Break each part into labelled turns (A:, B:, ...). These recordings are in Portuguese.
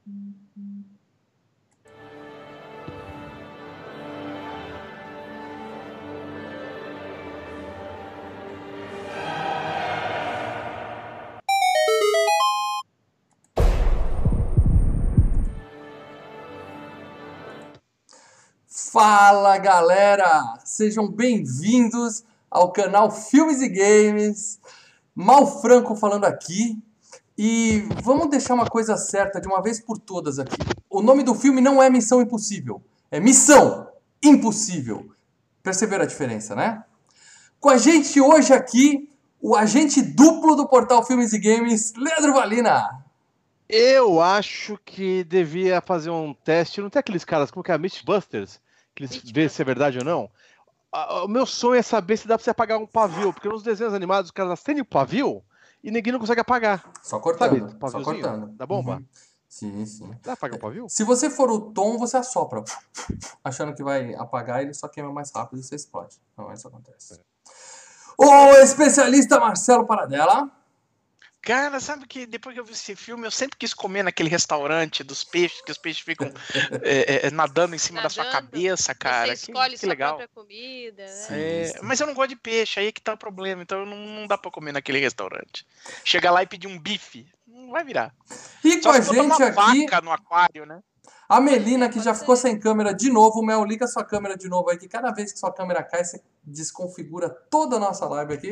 A: Fala, galera! Sejam bem-vindos ao canal Filmes e Games. Mal Franco falando aqui. E vamos deixar uma coisa certa de uma vez por todas aqui. O nome do filme não é Missão Impossível. É Missão Impossível. Perceberam a diferença, né? Com a gente hoje aqui, o agente duplo do portal Filmes e Games, Leandro Valina.
B: Eu acho que devia fazer um teste. Não tem aqueles caras, como que é? Mythbusters? Que eles vê se é verdade ou não. O meu sonho é saber se dá pra você apagar um pavio. Porque nos desenhos animados os caras acendem o pavio e ninguém não consegue apagar.
A: Só cortando.
B: Sabe,
A: Só cortando.
B: da bomba?
A: Uhum. Sim, sim.
B: Dá pra apagar o pavio?
A: Se você for o Tom, você assopra. Achando que vai apagar, ele só queima mais rápido e você explode. Não, isso acontece. O especialista Marcelo Paradela.
C: Cara, sabe que depois que eu vi esse filme, eu sempre quis comer naquele restaurante dos peixes, que os peixes ficam nadando em cima da sua cabeça, cara.
D: Você escolhe
C: que
D: sua
C: legal.
D: própria comida, né?
A: Sim.
C: Mas eu não gosto de peixe, aí é que tá o problema. Então não dá pra comer naquele restaurante. Chegar lá e pedir um bife, não vai virar.
A: E
C: Só
A: com a
C: se botar
A: gente
C: uma
A: aqui,
C: vaca no aquário, né?
A: a Melina, que já ficou sem câmera de novo. Mel, liga sua câmera de novo aí, que cada vez que sua câmera cai, você desconfigura toda a nossa live aqui.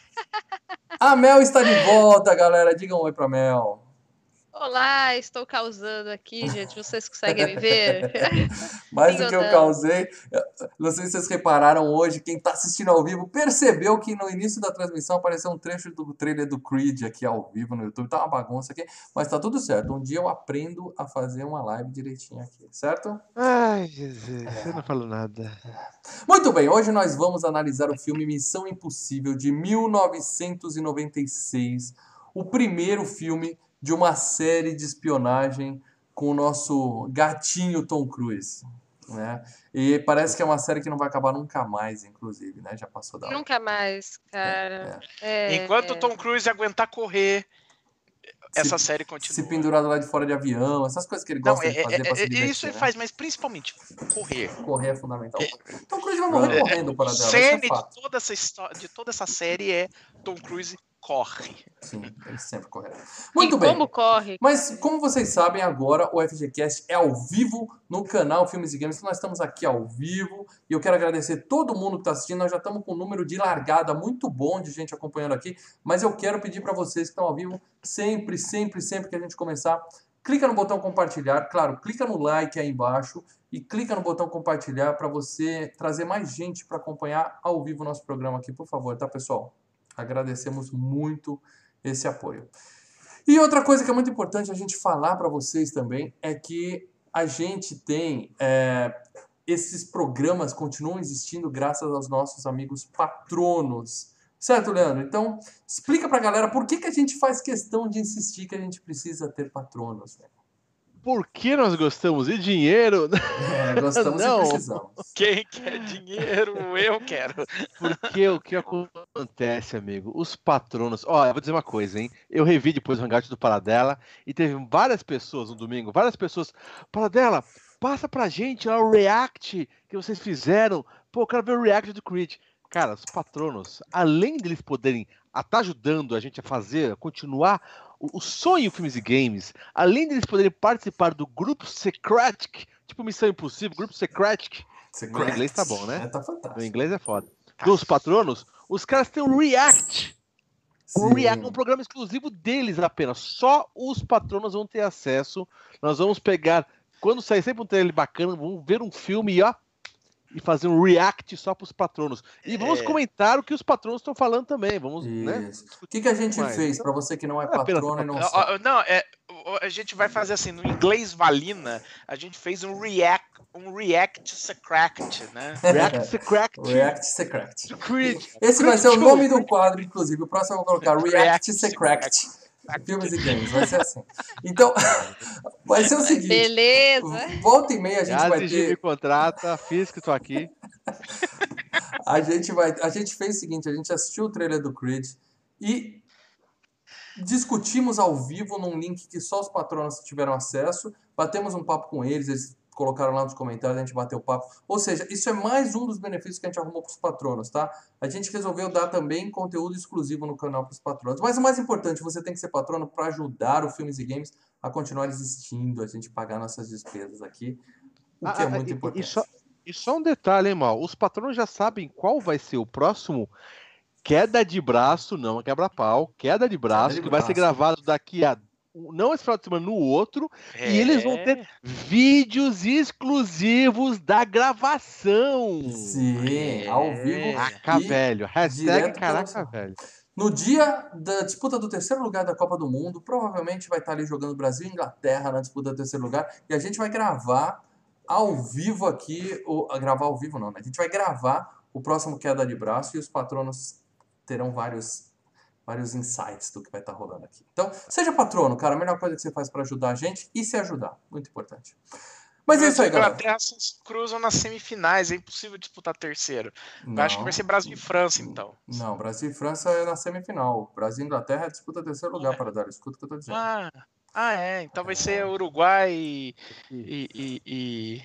A: A Mel está de volta, galera. Digam um oi pra Mel.
D: Olá, estou causando aqui, gente. Vocês conseguem me ver?
A: Mais
D: Sim
A: do que
D: ou
A: eu
D: não?
A: causei. Não sei se vocês repararam hoje, quem está assistindo ao vivo percebeu que no início da transmissão apareceu um trecho do trailer do Creed aqui ao vivo no YouTube. Tá uma bagunça aqui, mas tá tudo certo. Um dia eu aprendo a fazer uma live direitinho aqui, certo?
B: Ai, Jesus, eu não falo nada.
A: Muito bem, hoje nós vamos analisar o filme Missão Impossível de 1996, o primeiro filme de uma série de espionagem com o nosso gatinho Tom Cruise, né? E parece que é uma série que não vai acabar nunca mais, inclusive, né? Já passou da hora.
D: Nunca mais, cara.
C: Enquanto o Tom Cruise aguentar correr, essa série continua.
A: Se pendurar do lado de fora de avião, essas coisas que ele gosta de fazer pra se divertir,
C: isso ele
A: né?
C: faz, mas principalmente correr.
A: Correr é fundamental. Tom Cruise vai morrer correndo, para dela.
C: O cerne de toda essa série é Tom Cruise corre.
A: Sim, ele sempre correrá. Muito
D: E
A: bem.
D: como corre?
A: Mas, como vocês sabem, agora o FGCast é ao vivo no canal Filmes e Games. Nós estamos aqui ao vivo e eu quero agradecer todo mundo que está assistindo. Nós já estamos com um número de largada muito bom de gente acompanhando aqui. Mas eu quero pedir para vocês que estão ao vivo, sempre que a gente começar, clica no botão compartilhar. Claro, clica no like aí embaixo e clica no botão compartilhar para você trazer mais gente para acompanhar ao vivo o nosso programa aqui, por favor, tá, pessoal? Agradecemos muito esse apoio. E outra coisa que é muito importante a gente falar para vocês também é que a gente tem esses programas continuam existindo graças aos nossos amigos patronos. Certo, Leandro? Então, explica pra galera por que a gente faz questão de insistir que a gente precisa ter patronos, né?
B: Por que nós gostamos de dinheiro?
A: Gostamos
B: Não.
A: e precisamos.
C: Quem quer dinheiro, eu quero.
B: Porque o que acontece, amigo? Os patronos... Ó, eu vou dizer uma coisa, hein? Eu revi depois o Hangout do Paradela e teve várias pessoas no domingo, Paradela, passa pra gente lá o react que vocês fizeram. Pô, eu quero ver o react do Creed. Cara, os patronos, além deles poderem estar ajudando a gente a fazer, a continuar o sonho Filmes e Games, além deles poderem participar do grupo Secretic, tipo Missão Impossível, grupo Secretic. Meu inglês tá bom, né?
A: Tá fantástico.
B: Meu inglês é foda. Dos patronos, os caras têm um React. Um programa exclusivo deles apenas. Só os patronos vão ter acesso. Nós vamos pegar, quando sair sempre um trailer bacana, vamos ver um filme e fazer um react só para os patronos. E vamos comentar o que os patronos estão falando também. Vamos, né?
A: O que a gente fez, para você que não é patrono e não sabe?
C: Não, a gente vai fazer assim, no inglês Valina, a gente fez um react secret, né?
B: React secret.
A: React secret.
B: Creed.
A: Esse vai ser o nome do quadro, inclusive. O próximo eu vou colocar React secret. Filmes e Games, vai ser assim. Então, vai ser o seguinte.
D: Beleza.
A: Volta e meia a gente vai ter...
B: me contrata, fiz que tô aqui.
A: A gente fez o seguinte, a gente assistiu o trailer do Creed e discutimos ao vivo num link que só os patronos tiveram acesso, batemos um papo com eles colocaram lá nos comentários, a gente bateu papo. Ou seja, isso é mais um dos benefícios que a gente arrumou para os patronos, tá? A gente resolveu dar também conteúdo exclusivo no canal para os patronos. Mas o mais importante, você tem que ser patrono para ajudar o Filmes e Games a continuar existindo, a gente pagar nossas despesas aqui, o que é muito importante.
B: E só um detalhe, hein, Mal? Os patronos já sabem qual vai ser o próximo queda de braço, não quebra-pau, queda de braço, que vai ser gravado daqui a não esse final de semana, no outro, e eles vão ter vídeos exclusivos da gravação.
A: Sim, ao vivo.
B: Caraca, velho. Hashtag caraca, velho.
A: No dia da disputa do terceiro lugar da Copa do Mundo, provavelmente vai estar ali jogando Brasil e Inglaterra na disputa do terceiro lugar, e a gente vai gravar ao vivo aqui, gravar ao vivo não, né? A gente vai gravar o próximo queda de braço e os patronos terão vários insights do que vai estar rolando aqui. Então, seja patrono, cara. A melhor coisa que você faz para ajudar a gente e se ajudar. Muito importante. Mas é isso aí, galera.
C: Inglaterra se cruzam nas semifinais. É impossível disputar terceiro. Eu acho que vai ser Brasil e França, então.
A: Não, Brasil e França é na semifinal. Brasil e Inglaterra disputa terceiro lugar para dar. Escuta o que eu tô dizendo.
C: Então vai ser Uruguai e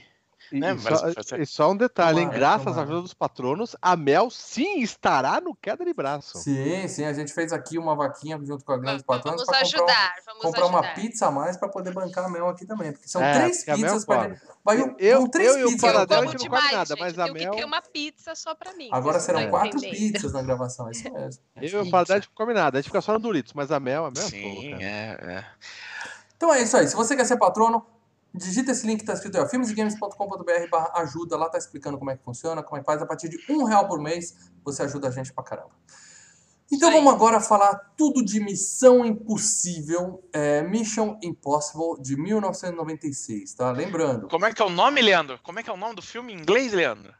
B: E só um detalhe, hein? Graças à ajuda dos patronos, a Mel sim estará no queda de braço.
A: Sim, a gente fez aqui uma vaquinha junto com a grande patronos
D: para
A: comprar uma pizza a mais para poder bancar a Mel aqui também, porque são 3 pizzas para ele. Eu e
B: o Paradela a gente não come nada, mas a Mel...
D: Eu queria uma pizza só para mim.
A: Agora serão 4 pizzas na gravação, é isso mesmo.
B: Eu e o Paradela a gente não come nada, a gente fica só no Doritos, mas a Mel
C: sim,
A: Então é isso aí, se você quer ser patrono, digita esse link que está escrito aí, filmesegames.com.br/ajuda, lá tá explicando como é que funciona, como é que faz. A partir de R$1 por mês, você ajuda a gente pra caramba. Então vamos agora falar tudo de Missão Impossível, Mission Impossible, de 1996, tá? Lembrando.
C: Como é que é o nome, Leandro? Como é que é o nome do filme em inglês, Leandro?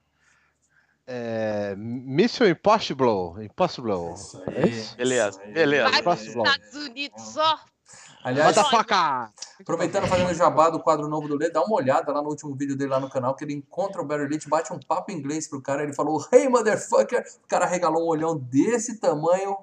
B: Mission Impossible.
A: Isso aí.
C: Beleza.
D: Vai para os Estados Unidos, ó.
A: Aliás, aproveitando, fazendo o jabá do quadro novo do Lê, dá uma olhada lá no último vídeo dele lá no canal, que ele encontra o Barry Leach, bate um papo em inglês pro cara, ele falou, hey, motherfucker, o cara regalou um olhão desse tamanho,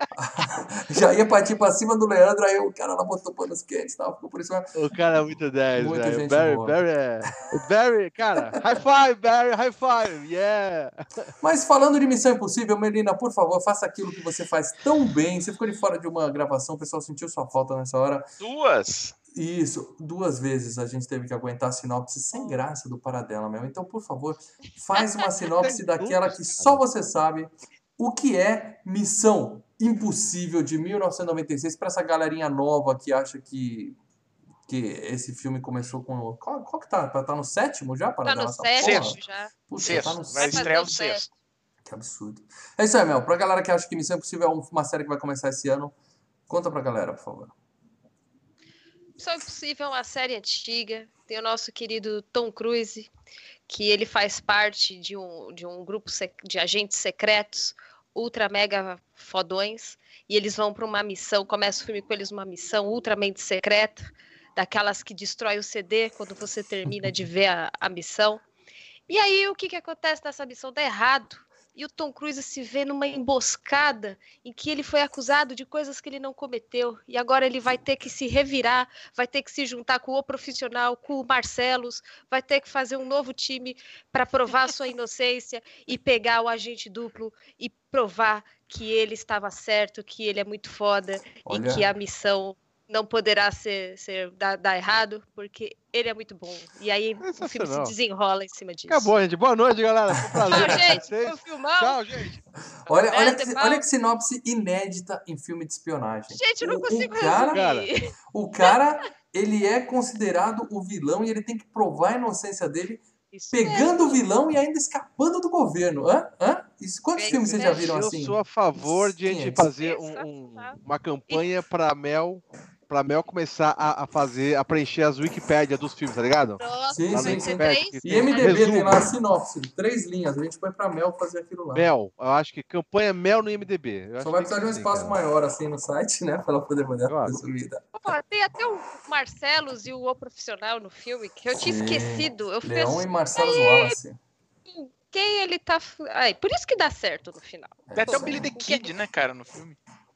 A: já ia partir pra cima do Leandro, aí o cara lá botou panos quentes e tal, ficou por isso.
B: O cara é muito 10,
A: muita
B: velho.
A: Gente
B: Barry, cara, high five, Barry, high five, yeah!
A: Mas falando de Missão Impossível, Melina, por favor, faça aquilo que você faz tão bem. Você ficou de fora de uma gravação, o pessoal sentiu sua falta nessa hora.
C: 2?
A: Isso, 2 vezes a gente teve que aguentar a sinopse sem graça do Paradela, meu. Então, por favor, faz uma sinopse daquela que só você sabe o que é Missão Impossível de 1996 para essa galerinha nova que acha que esse filme começou com... Qual que tá? Tá no 7º já?
D: Tá no 7º já.
A: Puxa, tá no
C: vai estrear o 6º.
A: Que absurdo. É isso aí, Mel. Pra galera que acha que Missão Impossível é uma série que vai começar esse ano, conta pra galera, por favor.
D: Missão Impossível é uma série antiga. Tem o nosso querido Tom Cruise, que ele faz parte de um grupo de agentes secretos, ultra mega fodões, e eles vão para uma missão, começa o filme com eles uma missão ultramente secreta, daquelas que destrói o CD quando você termina de ver a missão. E aí o que acontece nessa missão? Dá errado. E o Tom Cruise se vê numa emboscada em que ele foi acusado de coisas que ele não cometeu. E agora ele vai ter que se revirar, vai ter que se juntar com o profissional, com o Marcelos, vai ter que fazer um novo time para provar sua inocência e pegar o agente duplo e provar que ele estava certo, que ele é muito foda e que a missão não poderá dar errado, porque ele é muito bom. E aí o filme se desenrola em cima disso.
B: Acabou, gente. Boa noite, galera. Foi um prazer.
D: Tchau, gente. Foi um filmão.
B: Tchau, gente.
A: Olha que sinopse inédita em filme de espionagem.
D: Gente, eu não consigo resumir.
A: O cara, ele é considerado o vilão e ele tem que provar a inocência dele pegando o vilão e ainda escapando do governo. Quantos filmes vocês já viram assim?
B: Eu sou a favor de a gente fazer uma campanha pra Mel começar a preencher as Wikipédia dos filmes, tá ligado?
D: Nossa,
A: sim.
B: E
A: IMDB tem lá a sinopse, 3 linhas. A gente põe pra Mel fazer aquilo lá.
B: Mel, eu acho que campanha Mel no IMDB.
A: Só vai precisar de um espaço maior assim no site, né? Pra ela poder mandar a subida.
D: Tem até o Marcelos e o Profissional no filme, que eu tinha esquecido.
A: Leão e Marcelos Wallace.
D: Quem ele tá... por isso que dá certo no final.
C: Tem até o Billy the Kid, né, cara, no filme.
D: Então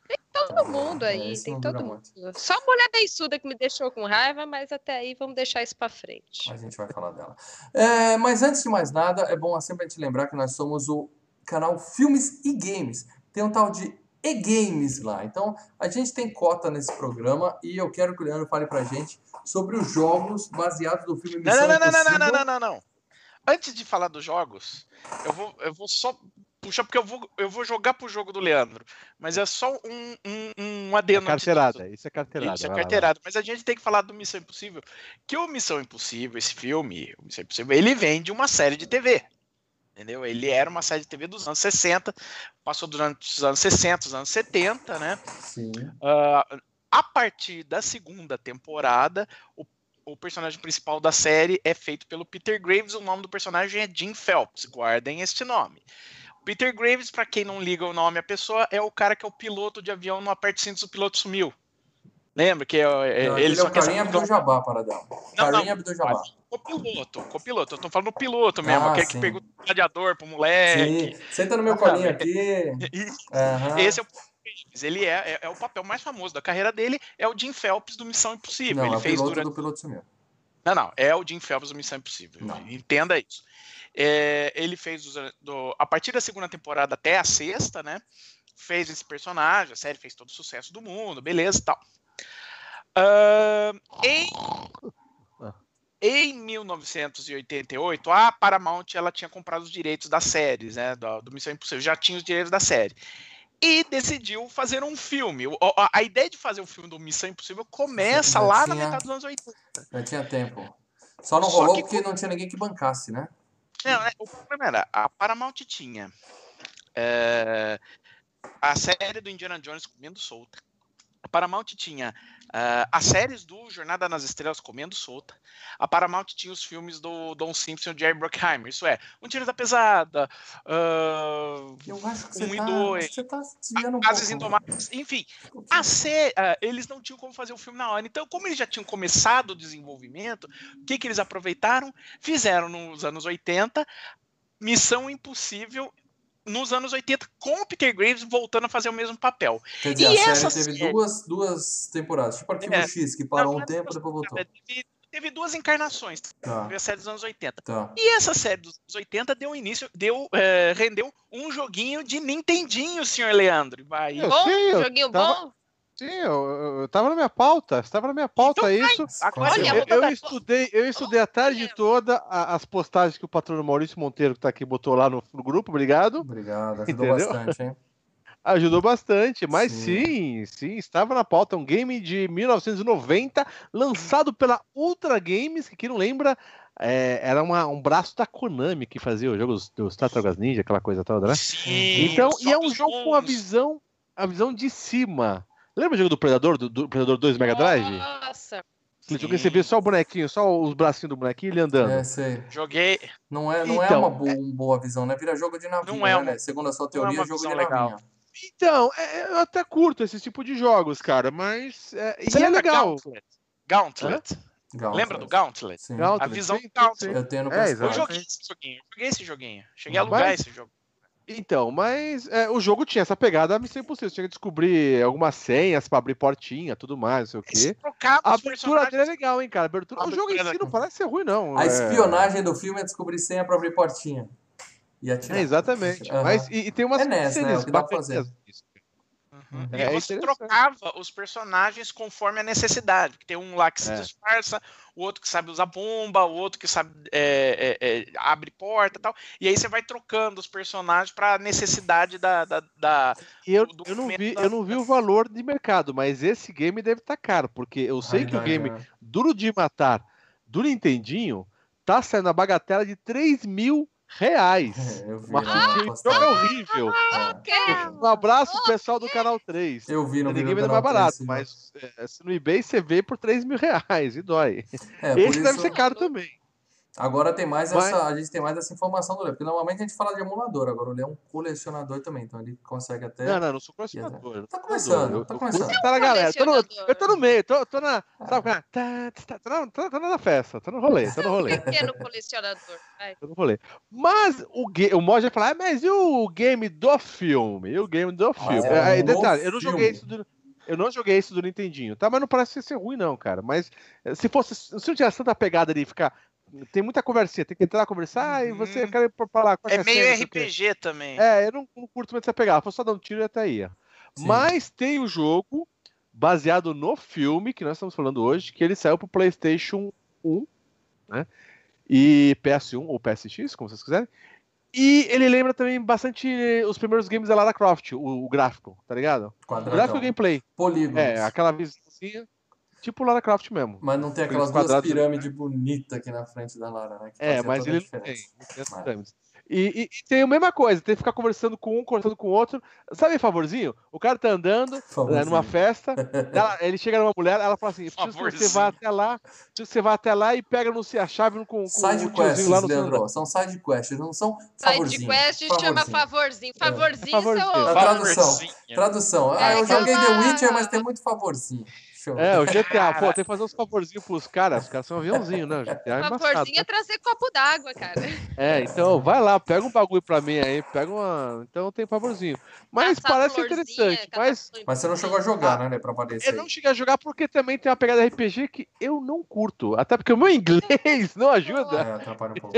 D: todo mundo aí,
A: esse
D: tem
A: não
D: todo
A: dura
D: mundo.
A: muito.
D: Só a mulher beiçuda que me deixou com raiva, mas até aí vamos deixar isso pra frente.
A: A gente vai falar dela. Mas antes de mais nada, é bom sempre a gente lembrar que nós somos o canal Filmes e Games. Tem um tal de e-games lá. Então, a gente tem cota nesse programa e eu quero que o Leandro fale pra gente sobre os jogos baseados no filme Missão Impossível.
C: Não. Antes de falar dos jogos, eu vou só puxar, porque eu vou jogar pro jogo do Leandro. Mas é só um adendo.
B: Carteirada, isso é carteirada.
C: Isso é carteirada. Mas a gente tem que falar do Missão Impossível. Que o Missão Impossível, esse filme, o Missão Impossível, ele vem de uma série de TV. Entendeu? Ele era uma série de TV dos anos 60, passou durante os anos 60, os anos 70, né?
A: Sim.
C: A partir da segunda temporada, o personagem principal da série é feito pelo Peter Graves. O nome do personagem é Jim Phelps. Guardem este nome. Peter Graves, para quem não liga o nome à pessoa, é o cara que é o piloto de avião no Aperte Cintos, o piloto sumiu. Lembra que ele
A: só é o Carinha Abdul-Jabbar, paradão. Carinha Abdul-Jabbar.
C: Copiloto. Eu tô falando do piloto mesmo, aquele que pergunta o gladiador pro moleque.
A: Sim, senta no meu colinho aqui.
C: Esse é o ele é o papel mais famoso da carreira dele, é o Jim Phelps do Missão Impossível.
A: Não,
C: ele
A: é
C: fez
A: piloto do Piloto Sumiu.
C: Não, é o Jim Phelps do Missão Impossível. Não. Entenda isso. Ele fez a partir da segunda temporada até a sexta, né? Fez esse personagem, a série fez todo o sucesso do mundo, beleza e tal. Em 1988, a Paramount ela tinha comprado os direitos das séries, né? Do Missão Impossível, já tinha os direitos da série. E decidiu fazer um filme. A ideia de fazer o filme do Missão Impossível começa lá na metade dos anos 80.
A: Já tinha tempo. Só não rolou porque não tinha ninguém que bancasse, né?
C: Não, o problema era, a Paramount tinha a série do Indiana Jones comendo solta. A Paramount tinha as séries do Jornada nas Estrelas comendo solta. A Paramount tinha os filmes do Don Simpson e Jerry Bruckheimer. Isso é, Um Tiro da Pesada,
A: eu acho que
C: 1 e 2,
A: você tá desviando um
C: Ases
A: pouco.
C: Indomáveis. Enfim, eles não tinham como fazer o filme na hora. Então, como eles já tinham começado o desenvolvimento, o que eles aproveitaram? Fizeram nos anos 80 Missão Impossível nos anos 80, com o Peter Graves voltando a fazer o mesmo papel.
A: Quer dizer, a série teve duas temporadas, tipo Arquivo X, que parou um tempo e depois voltou.
C: Teve duas encarnações, teve a série dos anos 80.
A: Tá.
C: E essa série dos anos 80 rendeu um joguinho de Nintendinho, senhor Leandro.
D: Joguinho bom?
B: Sim, eu tava na minha pauta. Estava na minha pauta então, isso. Eu estudei a tarde toda as postagens que o patrono Maurício Monteiro, que tá aqui, botou lá no grupo. Obrigado.
A: Obrigado, ajudou bastante, hein?
B: Ajudou bastante, mas sim, estava na pauta. Um game de 1990, lançado pela Ultra Games, que quem não lembra, era um braço da Konami que fazia os jogos dos Tartarugas Ninja, aquela coisa toda, né?
C: Sim,
B: então, e é um jogo com a visão de cima. Lembra o jogo do Predador, do Predador 2 Mega Drive?
D: Nossa!
B: Aquele jogo que você vê só o bonequinho, só os bracinhos do bonequinho e ele andando.
A: Sei.
C: Joguei.
A: Não é uma boa visão, né? Vira jogo de navinha, né? Segundo a sua teoria, jogo de navinha.
B: Então, eu até curto esse tipo de jogos, cara, mas...
C: Você lembra
B: legal.
C: Gauntlet? Lembra do Gauntlet?
A: Sim.
C: A visão do Gauntlet.
A: Eu tenho no PS4.
C: Eu joguei esse joguinho. Cheguei a alugar esse jogo.
B: Então, mas o jogo tinha essa pegada Missão Impossível. Você tinha que descobrir algumas senhas pra abrir portinha, tudo mais, não sei o quê. A abertura dele é legal, hein, cara? O jogo em si não parece ser ruim, não.
A: A espionagem do filme é descobrir senha pra abrir portinha. E atirar.
B: Exatamente. Mas, e tem umas
A: cenas, né? O que dá pra fazer.
C: E você trocava os personagens conforme a necessidade. Tem um lá que se disfarça, o outro que sabe usar bomba, o outro que sabe abre porta e tal. E aí você vai trocando os personagens para a necessidade
B: eu não vi o valor de mercado, mas esse game deve estar caro, porque eu sei que o game Duro de Matar do Nintendinho tá saindo a bagatela de R$3.000.
A: Eu vi.
B: É horrível. Um abraço pro pessoal do Canal 3.
A: Eu vi no
B: Ninguém vende mais barato, mas no eBay você vê por R$3.000 e dói. Esse deve ser caro também.
A: Agora tem mais a gente tem mais essa informação do Léo, porque normalmente a gente fala de emulador, agora o Léo é um colecionador também, então ele consegue até...
B: Não sou colecionador.
A: Tá começando.
B: Tá na galera, eu tô no meio, tô na... Sabe, tô na festa, tô no rolê.
D: Pequeno colecionador.
B: Tô no rolê. Mas o Mod vai falar, mas e o game do filme? Detalhe, eu não joguei isso Eu não joguei esse do Nintendinho, tá? Mas não parece ser ruim, não, cara. Mas se não tivesse tanta pegada ali, ficar. Tem muita conversinha, tem que entrar, conversar, e você quer ir pra lá.
C: É meio RPG também.
B: Eu não curto muito essa pegada. Foi só dar um tiro e até aí. Mas tem o jogo baseado no filme que nós estamos falando hoje, que ele saiu pro PlayStation 1, né? E PS1 ou PSX, como vocês quiserem. E ele lembra também bastante os primeiros games da Lara Croft, o gráfico, tá ligado?
A: Quadradão.
B: O gráfico e o gameplay.
A: Polígonos.
B: Aquela vizinha, tipo Lara Croft mesmo.
A: Mas não tem aquelas duas pirâmides bonitas aqui na frente da Lara, né?
B: Mas ele não tem as pirâmides. E tem a mesma coisa, tem que ficar conversando com um, conversando com o outro. Sabe favorzinho? O cara tá andando numa festa, ele chega numa mulher, ela fala assim, preciso que você vá até lá e pega a chave com
A: side
B: o
A: quests,
B: lá no
A: Leandro, são side quests, não são favorzinho.
D: Side quest chama favorzinho. Favorzinho,
A: Tradução. Eu joguei The Witcher, mas tem muito favorzinho.
B: O GTA, tem que fazer uns favorzinhos pros caras. Os caras são aviãozinho, né? O GTA é embaçado,
D: favorzinho é trazer copo d'água, cara.
B: Então vai lá, pega um bagulho pra mim aí, Então tem favorzinho. Mas parece interessante. Mas
A: você não chegou a jogar, né, pra aparecer.
B: Eu não cheguei a jogar porque também tem uma pegada RPG que eu não curto. Até porque o meu inglês não ajuda.
A: Atrapalha um pouco.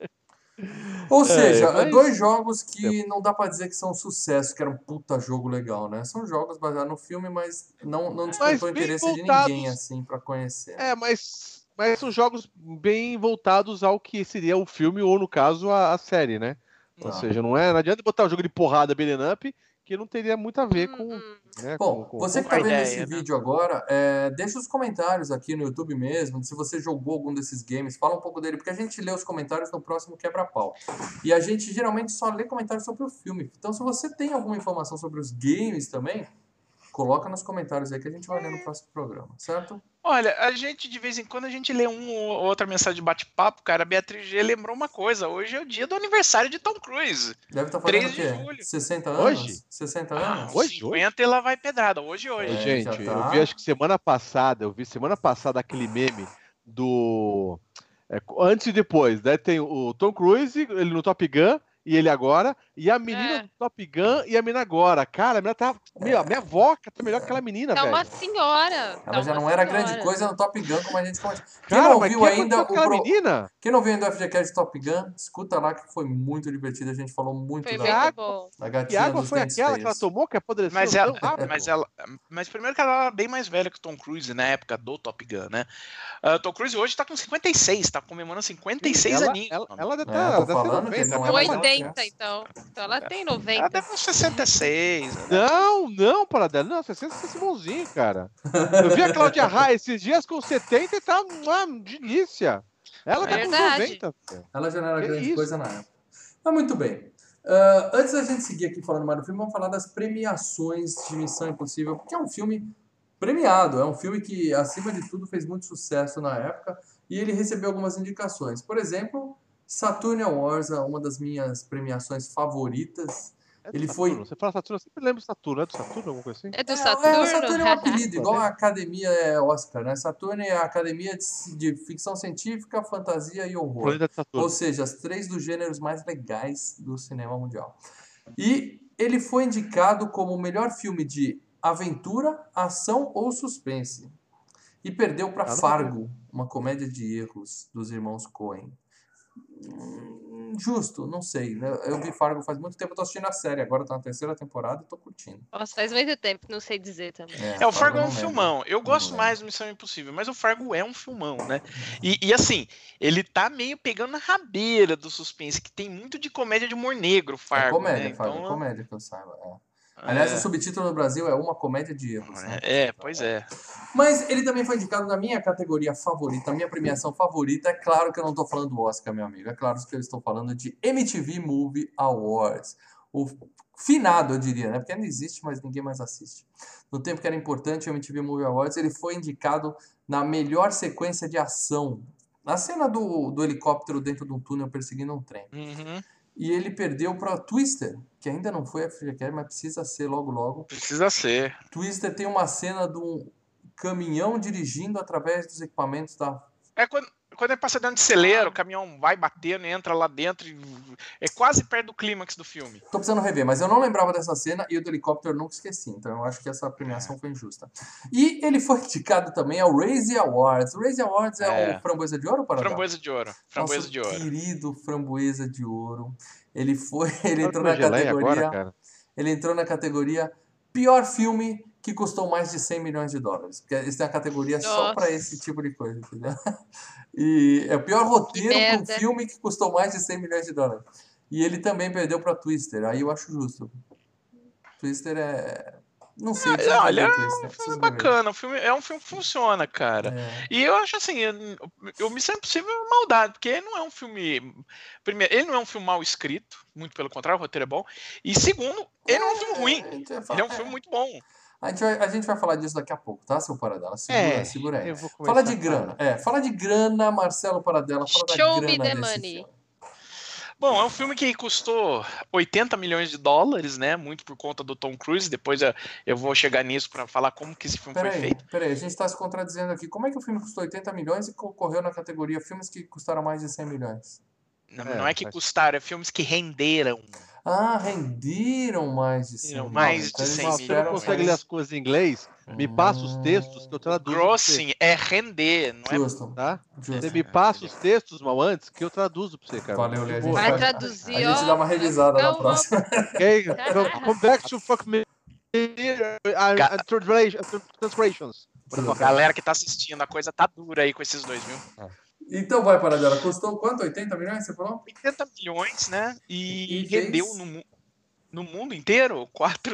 A: Ou seja, dois jogos que não dá pra dizer que são sucesso, que era um puta jogo legal, né? São jogos baseados no filme, mas não despertou o interesse de ninguém, assim, pra conhecer.
B: Mas são jogos bem voltados ao que seria o filme, ou no caso, a série, né? Ou seja, não adianta botar um jogo de porrada beat'em up, que não teria muito a ver com... Né,
A: Bom, você que tá vendo esse vídeo agora, deixa os comentários aqui no YouTube mesmo, se você jogou algum desses games, fala um pouco dele, porque a gente lê os comentários no próximo Quebra-Pau. E a gente geralmente só lê comentários sobre o filme. Então, se você tem alguma informação sobre os games também, coloca nos comentários aí que a gente vai ler no próximo programa, certo?
C: Olha, a gente, de vez em quando, a gente lê uma ou outra mensagem de bate-papo, cara. A Beatriz G lembrou uma coisa. Hoje é o dia do aniversário de Tom Cruise.
A: Deve estar fazendo
C: 3 de julho.
A: 60 anos?
B: Hoje?
A: 60 anos?
B: Hoje?
C: 50 e lá vai pedrada. Hoje.
B: Gente, eu vi, acho que semana passada aquele meme do... antes e depois, né? Tem o Tom Cruise, ele no Top Gun, e ele agora, e a menina do Top Gun e a menina agora. Cara, a menina tá... a minha avó tá melhor que aquela menina, velho.
D: Tá uma senhora.
A: Ela já não era grande coisa no Top Gun, como a gente comentou.
B: Quem não viu ainda
A: Quem não viu ainda o FGCast Top Gun, escuta lá que foi muito divertido. A gente falou muito
D: da
A: gatinha
B: que água foi aquela que ela tomou, que apodreceu?
C: Mas primeiro que ela era bem mais velha que o Tom Cruise na época do Top Gun, né? Tom Cruise hoje tá com 56, tá comemorando 56 aninhos.
B: Ela deve estar
A: falando que não é
D: 80, então. Então ela tem 90.
C: Ela deve ter 66.
B: Não, Paradela. Não, 60 é bonzinho, cara. Eu vi a Cláudia Raia esses dias com 70 e tá uma delícia. Ela tá com 90.
A: Ela já não era grande coisa na época. Mas muito bem. Antes da gente seguir aqui falando mais do filme, vamos falar das premiações de Missão Impossível, porque é um filme premiado. É um filme que, acima de tudo, fez muito sucesso na época e ele recebeu algumas indicações. Por exemplo... Saturn Awards é uma das minhas premiações favoritas. Ele foi...
B: Você fala Saturno, eu sempre lembro Saturno. É do Saturno, alguma coisa assim?
D: É do Saturno?
A: Saturno é um apelido, igual a Academia Oscar, né? Saturno é a Academia de Ficção Científica, Fantasia e Horror. Ou seja, as 3 dos gêneros mais legais do cinema mundial. E ele foi indicado como o melhor filme de aventura, ação ou suspense. E perdeu para Fargo, uma comédia de erros dos irmãos Coen. Justo, não sei, né? Eu vi Fargo faz muito tempo, eu tô assistindo a série, agora tá na 3ª temporada e tô curtindo.
D: Nossa, faz muito tempo, não sei dizer também.
C: O Fargo é um filmão. Eu gosto mais do Missão Impossível, mas o Fargo é um filmão, né? E assim, ele tá meio pegando na rabeira do suspense, que tem muito de comédia de humor negro, Fargo.
A: É comédia,
C: né?
A: Fargo, comédia que eu saiba. Aliás, o subtítulo no Brasil é Uma Comédia de Erros. Né?
C: Pois é.
A: Mas ele também foi indicado na minha categoria favorita, na minha premiação favorita. É claro que eu não estou falando do Oscar, meu amigo. É claro que eu estou falando de MTV Movie Awards. O finado, eu diria, né? Porque ainda existe, mas ninguém mais assiste. No tempo que era importante, o MTV Movie Awards, ele foi indicado na melhor sequência de ação. Na cena do helicóptero dentro de um túnel perseguindo um trem.
C: Uhum.
A: E ele perdeu para Twister, que ainda não foi FGCast, mas precisa ser logo.
C: Precisa ser.
A: Twister tem uma cena de um caminhão dirigindo através dos equipamentos da...
C: Quando quando ele passa dentro de celeiro, o caminhão vai batendo, entra lá dentro. É quase perto do clímax do filme.
A: Tô precisando rever, mas eu não lembrava dessa cena e o do helicóptero eu nunca esqueci. Então eu acho que essa premiação foi injusta. E ele foi indicado também ao Razzie Awards. O Razzie Awards é o Framboesa de Ouro, Paradela?
C: Framboesa de Ouro. Framboesa
A: Nosso
C: de Ouro.
A: querido Framboesa de Ouro. Ele entrou
B: Olha
A: na
B: o geleia
A: categoria.
B: agora, cara.
A: Ele entrou na categoria pior filme que custou mais de 100 milhões de dólares. Porque eles têm a categoria só
D: Nossa.
A: para esse tipo de coisa, entendeu? E é o pior roteiro para um
D: merda.
A: filme que custou mais de 100 milhões de dólares. E ele também perdeu para Twister. Aí eu acho justo. Twister é... Não sei, preciso
C: Olha,
A: ver
C: é
A: Twister.
C: um
A: preciso
C: filme
A: ver.
C: bacana, é um filme que funciona, cara.
A: É.
C: E eu acho assim, eu Missão Impossível é maldade, porque ele não é um filme. Primeiro, ele não é um filme mal escrito, muito pelo contrário, o roteiro é bom. E segundo, ele não é um filme ruim.
A: A gente vai
C: Ele
A: falar-
C: é um filme muito bom.
A: A gente vai falar disso daqui a pouco, tá, seu Paradela? Segura aí.
B: Eu vou
A: Fala
B: começar
A: de grana. Fala de grana, Marcelo Paradela. Fala da
D: Show me
A: grana
D: the
A: desse
D: money.
A: filme.
C: Bom, é um filme que custou 80 milhões de dólares, né? Muito por conta do Tom Cruise. Depois eu vou chegar nisso pra falar como que esse filme foi feito.
A: Peraí, a gente tá se contradizendo aqui. Como é que o filme custou 80 milhões e concorreu na categoria filmes que custaram mais de 100 milhões?
C: Não é que
B: mas-
C: custaram, é filmes que renderam.
A: Ah, renderam mais de 100
C: Não,
A: milhões.
C: mais de
A: Então eles
C: 100
B: Mal, você não
A: esperam
B: consegue
A: mais-
B: ler as coisas em inglês? Me passa os textos que eu traduzo pra você,
C: Grossing é render, não é?
A: Justo.
B: tá?
A: Justo.
B: Você me passa os textos, mal, antes, que eu traduzo pra você, cara.
A: Valeu,
B: De
A: Lê, a
B: boa.
A: gente
D: Vai
A: vai-
D: traduzir,
A: A gente
D: ó.
A: dá uma revisada na
D: Então,
A: próxima.
B: Ok? Come back to fuck me. Translations.
C: Galera que tá assistindo, a coisa tá dura aí com esses dois, viu?
A: Então vai, Paradela. Custou quanto? 80 milhões, você falou?
C: 80 milhões, né? E
A: E fez?
C: rendeu no mundo inteiro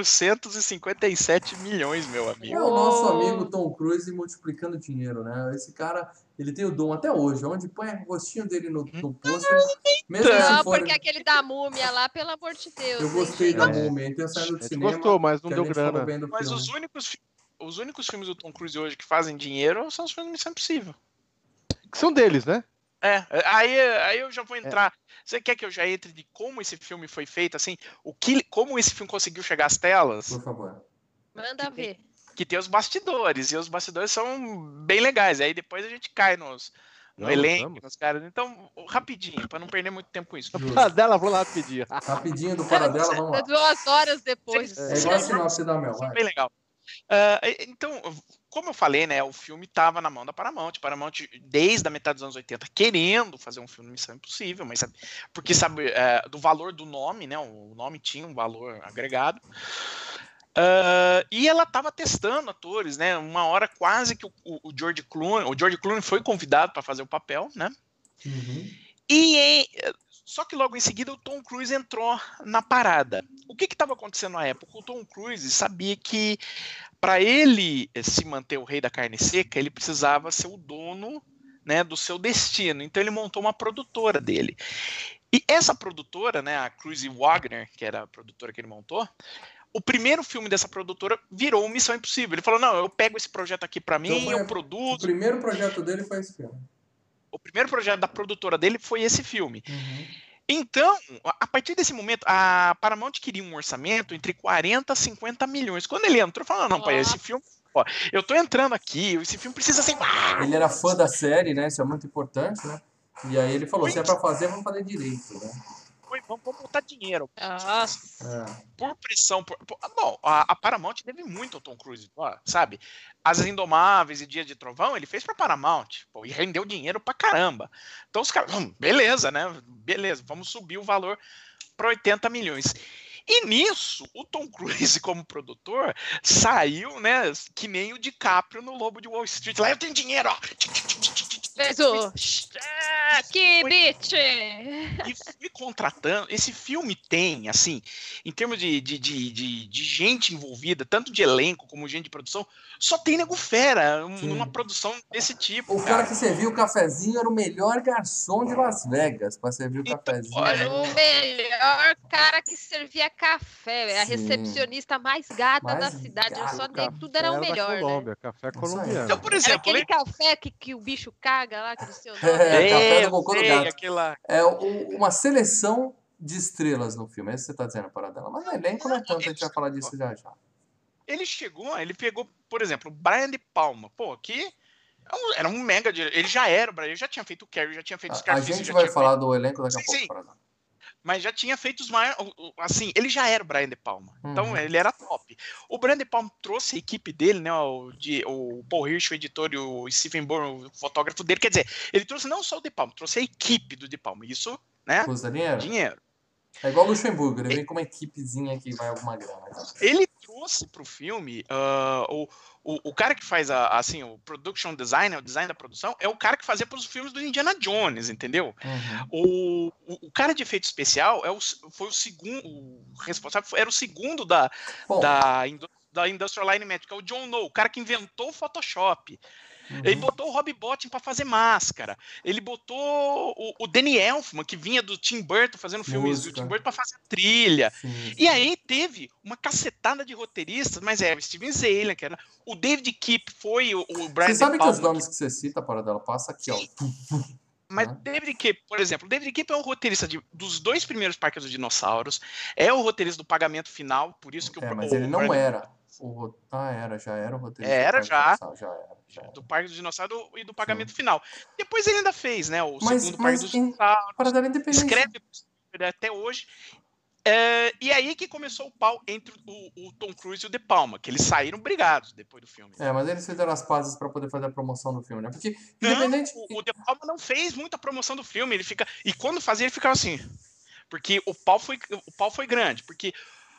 C: 457 milhões, meu amigo.
A: É o nosso amigo Tom Cruise multiplicando dinheiro, né? Esse cara, ele tem o dom até hoje. Onde põe o rostinho dele no pôster, mesmo
D: Não,
A: se for...
D: porque aquele da múmia lá, pelo amor de Deus.
A: Eu
D: hein,
A: gostei
D: gente?
A: da múmia, então saindo do
B: A gente
A: cinema.
B: gostou, mas não
A: que a
B: deu
A: gente falou
B: grana.
A: bem do
C: Mas
A: filme.
C: os únicos filmes do Tom Cruise hoje que fazem dinheiro são os filmes de Missão Impossível.
B: Que são deles, né?
C: Aí eu já vou entrar. Você quer que eu já entre de como esse filme foi feito, assim, como esse filme conseguiu chegar às telas?
A: Por favor.
D: Manda ver.
C: Que tem os bastidores, e os bastidores são bem legais. Aí depois a gente cai no
B: Vamos,
C: elenco,
B: vamos.
C: nos caras. Então, rapidinho, pra não perder muito tempo com isso.
B: Ah, dela, vou lá pedir.
A: Rapidinho do Paradela, vamos lá.
D: 2 horas depois.
A: É igual a sinopse da Mel, vai.
C: Bem legal. Então, como eu falei, né, o filme estava na mão da Paramount. Paramount, desde a metade dos anos 80, querendo fazer um filme Missão Impossível, mas porque sabe do valor do nome, né? O nome tinha um valor agregado. E ela estava testando atores, né? Uma hora quase que o George Clooney foi convidado para fazer o papel, né?
A: Uhum.
C: Só que logo em seguida o Tom Cruise entrou na parada. O que estava acontecendo na época? O Tom Cruise sabia que para ele se manter o rei da carne seca, ele precisava ser o dono, né, do seu destino. Então ele montou uma produtora dele. E essa produtora, né, a Cruise Wagner, que era a produtora que ele montou, o primeiro filme dessa produtora virou Missão Impossível. Ele falou, não, eu pego esse projeto aqui para mim,
A: Então
C: eu
A: O
C: produzo.
A: primeiro projeto dele foi esse filme.
C: O primeiro projeto da produtora dele foi esse filme.
A: Uhum.
C: Então, a partir desse momento, a Paramount queria um orçamento entre 40 a 50 milhões. Quando ele entrou, falou, não, pai, esse filme, ó, eu tô entrando aqui, esse filme precisa ser...
A: Ele era fã da série, né? Isso é muito importante, né? E aí ele falou, se é pra fazer, vamos fazer direito, né?
C: Vamos botar dinheiro.
D: Nossa.
C: Por pressão. Bom, a Paramount deve muito ao Tom Cruise, sabe? As Indomáveis e Dia de Trovão, ele fez pra Paramount, pô, e rendeu dinheiro pra caramba. Então os caras, beleza, né? Beleza, vamos subir o valor para 80 milhões. E nisso, o Tom Cruise, como produtor, saiu, né? Que nem o DiCaprio no Lobo de Wall Street. Lá eu tenho dinheiro, ó.
D: Fez o... Que bitch!
C: E fui contratando. Esse filme tem, assim, em termos de gente envolvida, tanto de elenco como gente de produção, só tem nego fera numa produção desse tipo.
A: O cara que serviu o cafezinho era o melhor garçom de Las Vegas pra servir o cafezinho.
C: olha,
D: O melhor cara que servia café. A
A: Sim.
D: recepcionista mais gata
A: Mais
D: da cidade.
A: gata.
D: Só dei, tudo era o melhor, né?
B: Colômbia, café colombiano.
C: Então, por
D: Era
C: exemplo,
D: aquele café que o bicho caga lá, que no seu nome.
A: Café do cocô do
C: sei,
A: gato.
C: aquela...
A: É uma seleção de estrelas no filme. É isso que você tá dizendo, Paradela. Mas o elenco não é tanto, a gente vai falar disso já já.
C: Ele chegou, ele pegou, por exemplo, o Brian De Palma. Pô, que Era um mega diretor. Ele já era, ele já tinha feito o Carrie, já tinha feito
A: A
C: Scarface.
A: gente vai falar do elenco daqui a pouco,
C: Sim.
A: por exemplo.
C: Mas já tinha feito os maiores. Assim, ele já era o Brian De Palma. Então,
A: Uhum.
C: ele era top. O Brian De Palma trouxe a equipe dele, né? O Paul Hirsch, o editor, e o Stephen Bourne, o fotógrafo dele. Quer dizer, ele trouxe não só o De Palma, trouxe a equipe do De Palma. Isso, né?
A: Custa dinheiro?
C: Dinheiro.
A: É igual o Luxemburgo, ele vem com uma equipezinha que vai alguma grana.
C: Ele trouxe pro filme o cara que faz assim, o production design, o design da produção, é o cara que fazia pros filmes do Indiana Jones, entendeu?
A: Uhum.
C: O cara de efeito especial foi o segundo, o responsável era o segundo da Industrial Light and Magic, é o John No, o cara que inventou o Photoshop. Ele botou o Rob Bottin pra fazer máscara. Ele botou o Danny Elfman, que vinha do Tim Burton fazendo filmes do Tim Burton, pra fazer trilha.
A: Sim.
C: E aí teve uma cacetada de roteiristas, mas era o Steven Zahlen, que era o David Kipp, foi o Brian
A: Você sabe
C: De
A: que
C: Palma,
A: os nomes que você cita, Paradela, passa aqui, ó.
C: Mas David Kipp, por exemplo, o David Kipp é o roteirista dos 2 primeiros Parques dos Dinossauros, é o roteirista do Pagamento Final, por isso que
A: mas ele não era. Já era o roteirista. Já era.
C: Do Parque dos Dinossauros e do Pagamento Final. Depois ele ainda fez, né? O segundo Parque dos Dinossauros.
A: Paradela Independente.
C: Escreve até hoje. E aí que começou o pau entre o Tom Cruise e o De Palma, que eles saíram brigados depois do filme.
A: Mas eles fizeram as pazes pra poder fazer a promoção do filme, né? Porque, independente...
C: O De Palma não fez muita promoção do filme, e quando fazia, ele ficava assim. Porque o pau foi grande, porque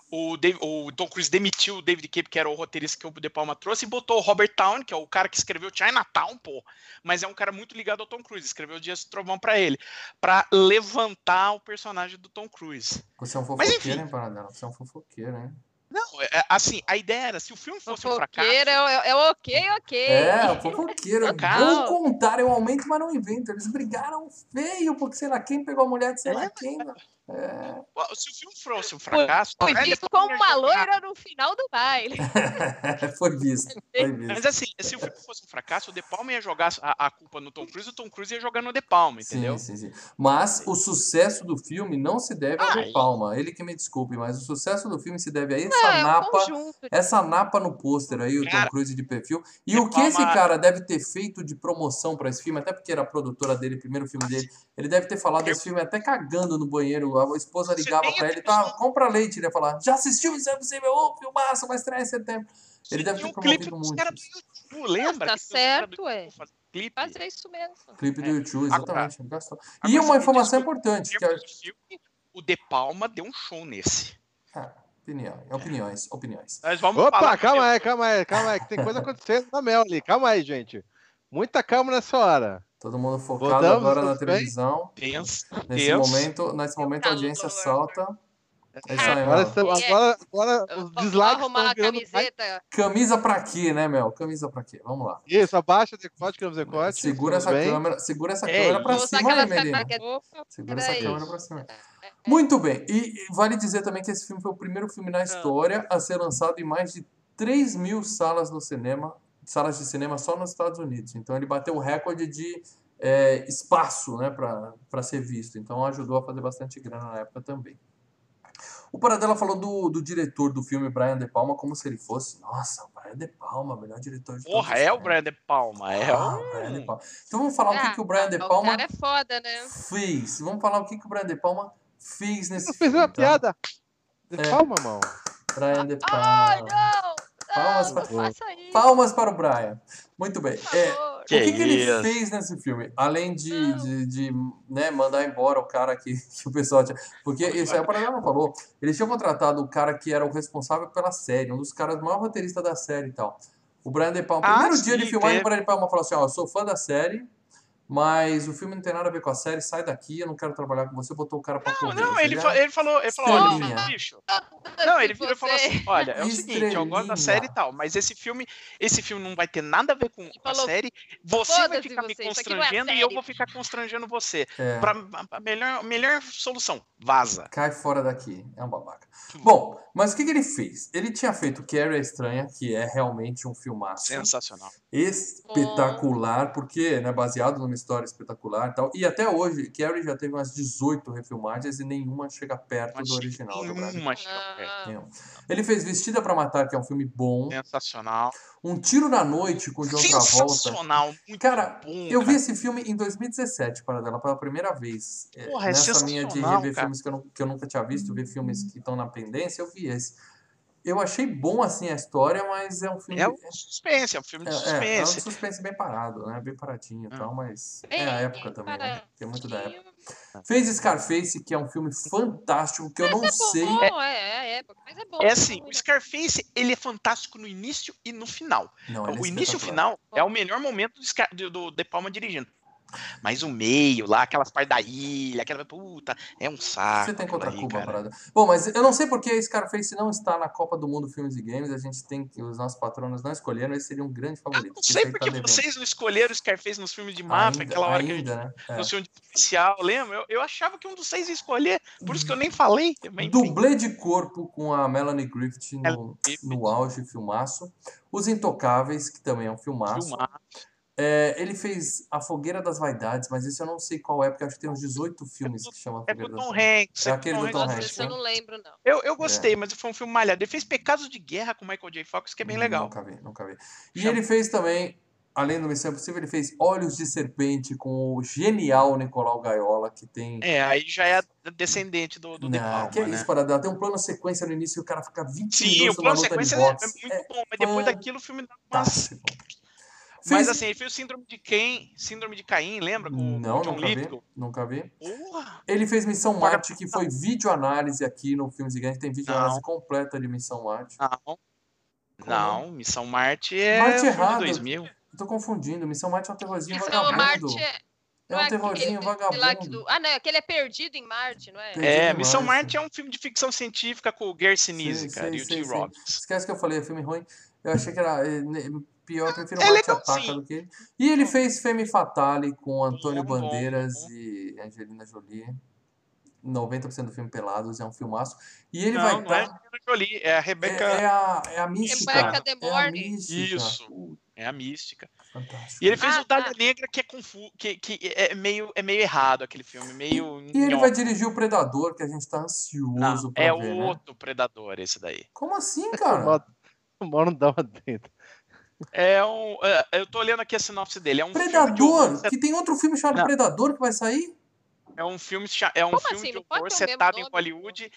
C: o Tom Cruise demitiu o David Kipp, que era o roteirista que o De Palma trouxe, e botou o Robert Towne, que é o cara que escreveu Chinatown, mas é um cara muito ligado ao Tom Cruise, escreveu Dias do Trovão pra ele, pra levantar o personagem do Tom Cruise.
A: Você é um fofoqueiro, hein, Paradela? Você é um fofoqueiro, hein?
C: Não, assim, a ideia era, se o filme fosse um fracasso...
D: É ok.
A: O fofoqueiro. Vou contar, eu aumento, mas não invento. Eles brigaram feio, porque sei lá quem pegou a mulher de sei lá quem.
C: Se o filme fosse um fracasso...
D: Foi visto como uma loira no final do baile.
A: Foi visto.
C: Mas assim, se o filme fosse um fracasso, o De Palma ia jogar a culpa no Tom Cruise, e o Tom Cruise ia jogar no De Palma, entendeu?
A: Sim. Mas o sucesso do filme não se deve ao De Palma. Ele que me desculpe, mas o sucesso do filme se deve a essa napa no pôster aí, o Tom Cruise de perfil. E o que esse cara deve ter feito de promoção pra esse filme, até porque era a produtora dele, o primeiro filme dele, ele deve ter falado desse filme até cagando no banheiro. A esposa ligava pra ele, compra leite, ele ia falar, já assistiu Missão Impossível? Filmaço, vai estrear em setembro. Ele deve ter promovido muito.
C: Lembra?
D: Tá certo, fazer isso mesmo.
A: Clipe do YouTube, exatamente. E uma informação importante.
C: O De Palma deu um show nesse.
A: Opiniões.
C: Nós vamos
B: falar calma aí, que tem coisa acontecendo na Mel ali. Calma aí, gente. Muita calma nessa hora.
A: Todo mundo focado agora na televisão. Nesse momento a audiência salta.
B: Agora os dislikes
D: arrumar a camiseta.
A: Camisa pra quê, né, Mel? Camisa pra quê? Vamos lá.
B: Isso, abaixa o decote, que é o decote.
A: Segura essa câmera pra cima aí, Melina. Segura essa câmera pra cima. Muito bem. E vale dizer também que esse filme foi o primeiro filme na história a ser lançado em mais de 3.000 salas de cinema só nos Estados Unidos. Então ele bateu o recorde de espaço, né, para ser visto. Então ajudou a fazer bastante grana na época também. O Paradela falou do diretor do filme, Brian De Palma, como se ele fosse... Nossa, o Brian De Palma, melhor diretor de todos.
C: Porra, o Brian De Palma.
A: Brian De Palma. Então vamos falar o que o Brian De Palma...
D: O cara é foda, né?
A: Fez. Vamos falar o que o Brian De Palma fez nesse filme.
B: Fez uma piada. De Palma, mano.
A: Brian De Palma.
D: Não!
A: Palmas para o Brian. Muito bem. O que ele fez nesse filme? Além de mandar embora o cara que o pessoal tinha... Porque isso aí o Paradela falou. Eles tinham contratado o cara que era o responsável pela série, um dos caras maior roteiristas da série e tal. O Brian De Palma. Primeiro dia de filmagem, o Brian De Palma falou assim, eu sou fã da série, mas o filme não tem nada a ver com a série, sai daqui, eu não quero trabalhar com você, botou o cara pra correr.
C: Não, ele falou, olha, bicho. Não, ele virou e falou assim, olha, é o seguinte, eu gosto da série e tal, mas esse filme não vai ter nada a ver com a série, você vai ficar me constrangendo e eu vou ficar constrangendo você. A melhor solução, vaza.
A: Cai fora daqui, é um babaca. Bom, mas o que ele fez? Ele tinha feito Carrie a Estranha, que é realmente um filmaço.
C: Sensacional.
A: Espetacular, porque, né, baseado numa história espetacular e tal. E até hoje, Carrie já teve umas 18 refilmagens e nenhuma chega perto do original do Brad Pitt.
C: Nenhuma chega perto.
A: Nenhum. Ele fez Vestida pra Matar, que é um filme bom.
C: Sensacional.
A: Um Tiro na Noite com John Travolta.
C: Sensacional, muito
A: Cara,
C: bom,
A: eu vi
C: cara.
A: esse filme em 2017, Paradela, pela primeira vez.
C: Porra, é
A: Nessa minha de
C: sensacional,
A: rever
C: cara.
A: filmes que eu nunca tinha visto, ver filmes que estão na pendência, eu vi esse. Eu achei bom, assim, a história, mas é um filme...
C: É um suspense, é um filme de
A: É um
C: suspense.
A: suspense bem parado, né? Bem paradinho e tal, mas é
D: Bem
A: a época também, né? Tem muito da época.
D: paradinho.
A: Fez Scarface, que é um filme fantástico, que eu não sei...
D: Bom, é a época, mas é bom.
C: É assim, o Scarface, ele é fantástico no início e no final.
A: Não, ele é
C: O início e o
A: espetacular.
C: final é o melhor momento do De Palma dirigindo. Mas o meio, lá, aquelas partes da ilha, aquela puta, é um saco.
A: Você tem
C: aquilo
A: contra
C: ali,
A: Cuba,
C: cara.
A: Parada. Bom, mas eu não sei porque Scarface não está na Copa do Mundo Filmes e Games. A gente tem que... Os nossos patronos não escolheram. Esse seria um grande
C: Eu
A: favorito.
C: não
A: porque
C: sei
A: esse aí tá
C: porque
A: devendo.
C: vocês não escolheram o Scarface nos filmes de máfia, aquela hora que a gente.
A: Ainda, né?
C: No filme de policial, lembra? Eu achava que um dos 6 ia escolher, por isso que eu nem falei. Mas, enfim.
A: Dublê de corpo com a Melanie Griffith
C: Melanie Griffith.
A: no auge, filmaço. Os Intocáveis, que também é um filmaço. Ele fez A Fogueira das Vaidades, mas esse eu não sei qual é, porque acho que tem uns 18 filmes que chamam A
C: É
A: Fogueira
C: com
A: das
C: Tom
A: Vaidades.
C: Hanks.
A: É aquele do Tom
D: Nossa,
A: Hanks,
D: esse eu
A: né?
D: não lembro, não.
C: Eu gostei, mas foi um filme malhado. Ele fez Pecados de Guerra com Michael J. Fox, que é bem legal.
A: Nunca vi. E ele fez também, além do Missão Impossível, ele fez Olhos de Serpente com o genial Nicolau Gaiola, que tem...
C: Aí já é descendente do De Palma,
A: que é
C: né?
A: isso, Parada? Tem um plano sequência no início e o cara fica 20
C: Sim, o
A: minutos numa
C: plano
A: luta de
C: sequência
A: boxe.
C: é muito bom, mas depois daquilo o filme dá umas...
A: Fantástico.
C: Mas assim, ele fez o Síndrome de Caim, lembra? Com
A: Não,
C: o John
A: nunca vi.
C: Lithgow.
A: Nunca vi.
C: Porra!
A: Ele fez Missão Marte, que foi videoanálise aqui no Filmes e Games. Tem videoanálise completa de Missão Marte.
C: Não, Missão Marte é
A: Marte
C: o filme
A: errado.
C: de 2000.
A: Eu tô confundindo. Missão Marte é um terrorzinho
D: Missão
A: vagabundo.
D: Marte
A: É um terrorzinho vagabundo.
D: não, aquele é Perdido em Marte, não é?
A: Perdido.
C: Missão
A: Marte.
C: Marte é um filme de ficção científica com o Gary Sinise, cara, e o Tim Robbins.
A: Esquece que eu falei, é filme ruim. Eu achei que era pior, eu prefiro
C: É
A: Marte
C: legalzinho.
A: Ataca do que ele. E ele fez Femme Fatale com Antônio
C: Bom.
A: Bandeiras e Angelina Jolie. 90% do filme Pelados, é um filmaço. E ele vai
C: Não é a
A: estar...
C: Angelina Jolie, é a Rebeca.
A: É a mística.
D: Rebecca De
A: É a
D: Mornay.
A: mística.
C: Isso. É a mística.
A: Fantástico.
C: E ele fez
D: Ah,
C: o Dália Negra, que é confuso, que é meio errado aquele filme, meio.
A: E ele vai dirigir o Predador, que a gente tá ansioso
C: Não,
A: pra
C: é
A: ver, né?
C: outro Predador esse daí.
A: Como assim, cara?
B: Uma hora não dá uma dentro.
C: Eu tô olhando aqui a sinopse dele. É um
A: Predador!
C: filme de
A: Que tem outro filme chamado
C: Não.
A: Predador que vai sair?
C: É um filme
D: Como
C: filme
D: assim?
C: de
D: Não pode
C: horror
D: ter o mesmo
C: setado em
D: nome?
C: Hollywood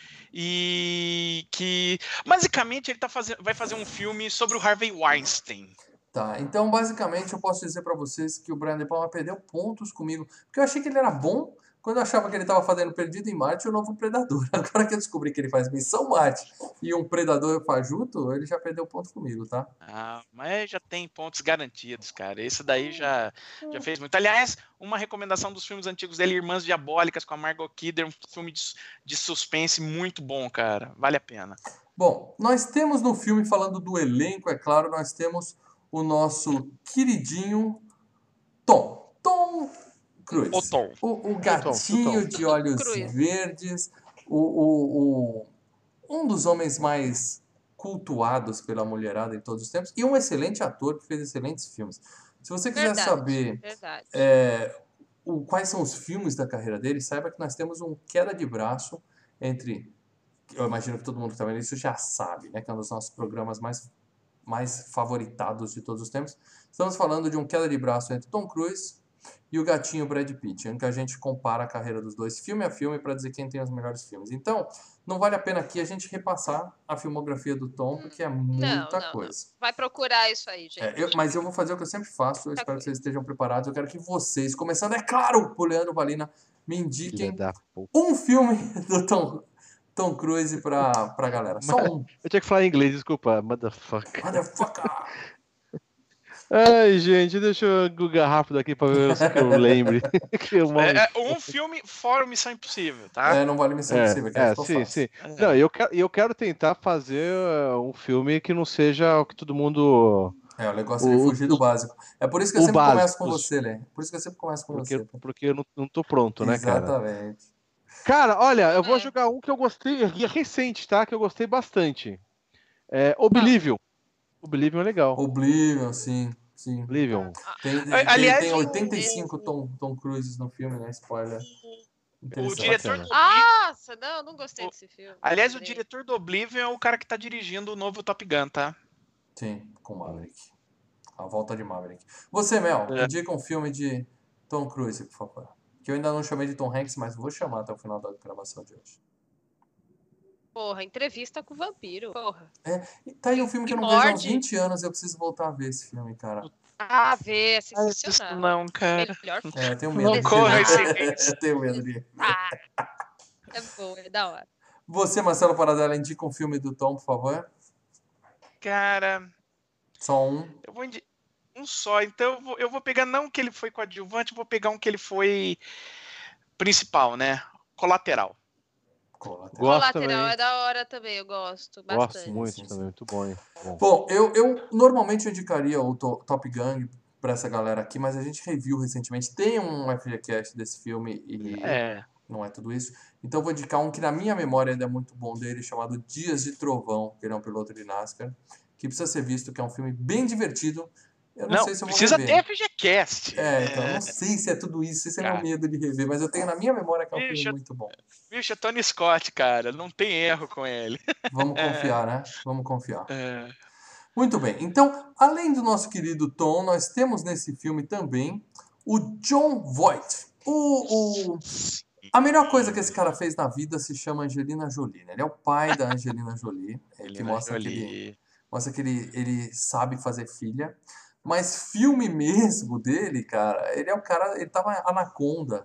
C: e que basicamente ele vai fazer um filme sobre o Harvey Weinstein.
A: Tá, então basicamente eu posso dizer pra vocês que o Brian De Palma perdeu pontos comigo, porque eu achei que ele era bom quando eu achava que ele tava fazendo Perdido em Marte e o Novo Predador. Agora que eu descobri que ele faz Missão Marte e um Predador fajuto, ele já perdeu pontos comigo, tá?
C: Mas já tem pontos garantidos, cara. Esse daí já fez muito. Aliás, uma recomendação dos filmes antigos dele, Irmãs Diabólicas, com a Margot Kidder, um filme de suspense muito bom, cara. Vale a pena.
A: Bom, nós temos no filme, falando do elenco, é claro, nós temos o nosso queridinho Tom Cruise.
C: O Tom.
A: O gatinho de olhos
D: Cruise.
A: verdes, um dos homens mais cultuados pela mulherada em todos os tempos e um excelente ator que fez excelentes filmes. Se você quiser saber
D: Verdade.
A: quais são os filmes da carreira dele, saiba que nós temos um queda de braço entre... Eu imagino que todo mundo que está vendo isso já sabe, né? Que é um dos nossos programas mais favoritados de todos os tempos. Estamos falando de um queda de braço entre Tom Cruise e o gatinho Brad Pitt, em que a gente compara a carreira dos dois filme a filme para dizer quem tem os melhores filmes. Então, não vale a pena aqui a gente repassar a filmografia do Tom, porque é muita coisa.
D: Não. Vai procurar isso aí, gente.
A: Mas eu vou fazer o que eu sempre faço, eu espero que vocês estejam preparados. Eu quero que vocês, começando, é claro, por Leandro Valina, me indiquem um filme do Tom Cruise pra galera. Só um.
B: Eu tinha que falar em inglês, desculpa. Motherfucker.
A: Motherfucker!
B: Ai, gente, deixa eu googar rápido aqui pra ver se eu lembre.
C: Um filme fora o Missão Impossível, tá?
A: Não vale Missão Impossível, que é
B: sim. Não, eu quero tentar fazer um filme que não seja o que todo mundo...
A: O negócio de fugir do básico. É por isso que eu sempre começo com você, Lê. Por isso que eu sempre começo com você.
B: Porque eu não tô pronto, né, cara?
A: Exatamente.
B: Cara, olha, eu vou jogar um que eu gostei, é recente, tá? Que eu gostei bastante. Oblivion. Oblivion é legal.
A: Oblivion, sim. Sim.
B: Oblivion.
C: Aliás,
A: Tem 85 Tom Cruise no filme, né? Spoiler.
C: O
A: Interessante.
C: diretor do
D: Nossa, não gostei desse filme.
C: Aliás, o
D: Adorei.
C: diretor do Oblivion é o cara que tá dirigindo o novo Top Gun, tá?
A: Sim, com Maverick. A volta de Maverick. Você, Mel, indica um filme de Tom Cruise, por favor. Que eu ainda não chamei de Tom Hanks, mas vou chamar até o final da gravação de hoje.
D: Porra, Entrevista com o Vampiro. Porra.
A: Tá aí um filme que eu não vejo há uns 20 anos, eu preciso voltar a ver esse filme, cara.
D: Ah, ver, é
C: Isso
D: sensacional.
C: não, cara.
D: Melhor filme.
A: Eu tenho medo
C: Não corra esse
A: Eu tenho medo de...
D: É bom, é da hora.
A: Você, Marcelo Paradela, indica um filme do Tom, por favor?
C: Cara,
A: Só um.
C: eu vou um só. Então eu vou pegar não que ele foi coadjuvante, eu vou pegar um que ele foi principal, né? Colateral.
B: Gosto
D: Colateral
B: também.
D: é da hora também, eu gosto bastante.
B: Gosto muito também, muito bom, hein?
A: Bom, eu normalmente indicaria o Top Gun pra essa galera aqui, mas a gente reviu recentemente. Tem um FGCast desse filme e não é tudo isso. Então eu vou indicar um que na minha memória ainda é muito bom dele, chamado Dias de Trovão, que ele é um piloto de NASCAR, que precisa ser visto, que é um filme bem divertido. Eu não sei se eu vou
C: precisa
A: rever.
C: ter FGCast.
A: Então eu não sei se é tudo isso, esse é meu medo de rever, mas eu tenho na minha memória que é um filme muito bom.
C: Bicho, é Tony Scott, cara, não tem erro com ele.
A: Vamos confiar, né? Vamos confiar. Muito bem. Então, além do nosso querido Tom, nós temos nesse filme também o Jon Voight. A melhor coisa que esse cara fez na vida se chama Angelina Jolie, né? Ele é o pai da Angelina Jolie, que mostra que ele sabe fazer filha. Mas filme mesmo dele, cara, ele é o cara, ele tava Anaconda.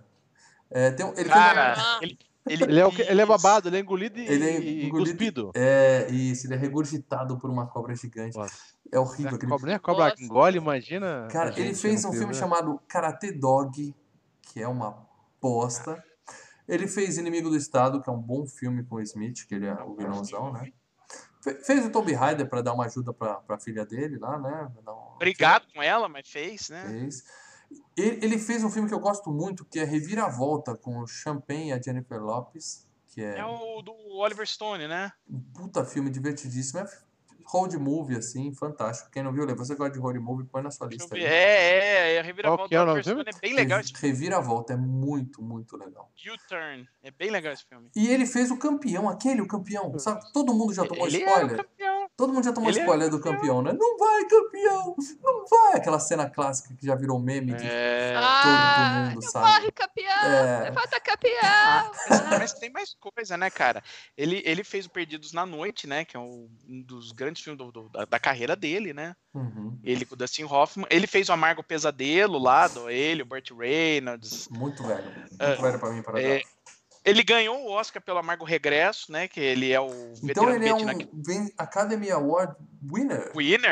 B: Ele é babado, ele é engolido e cuspido.
A: Isso, ele é regurgitado por uma cobra gigante.
B: Nossa.
A: É horrível.
B: Nem a cobra que engole, imagina.
A: Cara, ele fez um filme chamado Karate Dog, que é uma bosta. Ele fez Inimigo do Estado, que é um bom filme com o Smith, que ele é o vilãozão, né? Fez o Tomb Raider pra dar uma ajuda pra filha dele lá, né?
C: Brigado com ela, mas fez, né?
A: Fez. Ele fez um filme que eu gosto muito, que é Reviravolta, com o Champagne e a Jennifer Lopez. Que é
C: o do Oliver Stone, né?
A: Um puta filme divertidíssimo. É road movie, assim, fantástico. Quem não viu, você gosta de road movie, põe na sua lista aí.
C: A Reviravolta do Oliver Stone é bem legal esse filme.
A: Reviravolta é muito, muito legal.
C: U-Turn, é bem legal esse filme.
A: E ele fez o Campeão, o Campeão. Sabe? Todo mundo já tomou spoiler. Todo mundo já tomou spoiler do Campeão, né? Não vai, Campeão! Não vai! Aquela cena clássica que já virou meme que todo mundo sabe.
D: Corre, Campeão! Levanta, Campeão!
C: Mas tem mais coisa, né, cara? Ele fez o Perdidos na Noite, né? Que é um dos grandes filmes da carreira dele, né?
A: Uhum.
C: Ele com o Dustin Hoffman. Ele fez o Amargo Pesadelo lá, o Burt Reynolds.
A: Muito velho. Muito velho pra mim, para dar.
C: Ele ganhou o Oscar pelo Amargo Regresso, né? Que ele é o
A: Então ele é um Academy Award winner.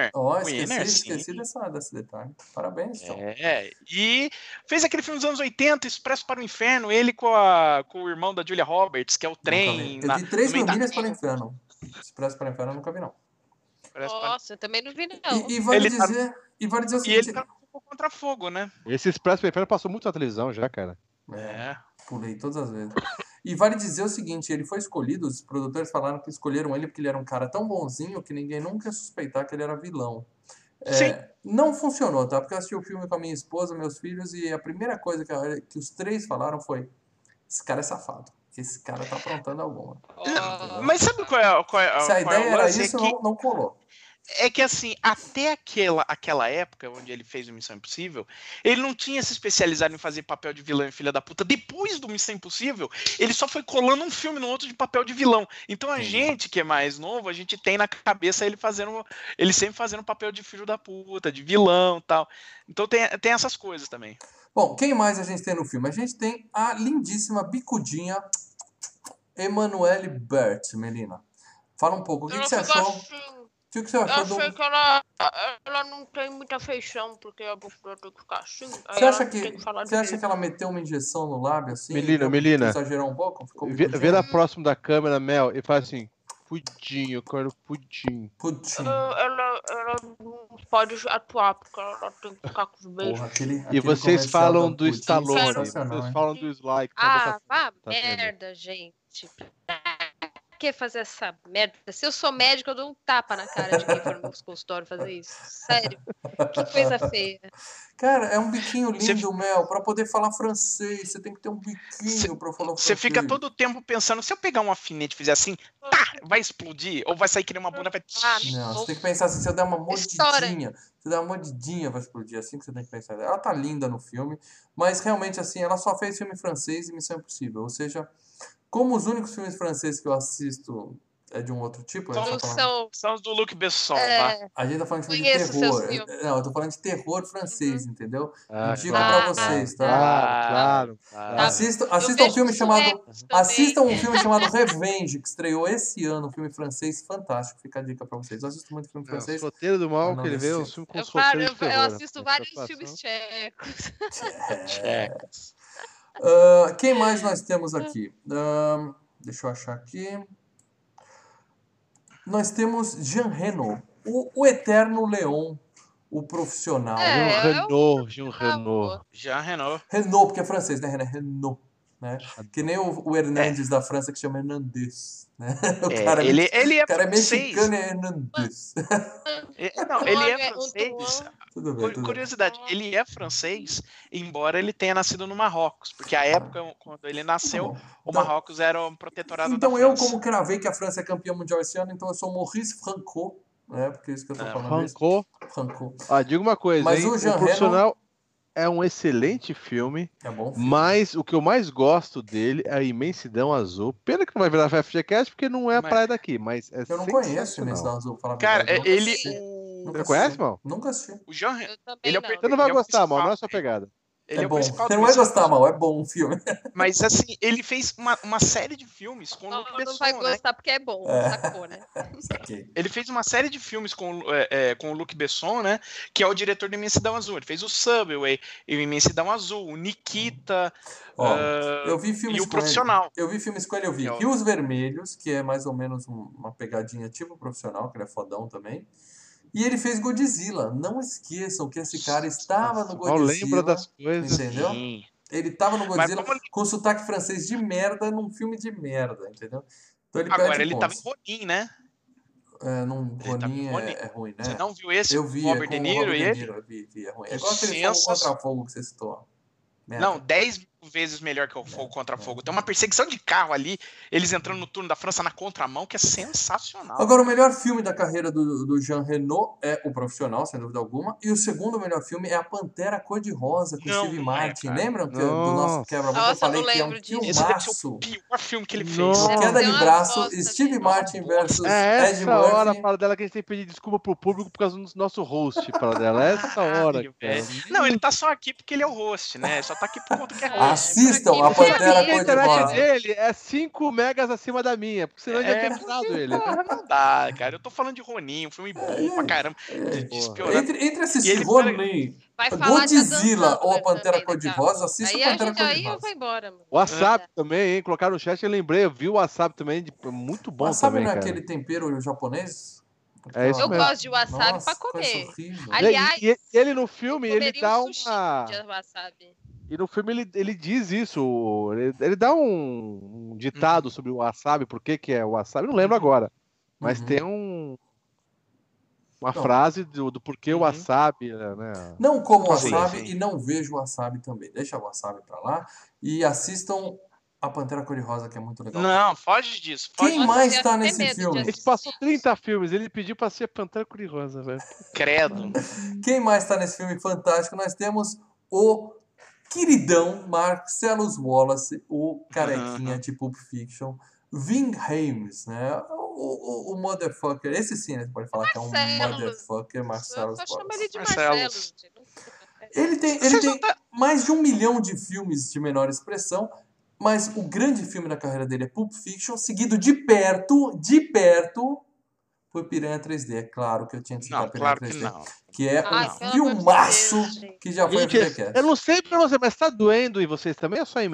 A: Esqueci desse detalhe. Parabéns, Tom.
C: E fez aquele filme dos anos 80, Expresso para o Inferno, ele com o irmão da Julia Roberts, que é o trem.
A: Eu vi 3 Famílias para o Inferno. Expresso para o Inferno eu nunca vi, não.
D: Nossa, eu também não vi, não.
A: E vale dizer o seguinte...
C: E ele tá contra fogo, né?
B: Esse Expresso para o Inferno passou muito na televisão já, cara.
A: Pulei todas as vezes. E vale dizer o seguinte, ele foi escolhido, os produtores falaram que escolheram ele porque ele era um cara tão bonzinho que ninguém nunca ia suspeitar que ele era vilão. Não funcionou, tá? Porque eu assisti o filme com a minha esposa, meus filhos, e a primeira coisa que os 3 falaram foi: esse cara é safado. Esse cara tá aprontando alguma.
C: Mas sabe qual é
A: Se a ideia era isso, não colou.
C: É que assim, até aquela época onde ele fez o Missão Impossível, ele não tinha se especializado em fazer papel de vilão e filha da puta. Depois do Missão Impossível, ele só foi colando um filme no outro de papel de vilão. Então a gente que é mais novo, a gente tem na cabeça ele sempre fazendo papel de filho da puta, de vilão e tal. Então tem essas coisas também.
A: Bom, quem mais a gente tem no filme? A gente tem a lindíssima bicudinha Emanuele Bert, Melina. Fala um pouco, o que você achou? O que você achou?
D: Eu achei que ela não tem muita feição, porque a boca tem que ficar assim.
A: Você acha que ela meteu uma injeção no lábio assim?
B: Melina.
A: Exagerou um pouco?
B: Vê na próxima da câmera, Mel, e faz assim: pudim, eu quero pudim.
D: Ela não pode atuar, porque ela tem que ficar com os beijos.
B: E vocês falam do Stallone, vocês falam do Sly.
D: Vá merda, gente. que fazer essa merda? Se eu sou médico, eu dou um tapa na cara de quem for no meu consultório fazer isso. Sério. Que coisa feia.
A: Cara, é um biquinho
C: Você-
A: lindo, Mel. Pra poder falar francês, você tem que ter um biquinho pra falar
C: Você
A: francês.
C: fica todo o tempo pensando, se eu pegar um alfinete e fizer assim, tá, vai explodir? Ou vai sair que nem uma bunda? Vai...
A: Não, você tem que pensar assim, se eu der uma
D: Estoura.
A: mordidinha, se eu der uma mordidinha vai explodir, assim que você tem que pensar. Ela tá linda no filme, mas realmente assim, ela só fez filme francês e Missão Impossível, ou seja, como os únicos filmes franceses que eu assisto é de um outro tipo, a gente
D: Não
A: tá falando,
D: são.
C: São os do Luc Besson, tá?
D: É,
A: a gente tá falando de filme de
D: conheço seus
A: terror.
D: filmes.
A: Não, eu tô falando de terror francês, entendeu? Indico
B: Claro,
A: pra vocês, tá?
B: Claro.
D: Tá.
A: Assistam
D: Eu vejo
A: filme chamado
D: suecos também.
A: Assistam um filme chamado Revenge, que estreou esse ano, um filme francês fantástico. Fica a dica pra vocês. Eu assisto muito filme
B: Os
A: francês.
B: roteiros do mal
A: Mas não
B: que ele vê é um
A: nesse
B: filme com
D: Eu,
B: os
D: paro,
B: roteiros de
D: eu
B: terror.
D: assisto
B: Essa
D: vários
B: situação.
D: filmes tchecos.
C: Tchecos.
A: Quem mais nós temos aqui? Deixa eu achar aqui. Nós temos Jean Reno, o eterno Leon, o profissional.
B: Jean Reno.
C: Jean Reno.
A: Renault, porque é francês, né? Renault. Né? Que nem o Hernandes da França, que chama Hernandes. Né? O cara é,
C: Ele é
A: o cara é
C: francês.
A: mexicano e é Hernandes.
C: Não, ele é
D: Um
C: francês.
A: Tudo bem, tudo bem.
C: Curiosidade, ele é francês, embora ele tenha nascido no Marrocos, porque a época quando ele nasceu,
A: Bom,
C: o
A: então-
C: Marrocos era um protetorado
A: Então
C: da
A: eu,
C: França.
A: como cravei que a França é campeã mundial esse ano, então eu sou Maurice Franco, né? Porque é isso que eu tô falando mesmo. Franco.
B: Diga uma coisa,
A: Mas
B: hein?
A: o Jean
B: O Profissional é um excelente filme,
A: É bom filme.
B: mas o que eu mais gosto dele é a Imensidão Azul. Pena que não vai virar FGCast porque não é a
C: Mas-
B: praia daqui, mas é
A: Eu não conheço
B: sensacional.
A: Imensidão Azul, pra falar a
C: Cara,
A: verdade.
C: ele.
A: Nunca
B: Você
A: assisti.
B: conhece, mal?
A: Nunca assisti.
C: O Jean Reno.
D: Eu também
C: Ele é o
D: não.
B: Você não vai
C: Ele é o
B: gostar, mal,
C: principal.
B: não é a sua pegada.
C: Ele
A: É
C: o
A: bom.
C: principal
A: Você não
C: do
A: vai
C: Imensidão
A: gostar,
C: Azul.
A: mal. É bom o filme.
C: Mas assim, ele fez uma série de filmes com o
D: Não,
C: Luc
D: não
C: Besson,
D: vai
C: né?
D: gostar porque é bom,
A: É.
D: sacou, né?
A: Saquei.
C: Ele fez uma série de filmes com o Luc Besson, né? Que é o diretor do Imensidão Azul. Ele fez o Subway, o Imensidão Azul, o Nikita
A: Ó, eu vi filmes
C: e o
A: com
C: Profissional.
A: ele. Eu vi filmes com ele, eu vi
C: Eu-
A: Rios Vermelhos, que é mais ou menos uma pegadinha tipo Profissional, que ele é fodão também. E ele fez Godzilla. Não esqueçam que esse cara estava no
B: Mal lembra
A: Godzilla.
B: das coisas.
A: Entendeu?
C: Sim.
A: Ele estava no
C: Mas
A: Godzilla
C: como
A: com sotaque francês de merda num filme de merda, entendeu? Então ele
C: Agora,
A: perde
C: ele tava em
A: pontos.
C: Ronin, né?
A: Num
C: ele tava em
A: Ronin
C: Ronin.
A: é ruim, né?
C: Você não viu esse?
A: Eu vi,
C: com o Robert
A: com
C: De
A: o
C: Niro
A: Robert
C: e
A: De
C: ele?
A: Niro, eu vi, é ruim. É igual aquele Fogo Contra Fogo que você citou. Merda.
C: Não, 10 vezes melhor que o Fogo Contra Fogo. Tem uma perseguição de carro ali, eles entrando no turno da França na contramão, que é sensacional.
A: Agora, o melhor filme da carreira do Jean Reno é O Profissional, sem dúvida alguma. E o segundo melhor filme é A Pantera Cor-de-Rosa, com
C: Não,
A: Steve
C: não é,
A: Martin.
C: cara.
A: Lembram do nosso
B: Nossa.
A: quebra-mola? Eu
D: Nossa,
A: falei
D: eu não
A: que é um
D: lembro disso.
C: Esse deve ser
A: filmaço.
C: o pior filme que ele fez.
B: Nossa.
A: Queda
D: Deu
A: de
D: uma
A: braço,
D: bosta,
A: Steve
D: gente.
A: Martin versus
B: É
A: Ed
B: essa hora,
A: Murphy.
B: para dela, que a gente tem que pedir desculpa pro público por causa do nosso host, para dela. É essa hora,
C: Caralho,
B: cara.
C: velho. Não, ele tá só aqui porque ele é o host, né? Só tá aqui por conta que é host.
A: Assistam A
D: Aqui,
A: Pantera
B: A internet
A: Cor-de-Rosa.
B: dele é 5 megas acima da minha, porque senão ele já tinha tirado ele.
C: Porra, não dá, cara. Eu tô falando de Ronin, um filme bom pra caramba. De
B: Porra.
C: espionar.
A: Entre
C: E
A: assistir
C: ele
A: Ronin,
D: Vai falar já
A: Godzilla
D: dançando,
A: ou A
D: né,
A: Pantera
D: também,
A: Cor-de-Rosa, assista
D: Aí
A: A
D: a
A: Pantera
D: gente aí eu
A: Cor-de-Rosa.
D: vou embora, mano.
B: O Wasabi também, hein? Colocaram no chat, eu lembrei, eu vi o Wasabi também, muito bom
A: Wasabi
B: também,
A: não é
B: cara.
A: aquele tempero japonês?
B: É isso
D: Eu
B: mesmo.
D: gosto de wasabi
A: Nossa,
D: pra
A: coisa
D: comer.
A: horrível.
D: Aliás,
B: E ele no filme, ele
D: comeria
B: dá
D: um sushi
B: uma...
D: de wasabi.
B: E no filme ele diz isso, ele dá um ditado sobre o wasabi, por que é o wasabi, não lembro agora, mas
A: Uhum.
B: tem uma frase do porquê o wasabi, né?
A: Não como
C: Sim,
A: wasabi
C: sim.
A: e não vejo wasabi também. Deixa o wasabi pra lá e assistam A Pantera Cor-de-Rosa, que é muito legal.
C: Não, foge disso. Foge
A: Quem
C: disso.
A: mais
D: Nossa,
A: tá
D: eu ia ter
A: nesse
D: medo de
A: filme?
B: Ele passou 30 filmes, ele pediu pra ser Pantera Cor-de-Rosa, velho.
C: Credo.
A: Quem mais tá nesse filme fantástico? Nós temos o queridão Marcellus Wallace, o carequinha de Pulp Fiction, Ving Rhames, né? O motherfucker, esse sim, né? Você pode falar que é um
D: Marcellus.
A: motherfucker,
D: Eu
A: Marcellus
D: só chamo ele
A: Wallace.
D: de
C: Marcelo.
D: Marcelo. gente.
A: Ele tem mais de 1 milhão de filmes de menor expressão, mas o grande filme da carreira dele é Pulp Fiction, seguido de perto, foi Piranha 3D. É claro que eu tinha que citar
C: Não,
A: Piranha
C: claro que
A: 3D.
C: não.
A: Que é
D: Ai,
A: um
D: pelo
A: filmaço
D: amor de Deus, gente.
A: que já foi
B: Gente,
A: FGCast.
B: eu não sei pra você, mas tá doendo em vocês também ou só em mim?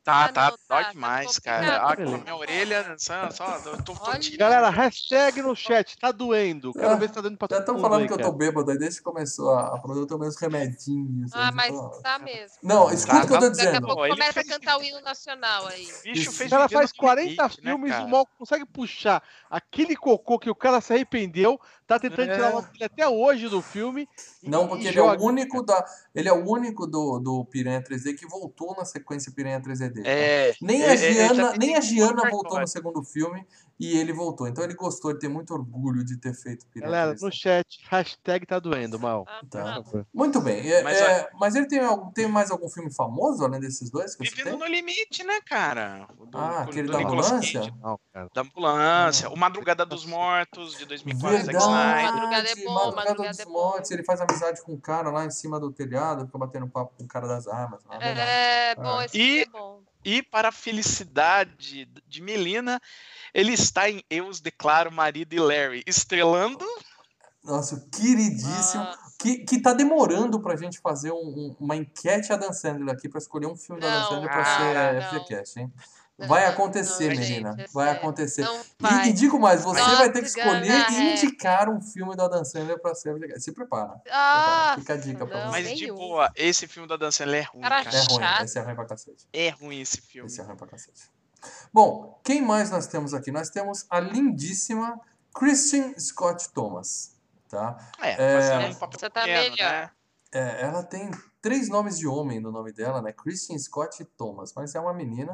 C: Tá
D: não,
C: dói
D: tá
C: demais,
D: complicado.
C: cara. Ah,
B: Beleza.
C: minha orelha, só eu tô
D: Olha.
C: tirando.
B: Galera, hashtag no chat, tá doendo. Quero ver se tá doendo pra
A: Já
B: todo
A: estão
B: mundo
A: falando
B: aí,
A: que eu
B: cara.
A: tô bêbado aí desde que começou a produzir, eu tomei uns remedinhos.
D: Ah,
A: aí,
D: mas
A: tô-
D: tá mesmo.
A: Não, escuta o que eu tô
C: tá.
D: Daqui a
A: dizendo.
D: pouco
C: Ele
D: começa a
C: fez-
D: cantar o hino nacional aí.
C: O bicho
A: Isso.
C: fez
B: O cara
C: viver
B: faz
C: no
B: 40
C: limite, né,
B: filmes, o
C: cara?
B: mal consegue puxar aquele cocô que o cara se arrependeu, tá tentando tirar uma dele até hoje do filme
A: Não,
B: e
A: porque ele é o
B: joga.
A: único ele é o único do Piranha 3D que voltou na sequência Piranha 3D dele. Tá? Nem a Giana voltou no segundo filme e ele voltou. Então ele gostou, ele tem muito orgulho de ter feito Piranha
B: Galera,
A: 3D.
B: no chat, hashtag tá doendo, mal.
A: Tá.
B: Por favor.
A: Muito bem. Mas ele tem mais algum filme famoso além desses dois que você
C: Vivendo
A: tem?
C: no limite, né, cara?
A: Aquele
C: do
A: da
C: Nicolas
A: ambulância?
C: Cage.
B: Não, cara.
C: Da ambulância. O Madrugada dos Mortos, de 2004, Zack
A: Verdade.
C: Snyder.
D: Madrugada é bom, Madrugada
A: dos
D: é bom.
A: Mortos. Ele faz amizade com o cara lá em cima do telhado, fica batendo papo com o cara das armas. É verdade.
D: É bom, esse filme é bom.
C: E para a felicidade de Melina, ele está em Eu Os Declaro Marido e Larry, estrelando...
A: Nosso queridíssimo.
D: Ah,
A: Que tá demorando pra gente fazer uma enquete Adam Sandler aqui pra escolher um filme da Adam
D: Não,
A: Sandler pra
C: cara,
A: ser
D: não.
A: FGCast, hein?
D: Não,
A: Vai
D: não,
A: acontecer,
D: não,
A: menina.
D: gente, é
A: Vai
D: sério.
A: acontecer.
D: Não
A: E
D: vai.
A: digo mais, você
D: Not
A: vai ter que escolher
D: gonna
A: e indicar um filme do Adam Sandler pra ser FGCast. Se prepara.
D: Ah,
A: Fica a dica pra
D: não,
A: você.
C: Mas de
D: nenhum.
C: boa, esse filme da Dan Sandler é ruim,
D: Cara
C: cara.
A: É ruim,
D: chato.
A: esse é ruim pra cacete.
C: É ruim esse filme.
A: Esse é ruim pra cacete. Bom, quem mais nós temos aqui? Nós temos a lindíssima Kristen Scott Thomas. Tá?
C: Fazendo um papel
D: Você tá
C: pequeno,
D: melhor.
C: né?
A: Ela tem 3 nomes de homem no nome dela, né? Kristen Scott Thomas, mas é uma menina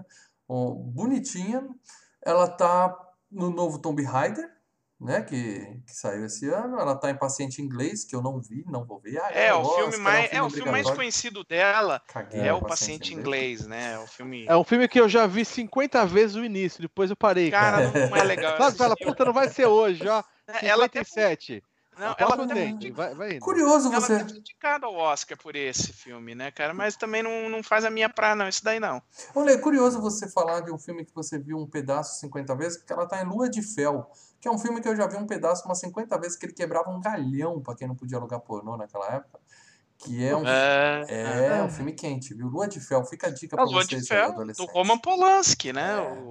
A: bonitinha. Ela tá no novo Tomb Raider, né? Que saiu esse ano. Ela tá em Paciente Inglês, que eu não vi, não vou ver.
C: O filme mais conhecido dela
A: Caguei
C: é
A: no
C: o Paciente Inglês, né? É o filme.
B: É um filme que eu já vi 50 vezes o início, depois eu parei, cara.
C: Cara, não é legal.
B: Sabe, fala, puta, não vai ser hoje, ó.
C: Ela até
B: 57.
C: Não,
B: A
C: ela
B: próxima
C: até
B: tem. Vai indo.
A: Curioso
C: Ela
A: você.
C: até foi indicada ao Oscar por esse filme, né, cara? Mas também não faz a minha praia, não. Isso daí não.
A: Olha, é curioso você falar de um filme que você viu um pedaço 50 vezes, porque ela tá em Lua de Fel, que é um filme que eu já vi um pedaço umas 50 vezes, que ele quebrava um galhão pra quem não podia alugar pornô naquela época. Que é um filme quente, viu? Lua de Fel, fica a dica pra
C: Lua
A: vocês
C: de
A: aí,
C: Fel, do
A: adolescentes.
C: Roman Polanski, né?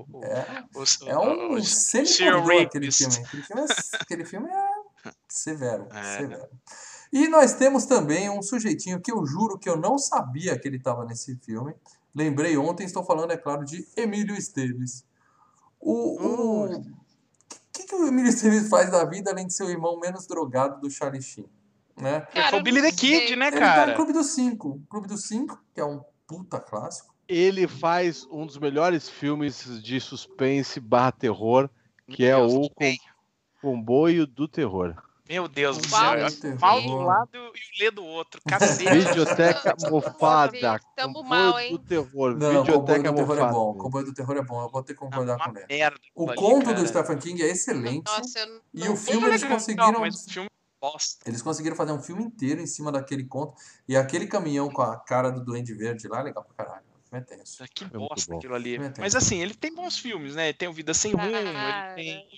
A: É um semi-pornô
C: Serial
A: aquele
C: Rapist.
A: filme. Aquele filme é severo, severo. E nós temos também um sujeitinho que eu juro que eu não sabia que ele estava nesse filme. Lembrei ontem, estou falando, é claro, de Emílio Esteves. O que o Emílio Esteves faz da vida além de ser o irmão menos drogado do Charlie Sheen? Né?
C: Cara, foi o Billy the Kid, né,
A: Ele tá
C: cara?
A: em Clube dos Cinco. Clube dos Cinco, que é um puta clássico.
B: Ele faz um dos melhores filmes de suspense barra terror, que é o Comboio do Terror.
C: Meu Deus do
D: Uau.
C: céu. Mal de um lado e o Lê do outro. Cacete.
B: Videoteca mofada.
D: Tamo
B: Comboio
D: mal, hein?
B: do Terror.
A: Não, o Comboio
B: Videoteca
A: do Terror é
B: mofada.
A: bom. O Comboio do Terror é bom. Eu vou ter que concordar com ele.
C: Merda.
A: O
C: ali,
A: conto
C: cara.
A: do Stephen King é excelente.
D: Nossa, eu
A: E
D: não
A: o filme
C: Não,
A: eles
C: legal,
A: conseguiram.
C: mas o filme é bosta.
A: Eles conseguiram fazer um filme inteiro em cima daquele conto. E aquele caminhão com a cara do Duende Verde lá, legal pra caralho. O filme é tenso.
C: Que
B: muito
C: bosta
B: bom.
C: aquilo ali.
A: Não entendo.
C: Mas assim, ele tem bons filmes, né? Ele tem o Vida Sem Rumo, ele tem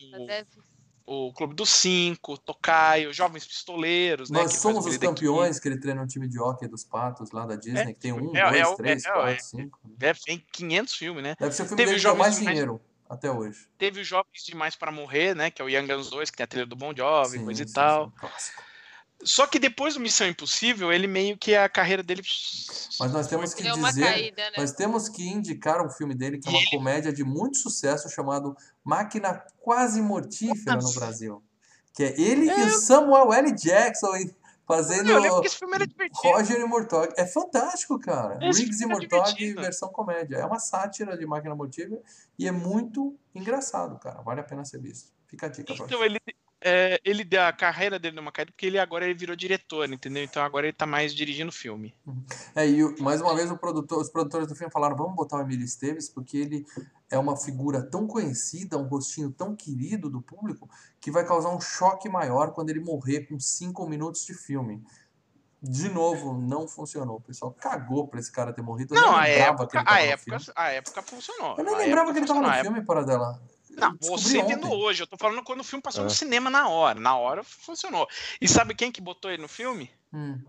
C: o Clube dos Cinco, Tocaio, Jovens Pistoleiros, né?
A: Nós
C: que
A: somos
C: faz o
A: os
C: Billy the
A: campeões, que ele treina um time de hóquei dos patos lá da Disney, que tem 1,
C: é,
A: 2,
C: é,
A: 3,
C: é,
A: 4,
C: é.
A: 5.
C: Kid. Tem 500 filmes, né?
A: Deve ser o filme
C: Teve
A: dele que deu
C: Jovens
A: mais
C: Demais-
A: dinheiro até hoje.
C: Teve os Jovens Demais para Morrer, né? Que é o Young Guns 2, que tem a trilha do Bon Jovi, coisa e
A: sim,
C: tal.
A: sim, clássico.
C: Só que depois do Missão Impossível, ele meio que a carreira dele.
A: Mas nós temos que
D: Deu uma
A: dizer,
D: caída, né?
A: nós temos que indicar um filme dele que é uma comédia de muito sucesso chamado Máquina Quase Mortífera no Brasil. Que é ele e o Samuel L. Jackson fazendo
C: Eu lembro que esse filme era divertido.
A: Roger e Murtaugh. É fantástico, cara.
C: Esse
A: Riggs e
C: filme era
A: Murtaugh
C: divertido.
A: versão comédia. É uma sátira de Máquina Mortífera e é muito engraçado, cara. Vale a pena ser visto. Fica a dica pra
C: Então
A: você.
C: ele deu a carreira dele numa caída porque ele virou diretor, entendeu? Então agora ele tá mais dirigindo filme.
A: Mais uma vez os produtores do filme falaram, vamos botar o Emílio Esteves, porque ele é uma figura tão conhecida, um rostinho tão querido do público, que vai causar um choque maior quando ele morrer com 5 minutos de filme. De novo, não funcionou. O pessoal cagou pra esse cara ter morrido. Eu
C: Não,
A: nem
C: a
A: lembrava que ele tava no filme.
C: época funcionou.
A: Eu nem
C: A
A: lembrava
C: época
A: que ele tava no
C: funcionou.
A: filme, Paradela.
C: Não,
A: Descobri
C: você
A: ontem.
C: vendo hoje. Eu tô falando quando o filme passou no cinema na hora. Na hora funcionou. E sabe quem que botou ele no filme?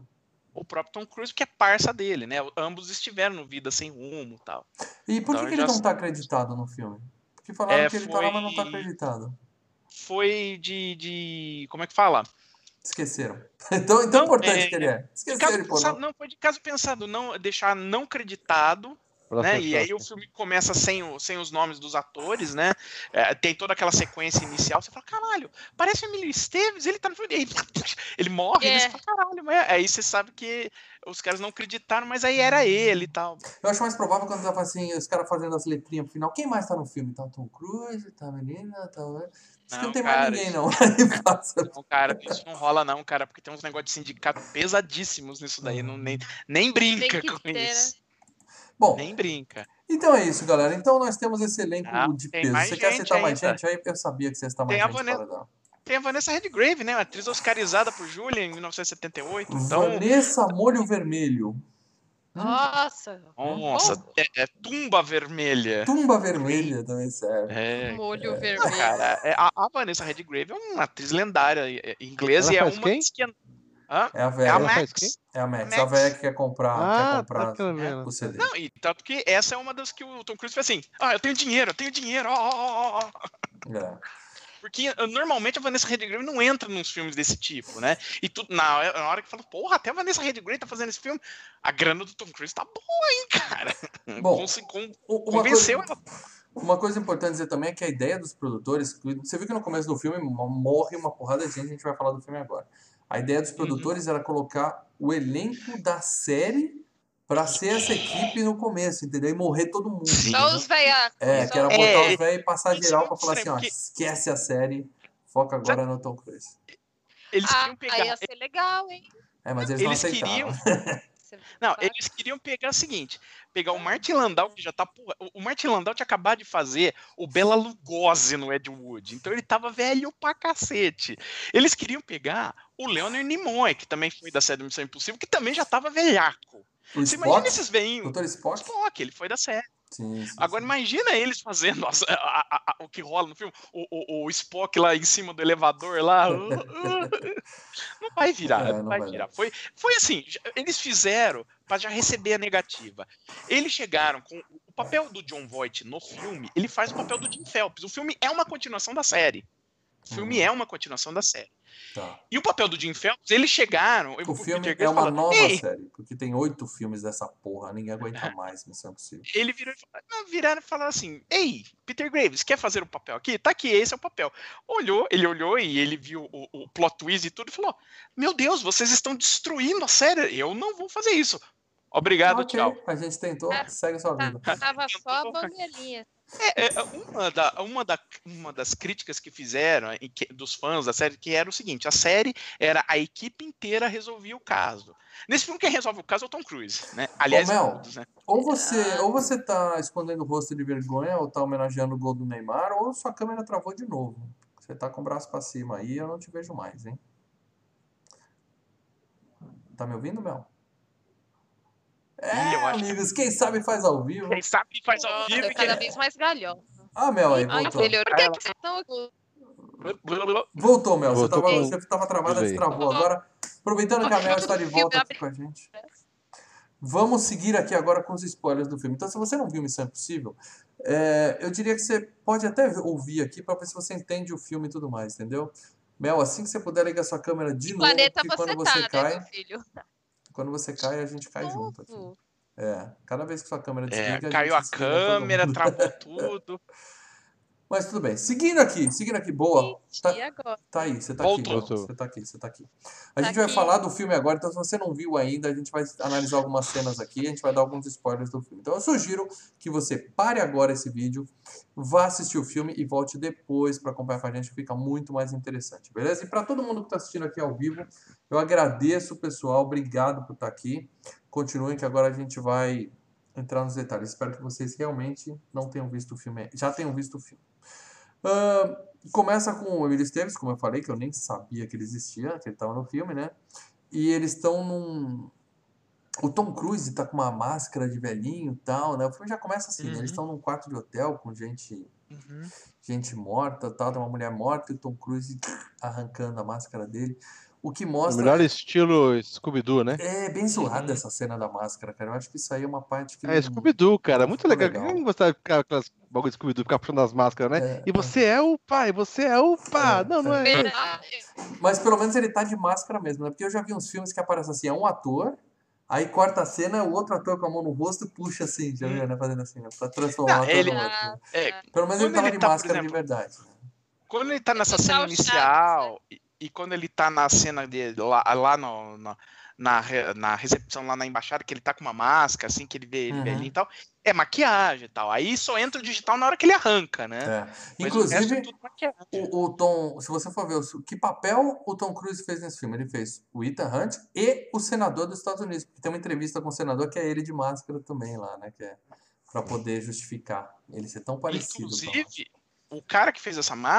C: o próprio Tom Cruise, que é parça dele, né? Ambos estiveram no Vida Sem Rumo e tal.
A: E por
C: Então
A: que ele não tá acreditado no filme? Porque falaram que ele tá lá, mas não tá acreditado.
C: Foi como é que fala?
A: Esqueceram. Tão importante que ele é. Esqueceram, pô.
C: Não, foi de caso pensado, não deixar não acreditado, né? E aí o filme começa sem os nomes dos atores, né? Tem toda aquela sequência inicial, você fala, caralho, parece o Emílio Esteves, ele tá no filme. Aí, ele morre, e você fala, caralho, mas aí você sabe que os caras não acreditaram, mas aí era ele e tal.
A: Eu acho mais provável quando tava assim, os caras fazendo as letrinhas pro final. Quem mais tá no filme? Tá o Tom Cruise, tá a menina, tá o... Diz que não tem mais ninguém, não. Aí passa.
C: Não, cara, isso não rola não, cara, porque tem uns negócios de sindicato pesadíssimos nisso daí, nem brinca com isso.
A: Bom,
C: nem brinca.
A: Então é isso, galera. Então nós temos esse elenco de peso. Você quer citar mais gente? Aí eu sabia que você ia citar mais gente fora da...
C: Tem a Vanessa Redgrave, né? Uma atriz oscarizada por Julia em 1978. Então...
A: Vanessa Molho Vermelho.
D: Nossa!
C: Tumba Vermelha.
A: Tumba Vermelha também serve.
D: Molho vermelho.
C: Cara, a Vanessa Redgrave é uma atriz lendária inglesa.
B: Ela
C: e é uma
B: quem?
C: que...
A: É a velha.
C: É a Max.
A: É a Max. A velha que quer comprar
B: o
A: CD.
C: Não, e tanto que essa é uma das que o Tom Cruise fez assim: eu tenho dinheiro, Porque normalmente a Vanessa Redgrave não entra nos filmes desse tipo, né? E tudo, na hora que fala, porra, até a Vanessa Redgrave tá fazendo esse filme, a grana do Tom Cruise tá boa, hein, cara?
A: Bom,
C: convenceu ela.
A: Uma coisa importante dizer também é que a ideia dos produtores, você viu que no começo do filme morre uma porrada de gente, a gente vai falar do filme agora. A ideia dos produtores era colocar o elenco da série pra ser essa equipe no começo, entendeu? E morrer todo mundo.
D: Só os veiacos.
A: Que era botar os velhos e passar geral pra falar assim, esquece a série, foca agora no Tom Cruise.
C: Eles queriam pegar...
D: Aí ia ser legal, hein?
A: Mas eles não aceitaram.
C: Não, eles queriam pegar o seguinte, pegar o Martin Landau, que já tá... O Martin Landau tinha acabado de fazer o Bela Lugosi no Ed Wood, então ele tava velho pra cacete. Eles queriam pegar o Leonard Nimoy, que também foi da série Missão Impossível, que também já tava velhaco. Você imagina esses veinhos...
A: Dr.
C: Spock, ele foi da série.
A: Sim.
C: Agora imagina eles fazendo o que rola no filme, o Spock lá em cima do elevador lá. Não vai virar, não vai virar. Foi assim, eles fizeram para já receber a negativa. Eles chegaram com o papel do Jon Voight no filme, ele faz o papel do Jim Phelps. O filme é uma continuação da série.
A: Tá.
C: E o papel do Jim Phelps, eles chegaram...
A: O filme é uma nova série, porque tem 8 filmes dessa porra, ninguém aguenta mais, Missão Impossível.
C: Ele viraram e falaram assim, ei, Peter Graves, quer fazer o papel aqui? Tá aqui, esse é o papel. Ele olhou e ele viu o plot twist e tudo e falou, meu Deus, vocês estão destruindo a série, eu não vou fazer isso. Obrigado, tchau.
A: A gente tentou, segue sua vida.
D: Tava só a bandeirinha.
C: Uma das críticas que fizeram dos fãs da série, que era o seguinte, a série era a equipe inteira resolvia o caso. Nesse filme quem resolve o caso é o Tom Cruise, né? Aliás,
A: Mel,
C: todos, né?
A: ou você tá escondendo o rosto de vergonha, ou tá homenageando o gol do Neymar, ou sua câmera travou de novo. Você tá com o braço pra cima aí, eu não te vejo mais, hein? Tá me ouvindo, Mel? Amigos, quem sabe faz ao vivo.
C: Quem sabe faz ao vivo.
D: É cada vez mais galhofa.
A: Mel aí, voltou.
D: Melhorou. O que é que vocês estão aqui?
A: Voltou, Mel. Você tava travada, destravou. Agora, aproveitando que a Mel está de volta aqui com a gente, vamos seguir aqui agora com os spoilers do filme. Então, se você não viu Missão Impossível, eu diria que você pode até ouvir aqui para ver se você entende o filme e tudo mais, entendeu? Mel, assim que você puder, ligar sua câmera de novo,
D: planeta
A: que quando você cai...
D: né, meu filho?
A: Quando você cai, a gente cai junto aqui. Cada vez que sua câmera desliga...
C: Caiu a câmera, travou tudo.
A: Mas tudo bem. Seguindo aqui. Boa. Tá aí, você tá
C: Voltou.
A: aqui. Você tá aqui. A gente vai falar do filme agora, então se você não viu ainda, a gente vai analisar algumas cenas aqui, a gente vai dar alguns spoilers do filme. Então eu sugiro que você pare agora esse vídeo, vá assistir o filme e volte depois para acompanhar com a gente, que fica muito mais interessante, beleza? E para todo mundo que tá assistindo aqui ao vivo, eu agradeço, pessoal, obrigado por estar aqui. Continuem que agora a gente vai entrar nos detalhes. Espero que vocês realmente não tenham visto o filme, já tenham visto o filme. Começa com o Emílio Esteves, como eu falei, que eu nem sabia que ele existia, que ele estava no filme, né? E eles estão num... O Tom Cruise tá com uma máscara de velhinho e tal, né? O filme já começa assim, né? Eles estão num quarto de hotel com gente morta, tal, tem uma mulher morta e o Tom Cruise arrancando a máscara dele. O que
B: O
A: mostra...
B: melhor estilo Scooby-Doo, né?
A: É bem zoada essa cena da máscara, cara. Eu acho que isso aí é uma parte que
B: É Scooby-Doo, cara. Muito
A: ficou
B: legal. Quem gostava de ficar com aquelas bagulho de Scooby-Doo, ficar puxando as máscaras, né?
A: É,
B: E você é o pai, você é o pá. Não, não é.
D: Verdade.
A: Mas pelo menos ele tá de máscara mesmo, né? Porque eu já vi uns filmes que aparece assim, é um ator, aí corta a cena, é o outro ator com a mão no rosto e puxa assim, já viu, né? Fazendo assim, né? Pra transformar o
C: Não,
A: ator
C: ele-
A: no outro. Né?
C: É,
A: Pelo menos ele
C: quando
A: tava
C: ele
A: de
C: tá, por
A: máscara de
C: exemplo,
A: verdade. Né?
C: quando ele tá nessa
D: Total
C: cena
D: Chaves,
C: inicial e quando ele tá na cena dele lá na recepção lá na embaixada, que ele tá com uma máscara, assim, que ele vê ele velhinho e tal, é maquiagem e tal. Aí só entra o digital na hora que ele arranca, né?
A: É.
C: Mas o resto é
A: Inclusive,
C: tudo maquiagem.
A: o Tom, se você for ver que papel o Tom Cruise fez nesse filme, ele fez o Ethan Hunt e o senador dos Estados Unidos, porque tem uma entrevista com o senador que é ele de máscara também lá, né, que é pra poder justificar ele ser tão parecido.
C: Inclusive, o cara que fez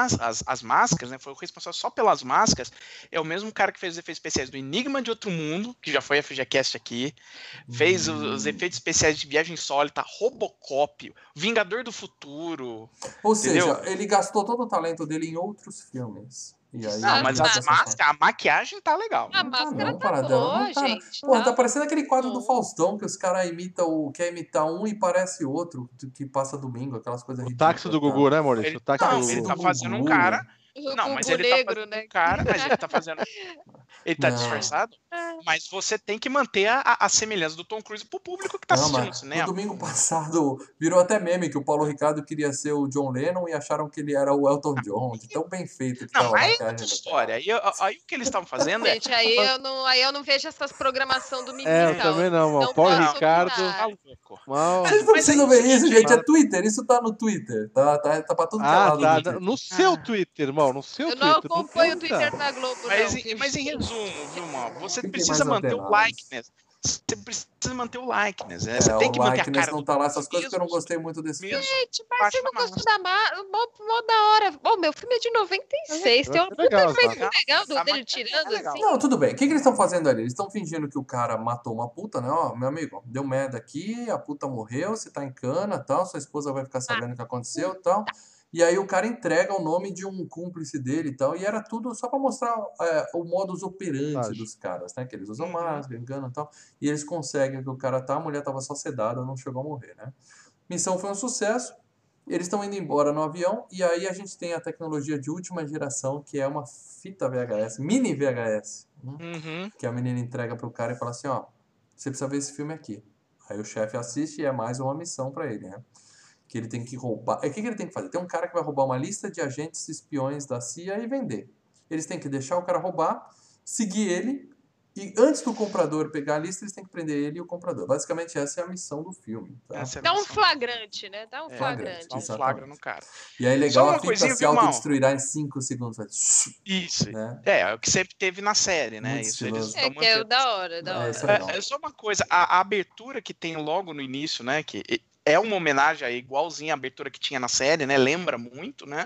C: as máscaras, né, foi o responsável só pelas máscaras, é o mesmo cara que fez os efeitos especiais do Enigma de Outro Mundo, que já foi a FGCast aqui, fez os efeitos especiais de Viagem Insólita, Robocop, Vingador do Futuro.
A: Ou
C: Entendeu?
A: seja, ele gastou todo o talento dele em outros filmes. E aí,
C: Não, mas
A: ele
C: as
A: tá
C: máscaras, a maquiagem tá legal.
D: A
A: Não tá
D: máscara
A: não,
D: tá
A: Paradela,
D: boa,
A: não tá não.
D: gente.
A: Porra, tá parecendo aquele quadro do Faustão, que os caras quer imitar um e parece outro, que passa domingo, aquelas coisas
B: O
A: ridículas.
B: táxi do
A: tá?
B: Gugu, né, Maurício? O táxi
C: Não,
B: do
C: ele
B: Gugu.
C: tá fazendo um
A: Gugu.
C: cara.
D: O
C: Não, mas
D: Gugu
C: ele tá
D: negro,
C: fazendo
D: né?
C: um cara, mas ele tá fazendo. Ele tá
A: Não.
C: disfarçado, mas você tem que manter a semelhança do Tom Cruise pro público que tá
A: Não,
C: assistindo no
A: mas no
C: cinema.
A: domingo passado virou até meme que o Paulo Ricardo queria ser o John Lennon e acharam que ele era o Elton John, de tão bem feito que
C: Não,
A: tava a
C: aí é
A: maquiagem
C: outra
A: do
C: história. Aí o que eles estavam fazendo é.
D: Gente, aí eu não vejo essas programação do
B: É, eu
D: Mimical.
B: também não, mano.
D: Não
B: Paulo
D: posso
B: Ricardo.
D: opinar.
B: Mal.
A: Vocês não
C: Mas
A: precisam
C: aí,
A: ver isso,
C: seguinte,
A: gente. É Twitter. Isso tá no Twitter. Tá pra tudo que é
B: Ah,
A: lado
B: tá.
A: do Twitter.
B: No seu Twitter, irmão. No seu
D: Eu não
B: Twitter.
D: acompanho o
B: tem
D: Twitter
B: muita-
D: da Globo,
C: Mas,
D: não. viu,
C: mas em
D: gente?
C: resumo, viu, mal? Você
A: Fiquem
C: precisa
A: mais
C: manter o
A: antenados.
C: likeness. Você precisa manter o likeness. Né? Você
A: É,
C: tem
A: o
C: que manter a
A: likeness
C: cara
A: não
C: do
A: tá lá,
C: Tom
A: essas
C: Cruise
A: coisas que eu não
C: mesmo,
A: gostei muito desse filme.
C: mesmo
D: Gente, mas você
C: baixo
D: não
C: da
D: gostou da mó da hora. Bom, meu filme é de 96. Tem uma
B: É
D: puta
B: legal,
D: efeito
C: tá?
D: legal
C: A
D: dele
C: maquiagem
D: tirando
C: é legal.
D: assim.
A: Não, tudo bem. O que eles estão fazendo ali? Eles estão fingindo que o cara matou uma puta, né? Ó, meu amigo, deu merda aqui, a puta morreu, você tá em cana tal, sua esposa vai ficar sabendo o que aconteceu tal. E aí o cara entrega o nome de um cúmplice dele e tal. E era tudo só pra mostrar o modus operandi
B: Verdade.
A: dos caras, né? Que eles usam
C: Uhum.
A: máscara, enganam e tal. E eles conseguem que o cara tá, a mulher tava só sedada, não chegou a morrer, né? Missão foi um sucesso. Eles estão indo embora no avião e aí a gente tem a tecnologia de última geração, que é uma fita VHS, mini VHS, né?
C: Uhum.
A: Que a menina entrega pro cara e fala assim, ó, você precisa ver esse filme aqui. Aí o chefe assiste e é mais uma missão pra ele, né? Que ele tem que roubar. O que ele tem que fazer? Tem um cara que vai roubar uma lista de agentes espiões da CIA e vender. Eles têm que deixar o cara roubar, seguir ele, e antes do comprador pegar a lista, eles têm que prender ele e o comprador. Basicamente, essa é a missão do filme. Tá?
C: Essa é a
D: Dá um
C: missão.
D: flagrante, né? Dá um
C: É,
D: flagrante.
C: Dá um
A: Exatamente.
C: flagra no cara.
A: E aí,
C: Só
A: legal,
C: uma
A: a fita
C: coisinha,
A: se
C: viu, Mal?
A: autodestruirá em 5 segundos. Faz...
C: Isso.
A: Né?
C: É o que sempre teve na série, né?
A: Muito
C: Isso eles
A: estiloso.
D: É
C: estão
D: que é o
C: mantendo.
D: da hora, da
A: É,
D: hora.
A: isso é legal.
C: É só uma coisa, a abertura que tem logo no início, né? Que é uma homenagem igualzinha à abertura que tinha na série, né? Lembra muito, né?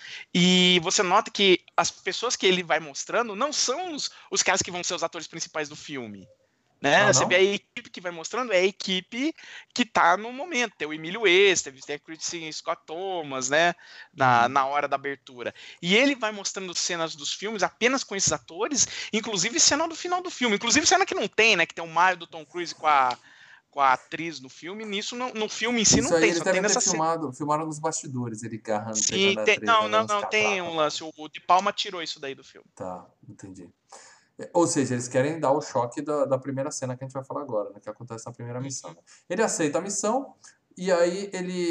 C: E você nota que as pessoas que ele vai mostrando não são os caras que vão ser os atores principais do filme. Né?
A: Ah,
C: Você
A: não?
C: vê a equipe que vai mostrando, é a equipe que tá no momento. Tem o Emílio Estevez, tem a Christine Scott Thomas, né? Na hora da abertura. E ele vai mostrando cenas dos filmes apenas com esses atores, inclusive cena do final do filme. Inclusive cena que não tem, né? Que tem o Maio do Tom Cruise com a atriz no filme. Nisso, no filme em si,
A: Isso
C: não
A: aí
C: tem,
A: eles
C: só tem
A: devem ter
C: nessa cena.
A: filmaram nos bastidores, ele garrando,
C: Sim,
A: pegando a
C: tem,
A: atriz,
C: não,
A: fazendo uns
C: tem
A: catracos.
C: um lance. O De Palma tirou isso daí do filme.
A: Tá, entendi. Ou seja, eles querem dar o choque da primeira cena que a gente vai falar agora, né? Que acontece na primeira missão. Né? Ele aceita a missão e aí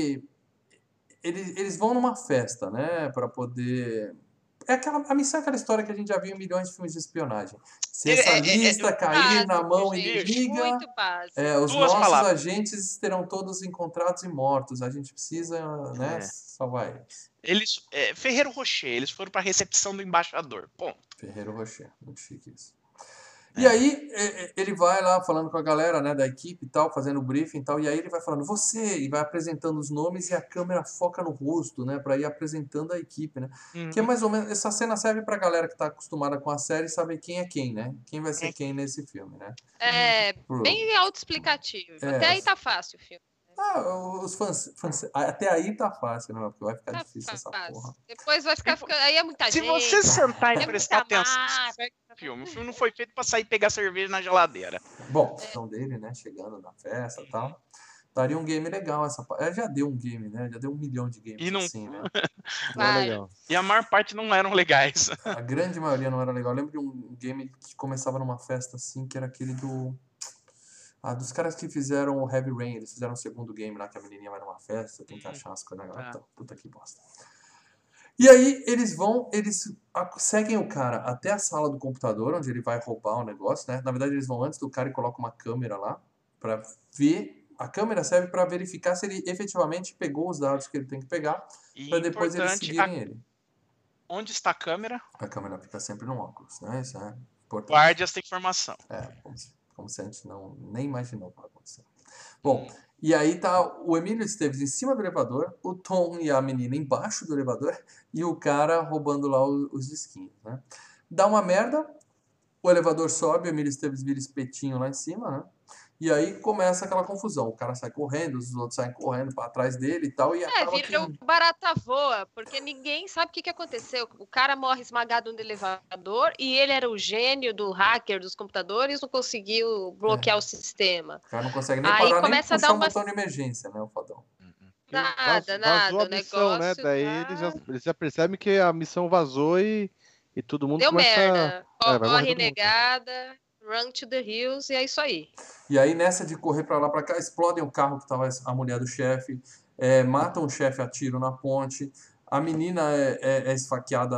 A: eles vão numa festa, né? Pra poder... A missão é aquela história que a gente já viu em milhões de filmes de espionagem. Se essa lista cair na mão
D: Básico, gente,
A: inimiga,
D: muito básico.
A: os
C: Duas
A: nossos
C: palavras.
A: agentes terão todos encontrados e mortos. A gente precisa, né, salvar eles.
C: Ferreiro Rocher, eles foram pra recepção do embaixador. Ponto.
A: Ferreiro Rocher, muito chique isso. E aí, ele vai lá falando com a galera, né, da equipe e tal, fazendo o briefing e tal, e aí ele vai falando, você, e vai apresentando os nomes e a câmera foca no rosto, né, pra ir apresentando a equipe, né. Que é mais ou menos, essa cena serve pra galera que tá acostumada com a série saber quem é quem, né, quem vai ser quem nesse filme, né.
D: É bem autoexplicativo. Até aí tá fácil o filme.
A: Os fãs, até aí tá fácil, né? Porque vai ficar
D: Tá
A: difícil essa
D: fácil.
A: porra.
D: Depois vai ficar. Aí é muita
C: Se
D: gente.
C: você sentar e
D: é
C: prestar
D: muita
C: atenção
D: massa.
C: no filme, o filme não foi feito pra sair e pegar cerveja na geladeira.
A: Bom, então dele, né? Chegando na festa e tal. Daria um game legal essa. Já deu um game, né? Já deu 1 milhão de games
C: E não-
A: assim, né?
B: Não é
D: Vai.
B: legal.
C: E a maior parte não eram legais.
A: A grande maioria não era legal. Eu lembro de um game que começava numa festa assim, que era aquele dos caras que fizeram o Heavy Rain. Eles fizeram o segundo game lá, que a menininha vai numa festa, tenta achar as coisas. Então, puta que bosta. E aí eles seguem o cara até a sala do computador, onde ele vai roubar o negócio, né? Na verdade, eles vão antes do cara e colocam uma câmera lá pra ver. A câmera serve pra verificar se ele efetivamente pegou os dados que ele tem que pegar,
C: E
A: pra depois eles
C: importante,
A: seguirem ele.
C: onde está a câmera?
A: A câmera fica sempre no óculos, né? Isso é importante.
C: Guarde essa informação.
A: Como se a gente nem imaginou o que vai acontecer. Bom, e aí tá o Emílio Esteves em cima do elevador, o Tom e a menina embaixo do elevador e o cara roubando lá os disquinhos, né? Dá uma merda, o elevador sobe, o Emílio Esteves vira espetinho lá em cima, né? E aí começa aquela confusão. O cara sai correndo, os outros saem correndo para trás dele e tal, e acaba que...
D: Vira barata voa, porque ninguém sabe o que aconteceu. O cara morre esmagado no elevador e ele era o gênio do hacker dos computadores, não conseguiu bloquear o sistema.
A: O cara não consegue nem
D: Aí
A: parar, nem
D: começa a
A: puxar
D: dar
A: um
D: uma...
A: botão de emergência, né, o fodão.
B: Vazou a
D: o
B: missão, né?
D: negócio
B: Daí eles já percebem que a missão vazou e todo mundo
D: deu
B: começa...
D: merda.
B: vai morrer
D: Corre
B: todo mundo.
D: negada, run to the hills e é isso aí.
A: E aí, nessa de correr pra lá, pra cá, explodem o carro que tava a mulher do chefe, matam o chefe a tiro na ponte, a menina é esfaqueada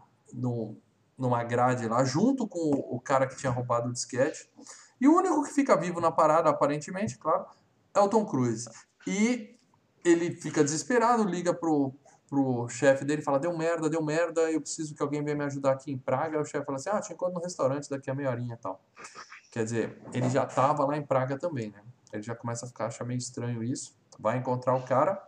A: numa grade lá, junto com o cara que tinha roubado o disquete. E o único que fica vivo na parada, aparentemente, claro, é o Tom Cruise. E ele fica desesperado, liga pro chefe dele, fala, deu merda, eu preciso que alguém venha me ajudar aqui em Praga. Aí o chefe fala assim, te encontro no restaurante daqui a meia horinha e tal. Quer dizer, ele já estava lá em Praga também, né? Ele já começa a achar meio estranho isso. Vai encontrar o cara.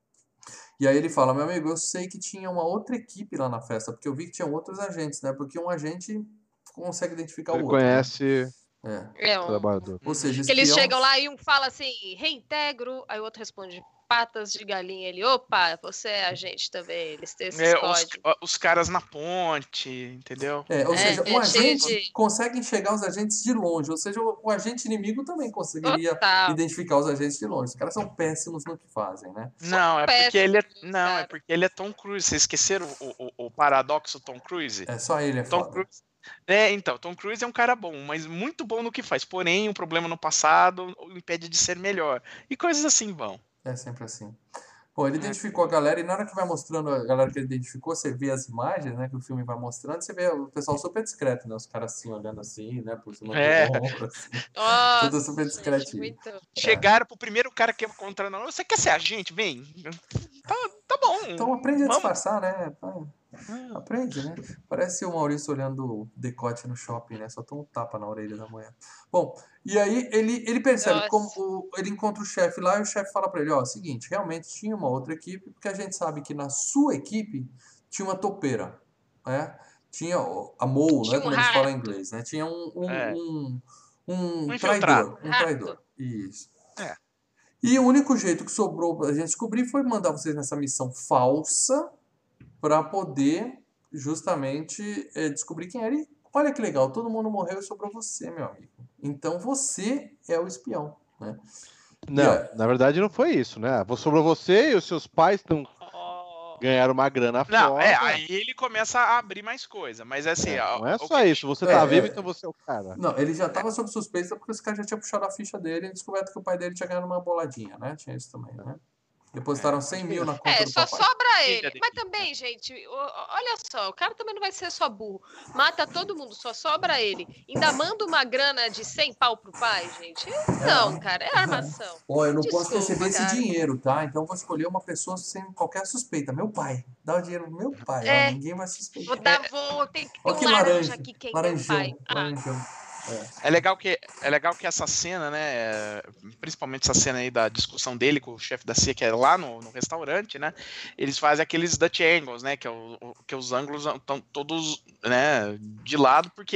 A: E aí ele fala, meu amigo, eu sei que tinha uma outra equipe lá na festa, porque eu vi que tinha outros agentes, né? Porque um agente consegue identificar o
B: Ele
A: outro.
B: conhece
A: Né?
B: o trabalhador.
A: Ou seja,
D: Que eles
A: espião...
D: chegam lá e um fala assim, reintegro, aí o outro responde, patas de galinha. Ele, opa, você é agente também, eles têm esses códigos.
C: Os caras na ponte, entendeu?
A: Ou seja, um agente
D: cheio de...
A: consegue enxergar os agentes de longe, ou seja, o agente inimigo também conseguiria identificar os agentes de longe. Os caras são péssimos no que fazem, né?
C: Não, é
D: péssimos,
C: porque ele é Tom Cruise. Vocês esqueceram o paradoxo Tom Cruise?
A: É, só ele é
C: Tom
A: foda.
C: Cruise. Então, Tom Cruise é um cara bom, mas muito bom no que faz. Porém, um problema no passado o impede de ser melhor. E coisas assim vão.
A: É sempre assim. Bom, ele identificou a galera e na hora que vai mostrando a galera que ele identificou, você vê as imagens, né, que o filme vai mostrando, você vê o pessoal super discreto, né, os caras assim, olhando assim, né, por cima do ombro, assim.
D: Nossa,
A: Tudo super discretinho.
D: muito...
C: Chegaram pro primeiro cara que ia encontrar, não, você quer ser agente? Vem. Tá bom.
A: Então aprende a disfarçar, né? Aprende, né? Parece o Maurício olhando o decote no shopping, né? Só toma um tapa na orelha da mulher. Bom, e aí ele percebe como ele encontra o chefe lá e o chefe fala pra ele, seguinte, realmente tinha uma outra equipe, porque a gente sabe que na sua equipe tinha uma topeira, né? Tinha a Mole, né? Como eles falam em inglês, né? Tinha um traidor. Um traidor. Isso. E o único jeito que sobrou pra gente descobrir foi mandar vocês nessa missão falsa para poder justamente descobrir quem era. E olha que legal, todo mundo morreu e sobrou você, meu amigo. Então você é o espião, né?
B: Não, na verdade não foi isso, né? Sobrou você e os seus pais ganharam uma grana foda.
C: Não, aí ele começa a abrir mais coisa, mas assim...
B: não é só isso, você tá vivo, então você é o cara.
A: Não, ele já tava sob suspeita porque os caras já tinham puxado a ficha dele e descoberto que o pai dele tinha ganhado uma boladinha, né? Tinha isso também, né? Depositaram 100 mil na conta do
D: só
A: papai.
D: sobra ele. Mas também, gente, olha só, o cara também não vai ser só burro. Mata todo mundo, só sobra ele. Ainda manda uma grana de 100 pau pro pai, gente? Não, cara, é armação.
A: Eu não posso receber esse dinheiro, tá? Então eu vou escolher uma pessoa sem qualquer suspeita. Meu pai. Dá o dinheiro pro meu pai. Ninguém vai suspeitar.
D: Tem que ter
A: que
D: um laranja aqui, quem é o pai.
A: Laranjão.
C: É legal que essa cena, né, principalmente essa cena aí da discussão dele com o chefe da CIA, que é lá no restaurante, né, eles fazem aqueles Dutch angles, né, que os ângulos estão todos, né, de lado, por quê?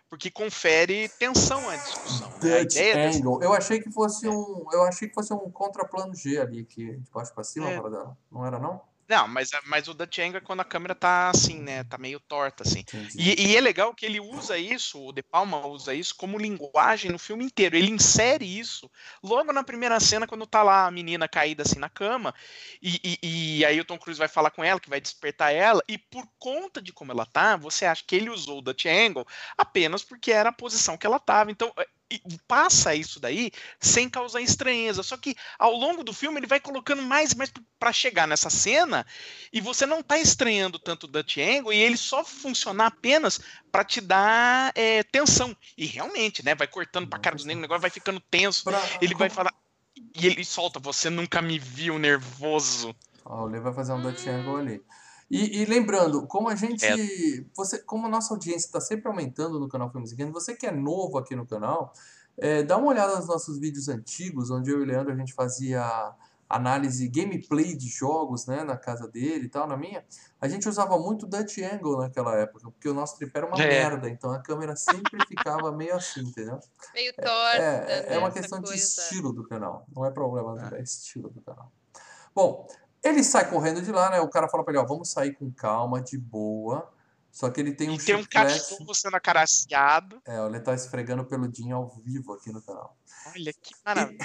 C: porque confere tensão à discussão. Né? A
A: Dutch
C: ideia
A: Angle. Eu achei que fosse um contraplano G ali, que de baixo pra cima, para dela. Não era, não?
C: Não, mas o Dutch Angle é quando a câmera tá assim, né? Tá meio torta, assim.
A: Entendi.
C: E é legal que ele usa isso, o De Palma usa isso como linguagem no filme inteiro. Ele insere isso logo na primeira cena, quando tá lá a menina caída assim na cama, e aí o Tom Cruise vai falar com ela, que vai despertar ela, e por conta de como ela tá, você acha que ele usou o Dutch Angle apenas porque era a posição que ela tava. Então, passa isso daí sem causar estranheza. Só que ao longo do filme ele vai colocando mais e mais para chegar nessa cena e você não tá estranhando tanto o Dutch Angle e ele só funcionar apenas para te dar tensão. E realmente, né? Vai cortando pra cara dos negros, o negócio vai ficando tenso. Ele vai falar. E ele solta, você nunca me viu nervoso.
A: Ó, o Lê vai fazer um Dutch Angle ali. E lembrando, como a gente. Como a nossa audiência está sempre aumentando no canal Filmes e Games, você que é novo aqui no canal, dá uma olhada nos nossos vídeos antigos, onde eu e o Leandro a gente fazia análise, gameplay de jogos, né, na casa dele e tal, na minha. A gente usava muito Dutch Angle naquela época, porque o nosso tripé era uma merda, então a câmera sempre ficava meio assim, entendeu?
D: Meio torta.
A: É uma
D: essa
A: questão de
D: coisa.
A: estilo do canal, não é problema, é estilo do canal. Bom, ele sai correndo de lá, né? O cara fala pra ele, ó, vamos sair com calma, de boa. Só que ele tem um
C: Tem um
A: chiclete.
C: cachorro sendo acariciado.
A: Ele tá esfregando o peludinho ao vivo aqui no canal.
C: Olha que maravilha.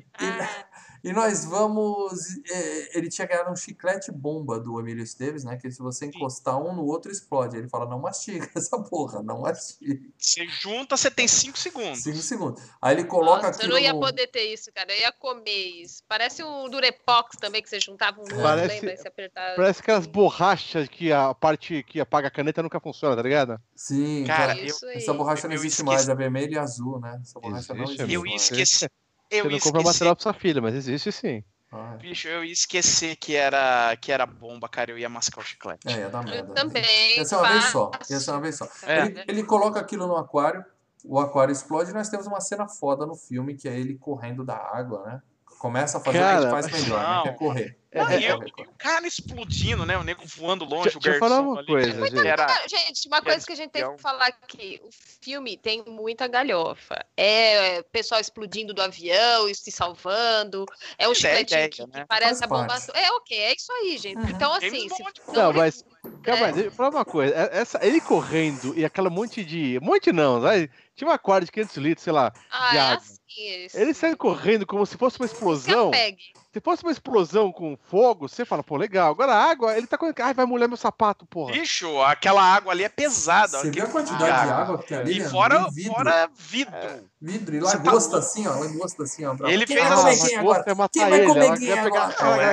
A: E nós vamos... Ele tinha ganhado um chiclete bomba do Emílio Esteves, né? Que se você encostar um no outro, explode. Ele fala, não mastiga essa porra, não mastiga.
C: Você junta, você tem 5 segundos.
A: 5 segundos. Aí ele coloca
D: Nossa,
A: aquilo
D: eu não ia poder ter isso, cara. Eu ia comer isso. Parece um Durepox também, que você juntava um no outro, lembra? E se apertava.
B: Parece aquelas borrachas que a parte que apaga a caneta nunca funciona, tá ligado?
A: Sim,
C: cara,
A: essa borracha não existe mais, é vermelho e azul, né? Essa borracha não existe
C: Eu
A: mais.
C: esqueci.
B: Você não compra material pra sua filha, mas existe sim.
C: Bicho, eu ia esquecer que era bomba, cara. Eu ia mascar o chiclete.
A: Ia dar merda.
D: Eu também.
A: Ia ser uma vez só. Ele coloca aquilo no aquário, o aquário explode e nós temos uma cena foda no filme, que é ele correndo da água, né? Começa a fazer o que ele faz melhor, né? Que é correr.
C: E o cara explodindo, né? O nego voando longe, o garçom
B: falar uma
C: ali.
B: coisa,
D: Gente, uma coisa que a gente tem que falar aqui. O filme tem muita galhofa. Pessoal explodindo do avião e se salvando. É um chicletinho que parece a bomba. É isso aí, gente. Então, assim...
B: Não, mas... Calma, deixa eu falar uma coisa. Ele correndo e aquela monte de... Monte não, vai... Tinha um aquário de 500 litros, sei lá, de água. Ele sai correndo como se fosse uma explosão. Se fosse uma explosão com fogo, você fala, pô, legal. Agora a água, ele tá correndo. Ai, vai molhar meu sapato, porra.
C: Bicho, aquela água ali é pesada.
A: Você viu a quantidade de água que tem ali?
C: E fora vidro.
A: Vidro. E lagosta assim, ó. Lagosta assim, ó.
C: Ele fez
A: assim. Quem vai comer quem agora?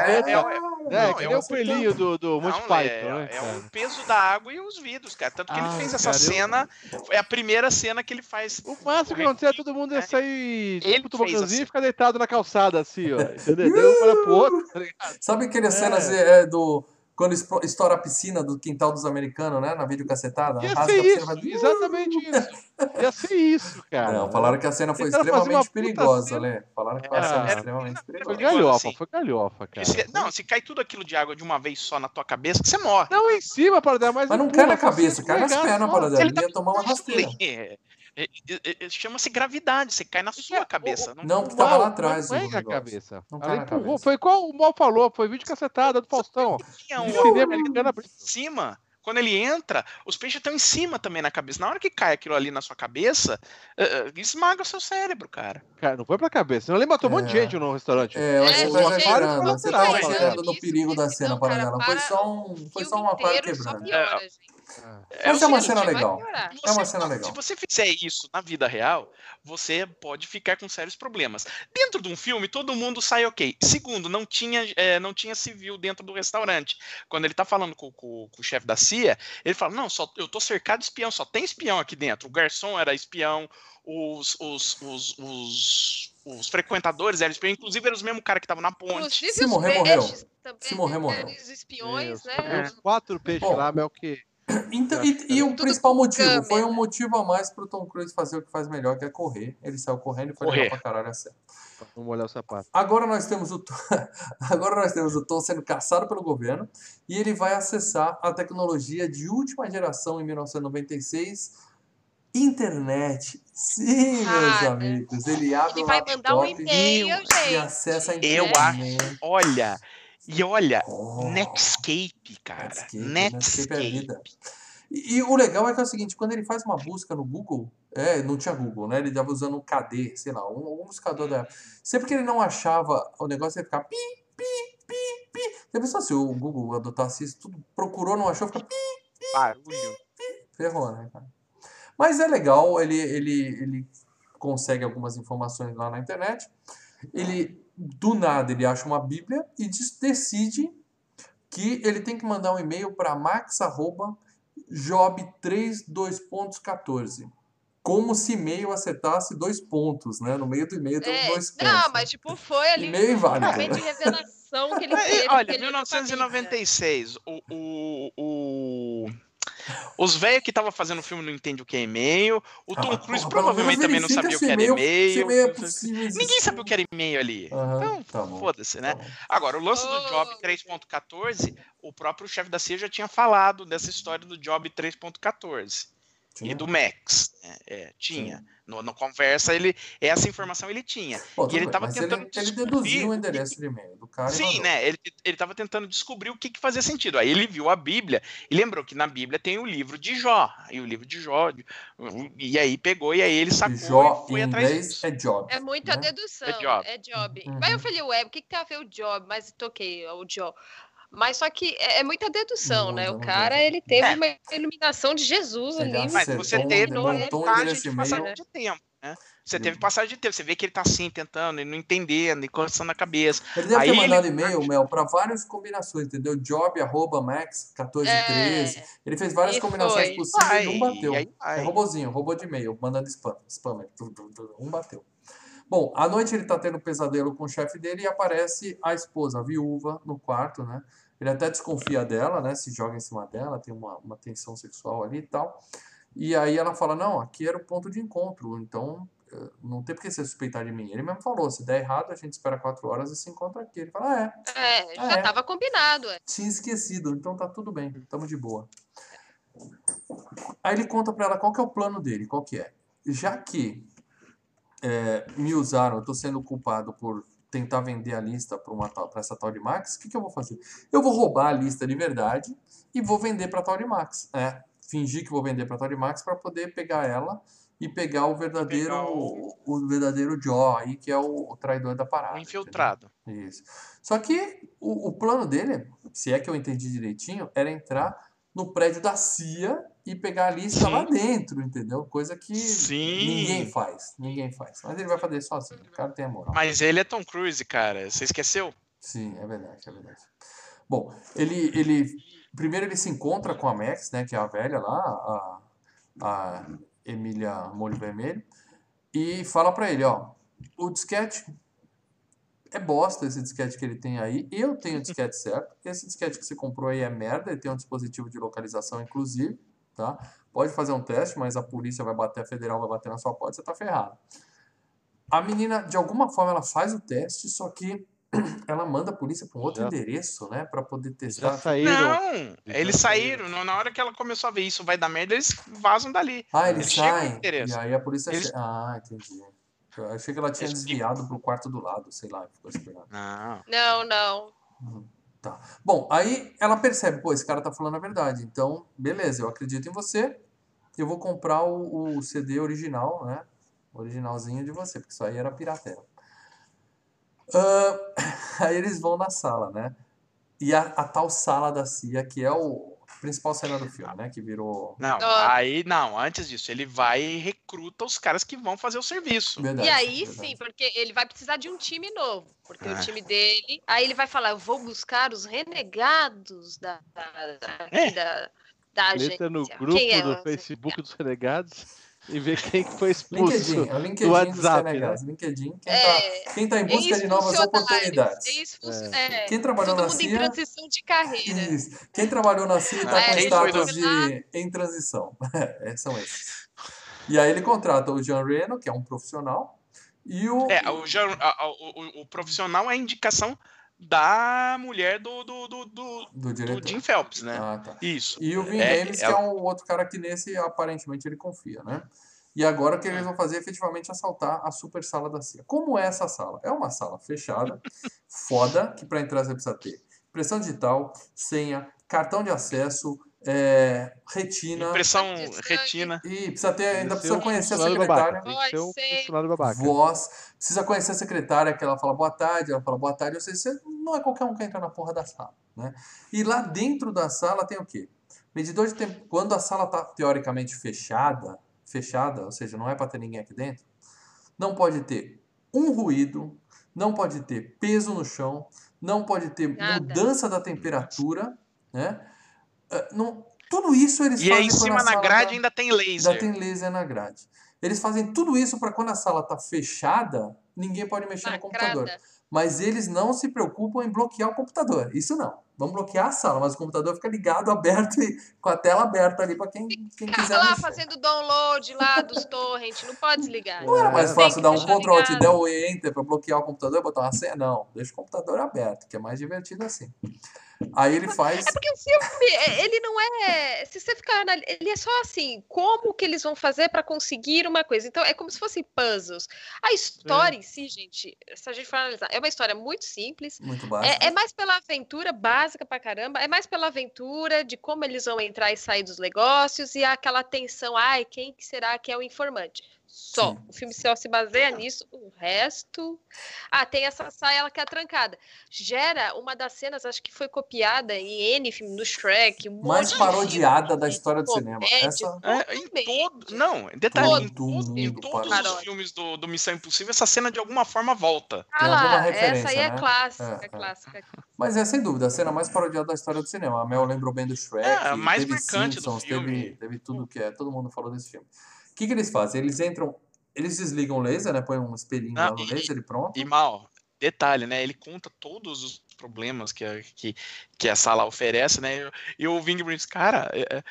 B: Que nem o coelhinho do Monty Python, né?
C: É o peso da água e os vidros, cara. Tanto que ele fez essa cena. Foi a primeira cena que ele faz.
B: O máximo que acontecia é todo mundo ia sair tipo tobogãzinho e ficar deitado na calçada, assim, ó. Entendeu? Olha pro outro, tá ligado?
A: Sabe aquelas cenas quando estoura a piscina do quintal dos americanos, né? Na videocassetada?
B: Ia ser isso, exatamente isso. Ia ser isso, cara.
A: Não, falaram que a cena foi extremamente perigosa, né? Falaram que foi uma cena extremamente perigosa.
B: Foi galhofa, cara.
C: Se cai tudo aquilo de água de uma vez só na tua cabeça, você morre.
B: Não, em cima, Paradela, mas
A: não cai na cabeça, cai nas pernas, Paradela. Ele ia tomar uma rasteira.
C: Chama-se gravidade, você cai na sua cabeça.
A: Não, porque tava lá atrás.
B: Não é a cabeça.
A: Ela
B: empurrou. Foi igual o Mal falou, foi vídeo cacetada do Faustão.
C: Em cima, quando ele entra, os peixes estão em cima também na cabeça. Na hora que cai aquilo ali na sua cabeça, esmaga o seu cérebro, cara.
B: Cara, não foi pra cabeça. Não, ele matou um monte de gente no restaurante.
A: Eu acho que você tá exagerando. Você tá exagerando no perigo da cena, Paradela. Foi só um aquário quebrando. Mas é uma cena legal. É uma cena legal.
C: Se você fizer isso na vida real, você pode ficar com sérios problemas. Dentro de um filme, todo mundo sai ok. Segundo, não tinha civil dentro do restaurante. Quando ele tá falando com o chefe da CIA, ele fala, não, eu tô cercado de espião, só tem espião aqui dentro. O garçom era espião, os frequentadores eram espião, inclusive eram os mesmos caras que estavam na ponte.
A: Se morrer, morreu. Se morrer, morreu.
D: Os espiões, né?
B: Os 4 peixes lá, mas é o que...
A: Então, e o principal motivo foi um motivo a mais pro Tom Cruise fazer o que faz melhor, que é correr. Ele saiu correndo e foi legal pra caralho a cena.
B: Vamos molhar o sapato.
A: Agora nós temos o Tom sendo caçado pelo governo e ele vai acessar a tecnologia de última geração em 1996, Internet. Sim, meus
D: Ah,
A: amigos. Ele abre
D: Ele
A: o
D: vai mandar um
A: laptop
D: e-mail,
C: Meu,
A: e
D: gente.
A: acessa a
C: eu
A: internet.
C: acho. Olha,
A: Oh,
C: Netscape, cara.
A: Netscape é a vida. E o legal é que é o seguinte, quando ele faz uma busca no Google, não tinha Google, né? Ele estava usando um KD, sei lá, algum buscador da época. Sempre que ele não achava o negócio, ia ficar pi, pi, pi, pi. Já pensou se o Google adotasse isso, tudo procurou, não achou, fica pi,
C: Barulho.
A: ferrou, né, cara? Mas é legal, ele consegue algumas informações lá na internet. Ele, do nada, ele acha uma Bíblia e decide que ele tem que mandar um e-mail para max@job3:14. Como se e-mail acertasse 2 pontos, né? No meio do e-mail tem 2 pontos.
D: Não, mas tipo, foi ali
A: E-mail inválido.
D: um momento de revelação que ele teve.
C: Olha,
D: porque ele olhou pra Bíblia.
C: 1996, os velhos que estavam fazendo o filme não entendem o que é e-mail. O Tom Cruise provavelmente também não sabia o que era e-mail. Ninguém sabia o que era e-mail ali. Então, foda-se, né? Agora, o lance do Job 3.14, o próprio chefe da CIA já tinha falado dessa história do Job 3.14. E do Max. Tinha. Na conversa, essa informação ele tinha. E ele estava tentando
A: ele deduziu o endereço de e-mail do cara.
C: Sim, né? Ele estava tentando descobrir o que fazia sentido. Aí ele viu a Bíblia e lembrou que na Bíblia tem o livro de Jó. E o livro de Jó. E aí pegou, e aí ele sacou
A: Jó,
C: e foi
A: em
C: atrás
A: inglês,
C: disso.
A: é job.
D: É muita
A: né?
D: dedução.
C: É
D: job. Mas eu falei, o que tem a ver o job? Mas toquei o job. Mas só que é muita dedução, né? O cara, ele teve uma iluminação de Jesus ali.
C: Mas você teve passagem de tempo, né? Você teve passagem de tempo. Você vê que ele tá assim, tentando, e não entendendo, e coçando a cabeça.
A: Ele deve ter mandado e-mail, Mel, para várias combinações, entendeu? Job@max1413. Ele fez várias combinações possíveis e não bateu. É robozinho, robô de e-mail, mandando spam. Bateu. Bom, à noite ele tá tendo um pesadelo com o chefe dele e aparece a esposa, a viúva, no quarto, né? Ele até desconfia dela, né? Se joga em cima dela, tem uma tensão sexual ali e tal. E aí ela fala, não, aqui era o ponto de encontro, então não tem por que você suspeitar de mim. Ele mesmo falou, se der errado, a gente espera 4 horas e se encontra aqui. Ele fala,
D: já tava combinado.
A: Tinha esquecido, então tá tudo bem, tamo de boa. Aí ele conta pra ela qual que é o plano dele, qual que é. Já que me usaram, eu tô sendo culpado por tentar vender a lista para essa tal de Max, o que eu vou fazer? Eu vou roubar a lista de verdade e vou vender para a tal de Max. Fingir que vou vender para a tal de Max para poder pegar ela e pegar o verdadeiro Joe aí, que é o traidor da parada.
C: O infiltrado.
A: Entendeu? Isso. Só que o plano dele, se é que eu entendi direitinho, era entrar no prédio da CIA e pegar a lista lá dentro, entendeu? Coisa que ninguém faz. Mas ele vai fazer sozinho, o cara tem a moral.
C: Mas ele é Tom Cruise, cara. Você esqueceu?
A: Sim, é verdade. Bom, primeiro ele se encontra com a Max, né, que é a velha lá, a Emília Molho Vermelho, e fala pra ele, ó, o disquete é bosta, esse disquete que ele tem aí, eu tenho o disquete certo, esse disquete que você comprou aí é merda, ele tem um dispositivo de localização inclusive, tá? Pode fazer um teste, mas a polícia vai bater, a federal vai bater na sua porta, você tá ferrado. A menina, de alguma forma, ela faz o teste, só que ela manda a polícia para um outro endereço, né? Para poder testar.
C: Já saíram. Não, eles saíram. Na hora que ela começou a ver isso vai dar merda, eles vazam dali.
A: Eles saem. E aí a polícia... entendi. Eu achei que ela tinha desviado pro quarto do lado, sei lá. Ficou esperando.
D: Não.
A: Tá. Bom, aí ela percebe, pô, esse cara tá falando a verdade. Então, beleza, eu acredito em você. Eu vou comprar o CD original, né? Originalzinho de você, porque isso aí era pirateira. Aí eles vão na sala, né? E a tal sala da CIA, que é o principal cena do filme, né? Que virou...
C: Não, antes disso, ele vai e recruta os caras que vão fazer o serviço.
A: Verdade,
D: e aí sim, porque ele vai precisar de um time novo. Porque o time dele... Aí ele vai falar, eu vou buscar os renegados da agência.
B: Entra no grupo do Facebook dos renegados e ver quem foi expulso
A: LinkedIn, é o LinkedIn do WhatsApp, né? LinkedIn, quem tá em busca de novas oportunidades. Quem trabalhou na CIA... Todo mundo em
D: transição de carreira.
A: Isso. Quem trabalhou na CIA tá com status em transição. São esses. E aí ele contrata o Jean Reno, que é um profissional, e o...
C: O profissional é a indicação da mulher
A: Do
C: do
A: diretor.
C: Jim Phelps, né?
A: Ah, tá.
C: Isso.
A: E o Vin Rames, que é um outro cara que nesse aparentemente ele confia, né? E agora o que eles vão fazer é efetivamente assaltar a super sala da CIA. Como é essa sala? É uma sala fechada, foda, que para entrar você precisa ter impressão digital, senha, cartão de acesso, retina.
C: Impressão retina.
A: E precisa ter, ainda precisa
B: um
A: conhecer a
B: funcionário
A: secretária.
B: babaca. Tem que ser um funcionário babaca.
A: Voz. Precisa conhecer a secretária, que ela fala boa tarde, ela fala boa tarde. Ou seja, você não é qualquer um que entra na porra da sala, né? E lá dentro da sala tem o quê? Medidor de tempo. Quando a sala está teoricamente fechada, ou seja, não é para ter ninguém aqui dentro, não pode ter um ruído, não pode ter peso no chão, não pode ter mudança da temperatura, né? Tudo isso eles
C: fazem. E aí em cima na grade ainda tem laser.
A: Ainda tem laser na grade. Eles fazem tudo isso para quando a sala está fechada, ninguém pode mexer no computador. Mas eles não se preocupam em bloquear o computador. Isso não. Vamos bloquear a sala, mas o computador fica ligado, aberto e com a tela aberta ali para quem quiser
D: lá
A: mexer.
D: Fazendo download lá dos torrents, não pode desligar.
A: Não era mais fácil dar um Ctrl Alt Del e Enter para bloquear o computador e botar uma senha? Não, deixa o computador aberto, que é mais divertido assim. Aí ele faz...
D: É porque o filme, ele não é... Se você ficar analisando, ele é só assim, como que eles vão fazer para conseguir uma coisa. Então, é como se fossem puzzles. A história em si, gente, se a gente for analisar, é uma história muito simples.
A: Muito básica.
D: É mais pela aventura, básica pra caramba. É mais pela aventura de como eles vão entrar e sair dos negócios e aquela tensão, quem que será que é o informante? Só. Sim. O filme só se baseia nisso. O resto... tem essa saia que é trancada. Gera uma das cenas, acho que foi copiada em N filme, no Shrek.
A: Mais parodiada da história do cinema.
C: Essa... em todo... Não, detalhe, em todos os filmes do Missão Impossível, essa cena de alguma forma volta.
A: Tem alguma referência,
D: essa aí é,
A: né?
D: clássica, clássica.
A: Mas sem dúvida, a cena mais parodiada da história do cinema. A Mel lembrou bem do Shrek,
C: mais
A: teve
C: marcante
A: Simpsons,
C: do filme.
A: Teve tudo que é. Todo mundo falou desse filme. O que eles fazem? Eles entram, eles desligam o laser, né? Põem um espelhinho lá no laser e pronto.
C: E mal, detalhe, né? Ele conta todos os problemas que a sala oferece, né? E o Ving diz, cara,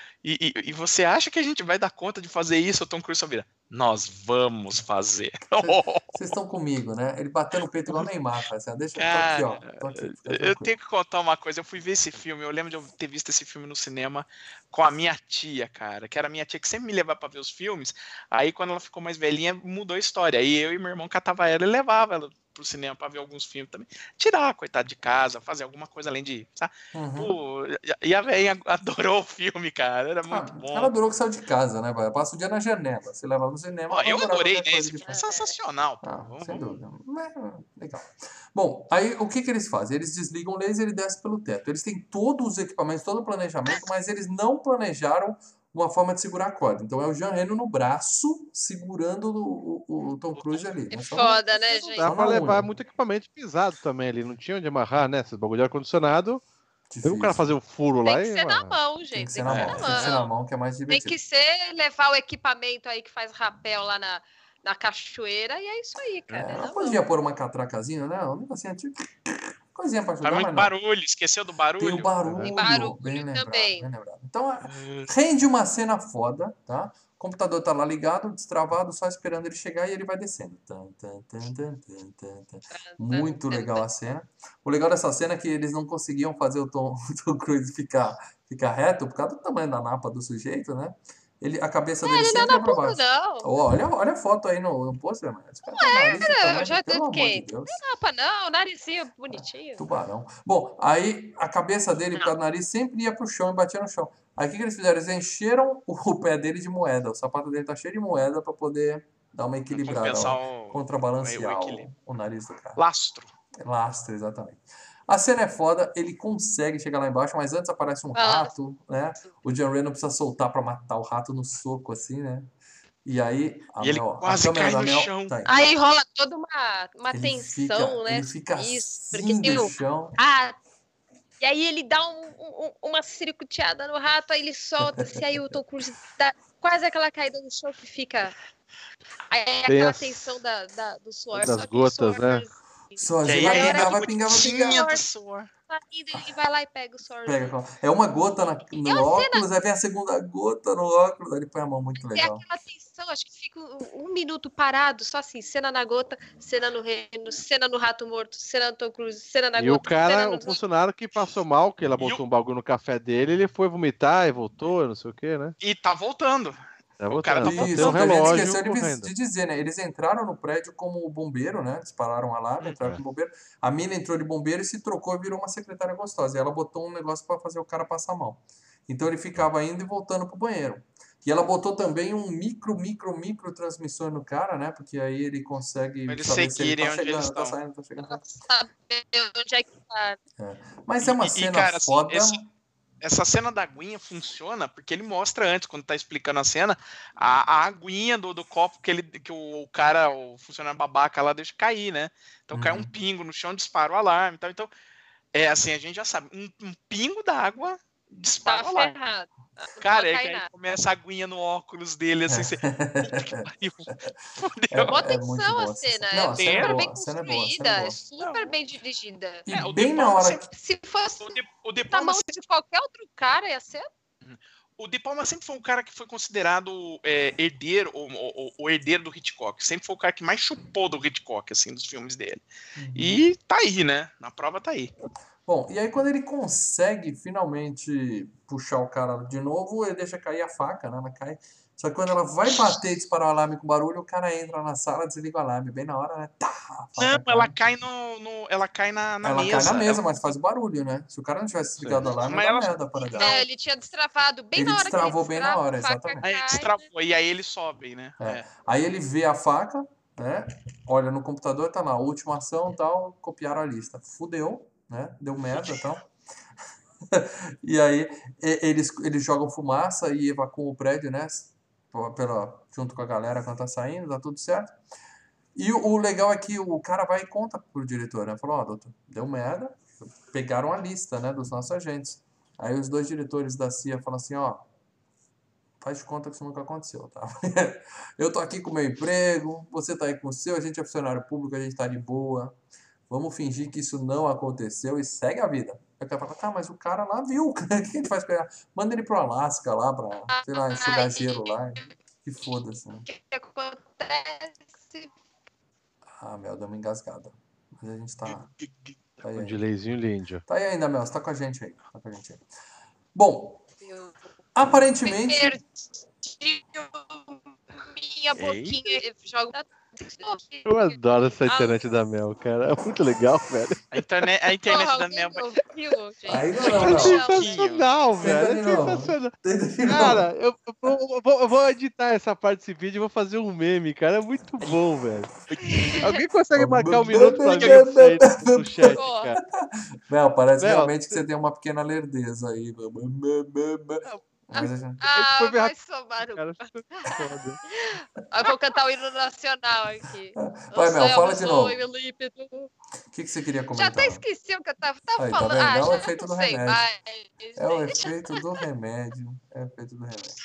C: e você acha que a gente vai dar conta de fazer isso? O Tom Cruise só vira, nós vamos fazer.
A: Vocês estão comigo, né? Ele bateu no peito igual Neymar, cara. Assim, deixa
C: cara,
A: eu tô aqui,
C: eu tenho que contar uma coisa. Eu fui ver esse filme, eu lembro de eu ter visto esse filme no cinema com a minha tia, cara, que era a minha tia que sempre me levava pra ver os filmes. Aí quando ela ficou mais velhinha, mudou a história. Aí eu e meu irmão catava ela e levava ela pro cinema pra ver alguns filmes também. Tirar, coitado de casa, fazer alguma coisa além de... Sabe? Pô, e a velhinha adorou o filme, cara. Era muito bom.
A: Ela adorou que saiu de casa, né? Passa o dia na janela. Você leva no cinema.
C: Eu adorei, né? Esse filme é sensacional.
A: Sem dúvida. Legal. Bom, aí o que eles fazem? Eles desligam o laser e descem pelo teto. Eles têm todos os equipamentos, todo o planejamento, mas eles não planejaram uma forma de segurar a corda. Então é o Jean Reno no braço segurando o Tom Cruise ali.
D: É foda, né, gente?
B: Dá pra levar muito equipamento pesado também ali. Não tinha onde amarrar, né? Esses bagulho de ar-condicionado. Tem um cara fazer um furo lá e...
D: Tem que ser na mão, gente.
A: Tem que ser na mão. Tem que ser na mão, que é mais divertido.
D: Tem que ser levar o equipamento aí que faz rapel lá na cachoeira e é isso aí, cara.
A: Não podia pôr uma catracazinha, né? Um negocinho tipo... Coisinha pra ajudar,
C: mas muito barulho, esqueceu do barulho?
A: Tem o barulho.
D: Tem barulho
A: bem
D: também.
A: Lembrado. Então, rende uma cena foda, tá? O computador tá lá ligado, destravado, só esperando ele chegar e ele vai descendo. Muito legal a cena. O legal dessa cena é que eles não conseguiam fazer o Tom Cruise ficar reto por causa do tamanho da napa do sujeito, né? A cabeça dele sempre é pra baixo. Olha a foto aí no pôster, mano.
D: Eu já fiquei. Não tem napa, não. Narizinho bonitinho.
A: Tubarão. Bom, aí a cabeça dele, por causa do nariz, sempre ia pro chão e batia no chão. Aí o que eles fizeram? Eles encheram o pé dele de moeda. O sapato dele tá cheio de moeda pra poder dar uma equilibrada. Contrabalancear o nariz do cara. Lastro, exatamente. A cena é foda, ele consegue chegar lá embaixo, mas antes aparece um rato, né? O John Reno precisa soltar pra matar o rato no soco, assim, né? E aí...
C: ele quase cai no chão.
A: Tá
D: aí rola toda uma tensão, né?
A: Ele fica assim no chão.
D: E aí ele dá uma circuiteada no rato, aí ele solta-se, aí o Tom Cruise dá quase aquela caída no chão que fica... Aí aquela tensão do suor.
B: Das gotas, né?
A: Suorzinho,
C: Que aí
A: vai pingar.
C: tinha do suor.
D: Ele vai lá e pega o sorvete.
A: Pega, é uma gota no óculos, aí vem a segunda gota no óculos, aí ele põe a mão, muito
D: É
A: legal.
D: aquela tensão, acho que fica um minuto parado, só assim, cena na gota, cena no reino, cena no rato morto, cena no Tom Cruise, cena na
B: E
D: gota,
B: o cara,
D: cena no...
B: o funcionário que passou mal, que ela botou um bagulho no café dele, ele foi vomitar e voltou, não sei o que, né?
C: E tá voltando.
B: Tá
C: O cara tá
B: voltando.
A: Isso,
B: Tem um
A: a gente
B: relógio
A: esqueceu
B: correndo.
A: de dizer, né? Eles entraram no prédio como bombeiro, né? Dispararam um alarme, entraram como bombeiro. A mina entrou de bombeiro e se trocou e virou uma secretária gostosa. E ela botou um negócio pra fazer o cara passar mal. Então ele ficava indo e voltando pro banheiro. E ela botou também um micro transmissor no cara, né? Porque aí ele consegue
C: Pra eles
A: saber se ele tá
C: seguirem onde eles
A: chegando, tá
C: estão.
A: saindo, tá chegando.
D: Saber onde é que tá.
A: Mas é uma cena
C: cara, assim,
A: foda.
C: essa cena da aguinha funciona porque ele mostra antes, quando tá explicando a cena, a aguinha do copo que o cara, o funcionário babaca lá, deixa cair, né? Então cai um pingo no chão, dispara o alarme e tal. Então, assim, a gente já sabe, um pingo d'água dispara o alarme.
D: Ferrado.
C: Cara, é que aí começa a aguinha no óculos dele, assim, você... Puta que pariu. Fudeu.
D: Boa
A: É muito
D: atenção
A: boa
D: a cena,
A: Não,
D: é
A: a cena é
D: super
A: boa,
D: bem
A: a cena é boa, a
D: construída,
A: cena é boa.
D: é super bem dirigida.
A: E
C: o
A: bem
C: De
A: na
C: Palma
A: hora
C: sempre-
A: que...
D: Se fosse
C: O De
D: na mão
C: Palma
D: de qualquer outro cara, ia ser...
C: O De Palma sempre foi um cara que foi considerado herdeiro, o herdeiro do Hitchcock. Sempre foi o cara que mais chupou do Hitchcock, assim, dos filmes dele. E tá aí, né? Na prova tá aí.
A: Bom, e aí quando ele consegue finalmente puxar o cara de novo, ele deixa cair a faca, né? Ela cai. Só que quando ela vai bater e disparar o alarme com barulho, o cara entra na sala, desliga o alarme. Bem na hora, né? Tá, a faca
C: Não,
A: cai.
C: ela cai ela cai na
A: Ela
C: mesa.
A: cai na mesa, mas faz o barulho, né? Se o cara não tivesse desligado o alarme,
C: Mas
A: ia dar
C: ela-
A: merda para dela.
C: Não.
D: Ele tinha destravado bem
A: Ele
D: na hora que ele
A: destravou bem na
D: destrava,
A: hora,
D: a faca
A: exatamente.
C: Aí
D: cai.
C: destravou, e aí ele sobe, né?
A: Aí ele vê a faca, né? Olha no computador, tá lá, última ação e tal, copiaram a lista. Fudeu, né? Deu merda e tal. E aí eles jogam fumaça e evacuam o prédio, né? Junto com a galera quando tá saindo, tá tudo certo. E o legal é que o cara vai e conta pro diretor, né? Falou, doutor, deu merda, pegaram a lista, né, dos nossos agentes. Aí os dois diretores da CIA falam assim, faz de conta que isso nunca aconteceu, tá? Eu tô aqui com o meu emprego, você tá aí com o seu, a gente é funcionário público, a gente tá de boa. Vamos fingir que isso não aconteceu e segue a vida. Aí o cara fala, tá, mas o cara lá viu, o que a gente faz pegar? Manda ele pro Alasca lá pra, sei lá, enxugar gelo lá. Que foda-se, né?
D: O que acontece?
A: Mel, deu uma engasgada. Mas a gente tá aí
B: Um
A: ainda.
B: delayzinho lindo.
A: Tá aí ainda, Mel, você tá com a gente aí. Bom, aparentemente...
D: Perdi minha boquinha. Jogo da...
B: Eu adoro essa internet da Mel, cara. É muito legal, velho.
C: A internet
D: Porra,
C: da
D: alguém
C: Mel...
D: ouviu, gente?
A: Ainda
B: É
A: não.
B: sensacional, velho.
A: Tenta de
B: É
A: novo.
B: sensacional.
A: Tenta de novo.
B: Cara, eu vou editar essa parte desse vídeo e vou fazer um meme, cara. É muito bom, velho. Alguém consegue marcar um minuto pra mim aí no chat, cara?
A: Mel, parece
B: Mel,
A: realmente que você tem uma pequena lerdeza aí. Mas a gente...
B: foi ver
D: vai somar no...
B: Cara, foda.
D: Eu vou cantar o hino nacional aqui.
A: Vai, Mel, fala de novo.
D: novo.
A: O que você queria
D: Já
A: comentar?
D: até esqueci o que eu tava
A: Aí, tá
D: falando.
A: vendo? É o
D: Já
A: efeito do
D: não sei
A: remédio.
D: mais.
A: É o efeito do remédio. É o efeito do remédio.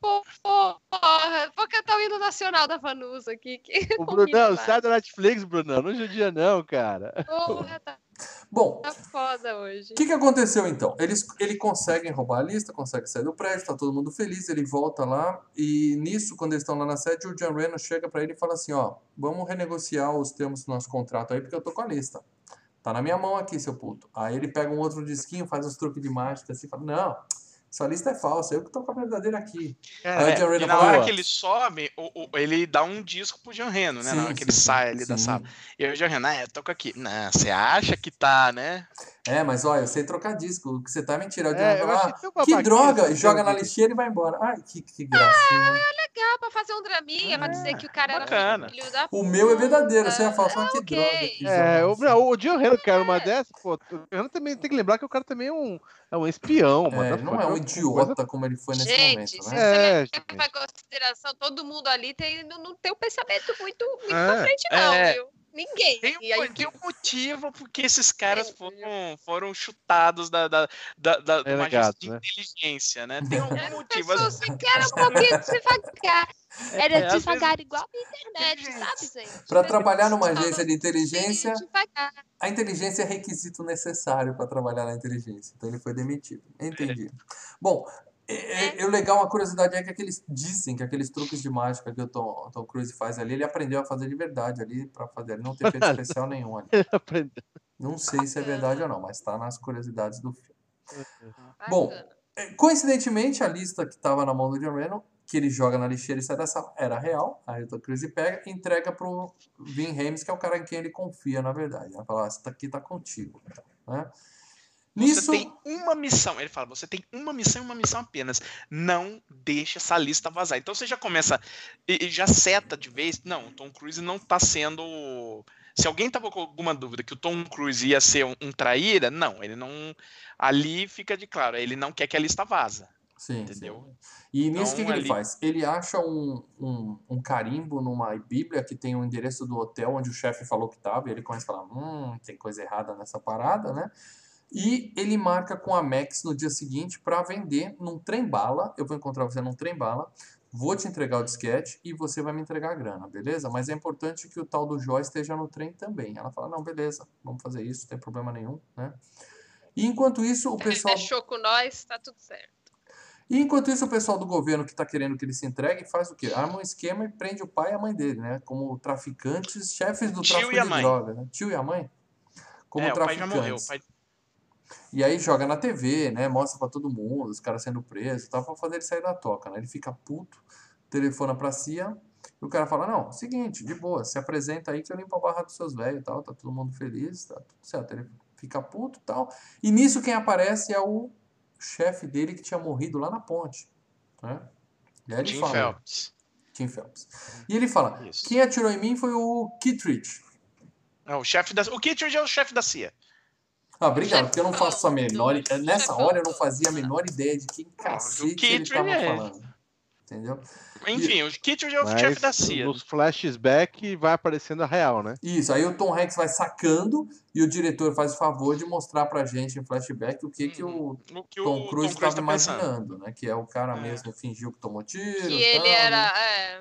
D: Porra, vou cantar o hino nacional da Vanusa aqui. Que
B: O
D: combina
B: Brunão,
D: mais.
B: sai da Netflix, Brunão. Não judia não, cara.
D: Porra, tá
A: Bom,
D: foda hoje.
A: o que aconteceu então? Ele conseguem roubar a lista, consegue sair do prédio, tá todo mundo feliz, ele volta lá e nisso, quando eles estão lá na sede, o John Reno chega pra ele e fala assim, vamos renegociar os termos do nosso contrato aí, porque eu tô com a lista. Tá na minha mão aqui, seu puto. Aí ele pega um outro disquinho, faz uns truques de mágica assim, fala, não, essa lista é falsa, eu que tô com a verdadeira aqui. Aí o John
C: E
A: Reno
C: na
A: fala,
C: hora que ele sobe, ele dá um disco pro John Reno, né? Na hora que ele sai ali da sala. E aí o John Reno, eu toco aqui. Não, você acha que tá, né?
A: mas olha, eu sei trocar disco, o que você tá mentira. Aí o John
B: É,
A: Reno
B: eu
A: fala,
B: achei tão
A: que
B: babaquinha
A: droga,
B: essa
A: e joga na
B: cena.
A: lixeira e vai embora. Ai, que gracinha.
D: Legal, pra fazer um draminha, pra dizer que o cara
C: bacana.
D: era filho da
A: O meu é verdadeiro,
D: puta.
A: você ia falar, que
D: ok.
A: droga. E
B: É,
A: joga.
B: o John Reno, cara, uma dessa, pô, o John Reno também tem que lembrar que o cara também é um espião, mano.
A: Ele não é um idiota como ele foi nesse
D: Gente,
A: momento,
D: se
A: né?
B: É,
D: você levar em consideração, todo mundo ali não tem um pensamento muito
B: É,
D: pra frente, não,
C: é.
D: viu? Ninguém. E aí,
C: Tem um motivo porque esses caras
D: É,
C: foram chutados do
B: Renegados,
C: magistro de
B: né?
C: inteligência, né? Tem algum motivo.
D: pessoa, você quer um pouquinho devagar. Era
C: às
D: devagar, igual a internet, sabe, gente?
A: Para trabalhar numa agência de inteligência,
D: Devagar.
A: a inteligência é requisito necessário para trabalhar na inteligência. Então ele foi demitido. Entendi. Bom, o legal, a curiosidade é que dizem que aqueles truques de mágica que o Tom Cruise faz ali, ele aprendeu a fazer de verdade ali para fazer. Ele não tem efeito especial nenhum ali.
B: Ele aprendeu.
A: Não sei se é verdade ou não, mas está nas curiosidades do filme.
D: Bom,
A: Bom, coincidentemente, a lista que estava na mão do John Reno, que ele joga na lixeira e sai da sala, era real. Aí o Tom Cruise pega e entrega pro Vin Hames, que é o cara em quem ele confia, na verdade. Ele fala, essa daqui tá contigo. Né?
C: Você tem uma missão. Ele fala, você tem uma missão e uma missão apenas. Não deixe essa lista vazar. Então você já começa e já seta de vez. Não, o Tom Cruise não tá sendo... Se alguém tava com alguma dúvida que o Tom Cruise ia ser um traíra, não, ele não... Ali fica de claro, ele não quer que a lista vaza.
A: Sim,
C: entendeu?
A: Sim. E nisso,
C: Então,
A: o que ele faz? Ele acha um carimbo numa bíblia que tem o endereço do hotel onde o chefe falou que estava, e ele começa a falar, tem coisa errada nessa parada, né? E ele marca com a Max no dia seguinte para vender num trem-bala. Eu vou encontrar você num trem-bala, vou te entregar o disquete e você vai me entregar a grana, beleza? Mas é importante que o tal do Jó esteja no trem também. Ela fala, não, beleza, vamos fazer isso, não tem problema nenhum, né? E enquanto isso, o pessoal...
D: Ele fechou com nós, tá tudo certo.
A: E enquanto isso, o pessoal do governo que está querendo que ele se entregue faz o quê? Arma um esquema e prende o pai e a mãe dele, né? Como traficantes, chefes do tráfico de droga, né? Tio e a mãe? Como traficantes.
C: O pai já morreu. O pai...
A: E aí joga na TV, né? Mostra pra todo mundo, os caras sendo presos, tá? Pra fazer ele sair da toca, né? Ele fica puto, telefona pra CIA, e o cara fala, não, seguinte, de boa, se apresenta aí que eu limpo a barra dos seus velhos e tal, tá todo mundo feliz, tá tudo certo. Ele fica puto e tal. E nisso quem aparece é o chefe dele que tinha morrido lá na ponte, né? E aí ele fala... Tim Phelps. E ele fala, quem atirou em mim foi o Kittredge.
C: Não, o Kittredge é o chefe da CIA.
A: Ah, obrigado, porque eu não faço a menor... Nessa hora eu não fazia a menor ideia de quem cacete ele estava falando. Entendeu?
C: Enfim, o Kittredge é o chefe da CIA.
B: Nos flashbacks vai aparecendo a real, né?
A: Isso, aí o Tom Hanks vai sacando e o diretor faz o favor de mostrar pra gente em flashback o que o Tom Cruise estava imaginando, né? Que é o cara mesmo fingiu que tomou tiro.
D: Que ele era...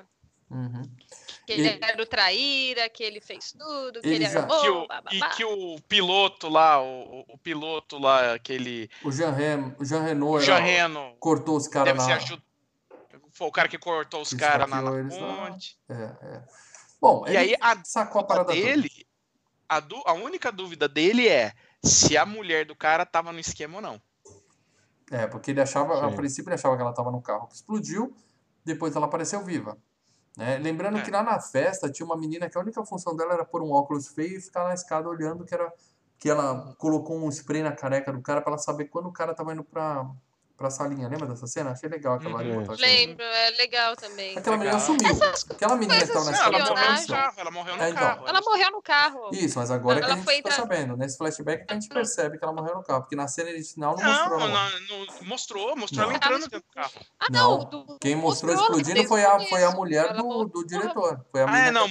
D: Que ele era o traíra, que ele fez tudo, que ele era bom,
C: e que o piloto lá, o piloto lá, aquele...
A: O Jean Reno cortou os caras na...
C: Foi o cara que cortou os caras na ponte.
A: Bom,
C: e aí
A: sacou a parada
C: dele, a única dúvida dele é se a mulher do cara tava no esquema ou não.
A: Porque ele achava, a princípio ele achava que ela tava no carro que explodiu, depois ela apareceu viva. Né? Lembrando que lá na festa tinha uma menina que a única função dela era pôr um óculos feio e ficar na escada olhando que ela colocou um spray na careca do cara pra ela saber quando o cara tava indo pra salinha. Lembra dessa cena? Achei legal aquela reportagem.
D: Lembro, é legal também.
A: Aquela menina sumiu. Aquela menina que tava na escada.
C: Ela morreu no carro.
D: Ela morreu no carro.
A: Isso, mas agora é que a gente fica sabendo. Nesse flashback que a gente percebe que ela morreu no carro. Porque na cena original não mostrou.
C: Não mostrou ela entrando dentro do carro.
A: Não, quem mostrou explodindo foi a mulher do diretor. Foi a menina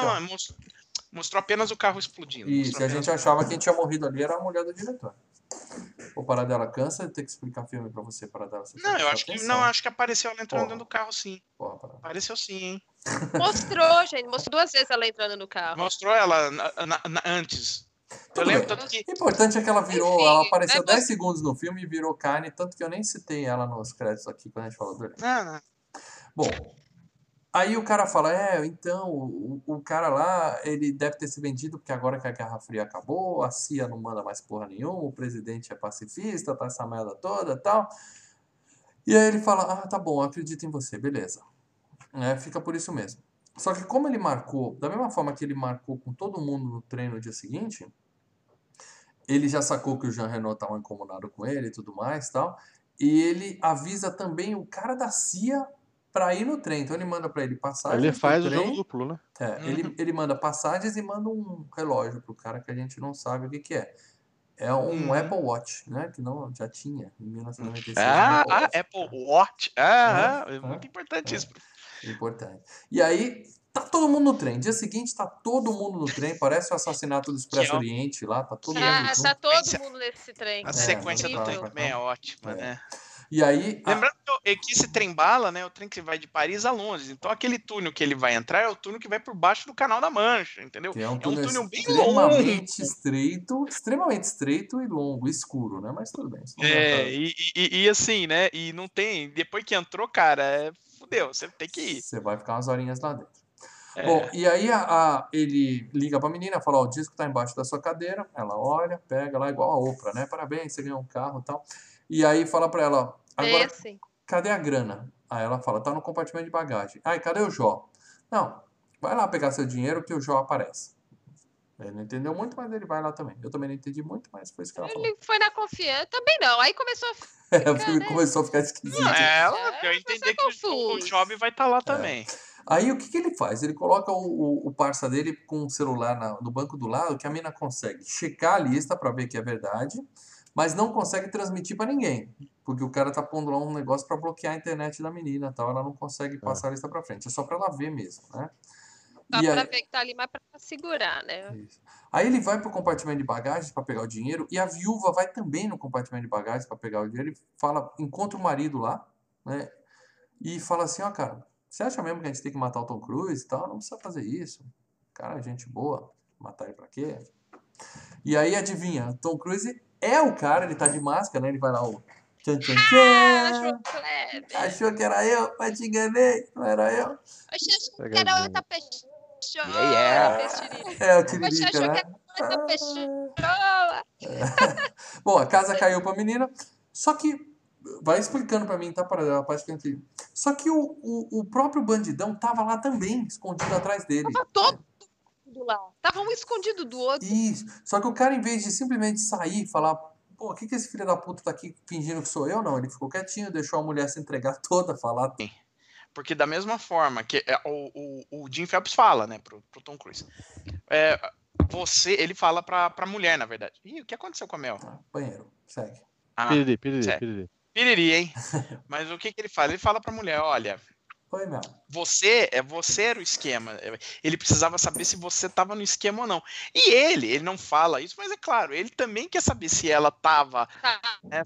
C: mostrou apenas o carro explodindo.
A: Isso, e a gente achava que quem tinha morrido ali era a mulher do diretor. Ô, Paradela, cansa de ter que explicar filme pra você, Paradela?
C: Eu acho que apareceu ela entrando dentro do carro, sim. Apareceu sim, hein?
D: Mostrou, gente. Mostrou 2 vezes ela entrando no carro.
C: Mostrou ela antes. Eu lembro tanto que...
A: O importante é que ela virou... ela apareceu 10 segundos no filme e virou carne, tanto que eu nem citei ela nos créditos aqui quando a gente falou do elenco. Bom... Aí o cara fala, então, o cara lá, ele deve ter se vendido porque agora que a Guerra Fria acabou, a CIA não manda mais porra nenhuma, o presidente é pacifista, tá essa merda toda e tal. E aí ele fala, tá bom, acredito em você, beleza. Fica por isso mesmo. Só que como ele marcou, da mesma forma que ele marcou com todo mundo no trem no dia seguinte, ele já sacou que o Jean Reno estava incomodado com ele e tudo mais e tal, e ele avisa também o cara da CIA pra ir no trem. Então ele manda pra ele passagens.
B: Ele faz o jogo duplo, né?
A: Ele manda passagens e manda um relógio pro cara que a gente não sabe o que é. É um Apple Watch, né? Que não já tinha em 1996.
C: Apple Watch. É muito importante isso.
A: Importante. E aí, tá todo mundo no trem. Dia seguinte, tá todo mundo no trem. Parece o assassinato do Expresso Oriente lá. Tá todo mundo
D: tá todo mundo nesse trem.
C: A sequência do trem também é ótima, né?
A: E aí...
C: Lembrando que esse trem-bala, né, é o trem que vai de Paris a Londres. Então aquele túnel que ele vai entrar é o túnel que vai por baixo do Canal da Mancha, entendeu?
A: Que é um
C: túnel bem
A: extremamente estreito e longo, escuro, né? Mas tudo bem. Isso não
C: e assim, né? E não tem. Depois que entrou, cara, fudeu, você tem que ir.
A: Você vai ficar umas horinhas lá dentro. Bom, e aí ele liga pra menina, fala, ó, o disco tá embaixo da sua cadeira. Ela olha, pega lá, igual a Oprah, né? Parabéns, você ganhou um carro e tal. E aí fala pra ela, ó, agora,
D: assim.
A: cadê a grana? Aí ela fala, tá no compartimento de bagagem. Ai, cadê o Jó? Não, vai lá pegar seu dinheiro que o Jó aparece. Ele não entendeu muito, mas ele vai lá também. Eu também não entendi muito, mas foi isso que ela falou.
D: Ele foi na confiança. Também não. Aí começou a ficar,
A: Começou a ficar esquisito.
C: Ela deu a entender que o Job vai estar lá também.
A: Aí o que ele faz? Ele coloca o parça dele com o celular no banco do lado, que a mina consegue checar a lista para ver que é verdade, mas não consegue transmitir para ninguém, porque o cara tá pondo lá um negócio para bloquear a internet da menina, tal, ela não consegue passar a lista para frente, é só para ela ver mesmo, né?
D: Só pra ver que tá ali, mas pra segurar, né?
A: Isso. Aí ele vai pro compartimento de bagagens para pegar o dinheiro e a viúva vai também no compartimento de bagagens para pegar o dinheiro e fala, encontra o marido lá, né? E fala assim, ó, cara, você acha mesmo que a gente tem que matar o Tom Cruise e tal? Não precisa fazer isso. Cara, gente boa. Matar ele pra quê? E aí, adivinha, Tom Cruise é o cara, ele tá de máscara, né? Ele vai lá, ó. Tchan, tchan, tchan. Achou que era eu, mas te enganei. Não era eu.
D: Achou que era outra pessoa.
A: É, o Tiririca, né?
D: Outra pessoa.
A: Bom, a casa caiu pra menina, só que vai explicando pra mim, tá? Para a parte que eu entendi. Só que o próprio bandidão tava lá também, escondido atrás dele.
D: Tava todo mundo lá. Tava um escondido do outro.
A: Isso. Só que o cara, em vez de simplesmente sair e falar, pô, o que esse filho da puta tá aqui fingindo que sou eu? Não, ele ficou quietinho, deixou a mulher se entregar toda, falar.
C: Porque da mesma forma que o Jim Phelps fala, né, pro Tom Cruise, ele fala pra mulher, na verdade. Ih, o que aconteceu com a Mel?
A: Banheiro, segue.
B: Piriri.
C: Piriri, hein? Mas o que ele fala? Ele fala pra mulher, olha,
A: Oi, Mel.
C: você era o esquema. Ele precisava saber se você tava no esquema ou não. E ele não fala isso, mas é claro, ele também quer saber se ela tava...
D: Não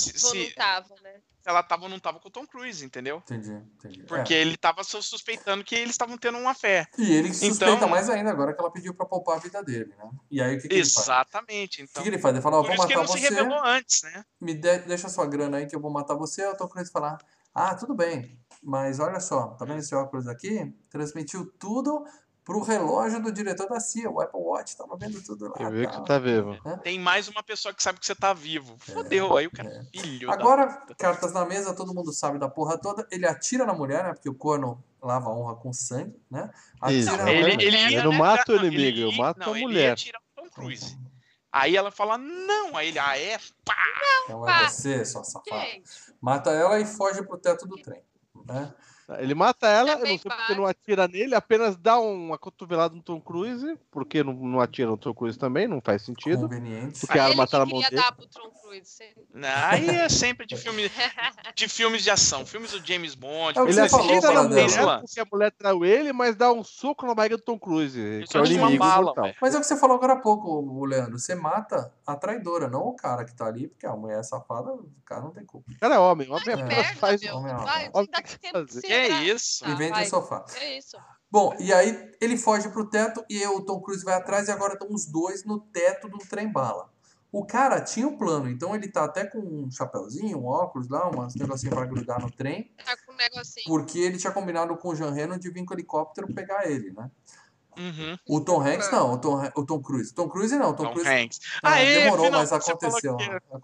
D: tava, né?
C: Se ela tava ou não tava com o Tom Cruise, entendeu?
A: Entendi.
C: Porque ele tava suspeitando que eles estavam tendo uma fé.
A: E ele suspeita mais ainda agora que ela pediu pra poupar a vida dele, né? E aí o que ele faz?
C: Exatamente. Então,
A: o que ele faz? Ele fala, ó, vou matar você.
C: Por isso que ele não se revelou antes, né?
A: Deixa sua grana aí que eu vou matar você. Aí o Tom Cruise fala, tudo bem, mas olha só, tá vendo esse óculos aqui? Transmitiu tudo pro relógio do diretor da CIA, o Apple Watch, tava vendo tudo lá.
B: Eu vi que você tá vivo.
C: Tem mais uma pessoa que sabe que você tá vivo. Fodeu, aí o cara, filho
A: Agora, cartas na mesa, todo mundo sabe da porra toda. Ele atira na mulher, né? Porque o corno lava a honra com sangue, né? Atira na mulher.
B: Eu não mato o inimigo, eu mato a mulher.
C: Ele atira o Tom Cruise. Aí ela fala, não. Aí ele, pá!
A: Então é você, sua safada. Mata ela e foge pro teto do trem, né?
B: Ele mata ela, eu não sei porque não atira nele, apenas dá uma cotovelada no Tom Cruise, porque não atira no Tom Cruise também, não faz sentido.
A: Conveniente.
B: Porque a arma tá na mão dele.
D: Dar pro Tom Cruise.
C: Aí é sempre de filmes de ação, filmes do James Bond.
A: Ele
B: Ele atira na mulher
A: dela.
B: porque a mulher traiu ele, mas dá um soco na barriga do Tom Cruise, que é o
C: Uma
B: inimigo
C: bala,
B: mortal.
A: Mas é o que você falou agora há pouco, Leandro. Você mata a traidora, não o cara que tá ali, porque a mulher é safada, o cara não tem culpa.
B: O cara é homem
D: Merda,
B: faz
D: meu.
A: homem.
D: Vai, dá tempo de
C: Que é isso?
A: E vende o sofá.
D: É isso.
A: Bom, e aí ele foge pro teto e o Tom Cruise vai atrás e agora estão os dois no teto do trem-bala. O cara tinha um plano, então ele tá até com um chapéuzinho, um óculos lá, uns negocinho pra grudar no trem.
D: Tá com um negocinho.
A: Porque ele tinha combinado com o Jean Reno de vir com o helicóptero pegar ele, né?
C: Uhum.
A: O Tom Hanks não, o Tom Cruise. Tom Cruise não, Tom Cruise...
C: Hanks.
A: Demorou, mas aconteceu.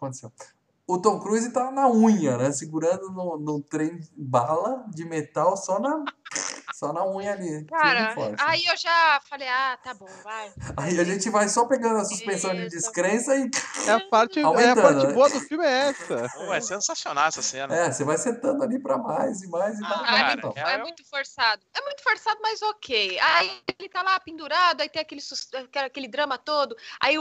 A: O Tom Cruise tá na unha, né? Segurando no trem bala de metal só na unha ali.
D: Cara, aí eu já falei, tá bom, vai.
A: Aí a gente vai só pegando a suspensão de descrença e
B: a parte
A: aumentando,
B: boa do filme é essa.
C: Pô, é sensacional essa cena.
A: Você vai setando ali pra mais e mais e mais.
D: É muito forçado. É muito forçado, mas ok. Aí ele tá lá pendurado, aí tem aquele drama todo. Aí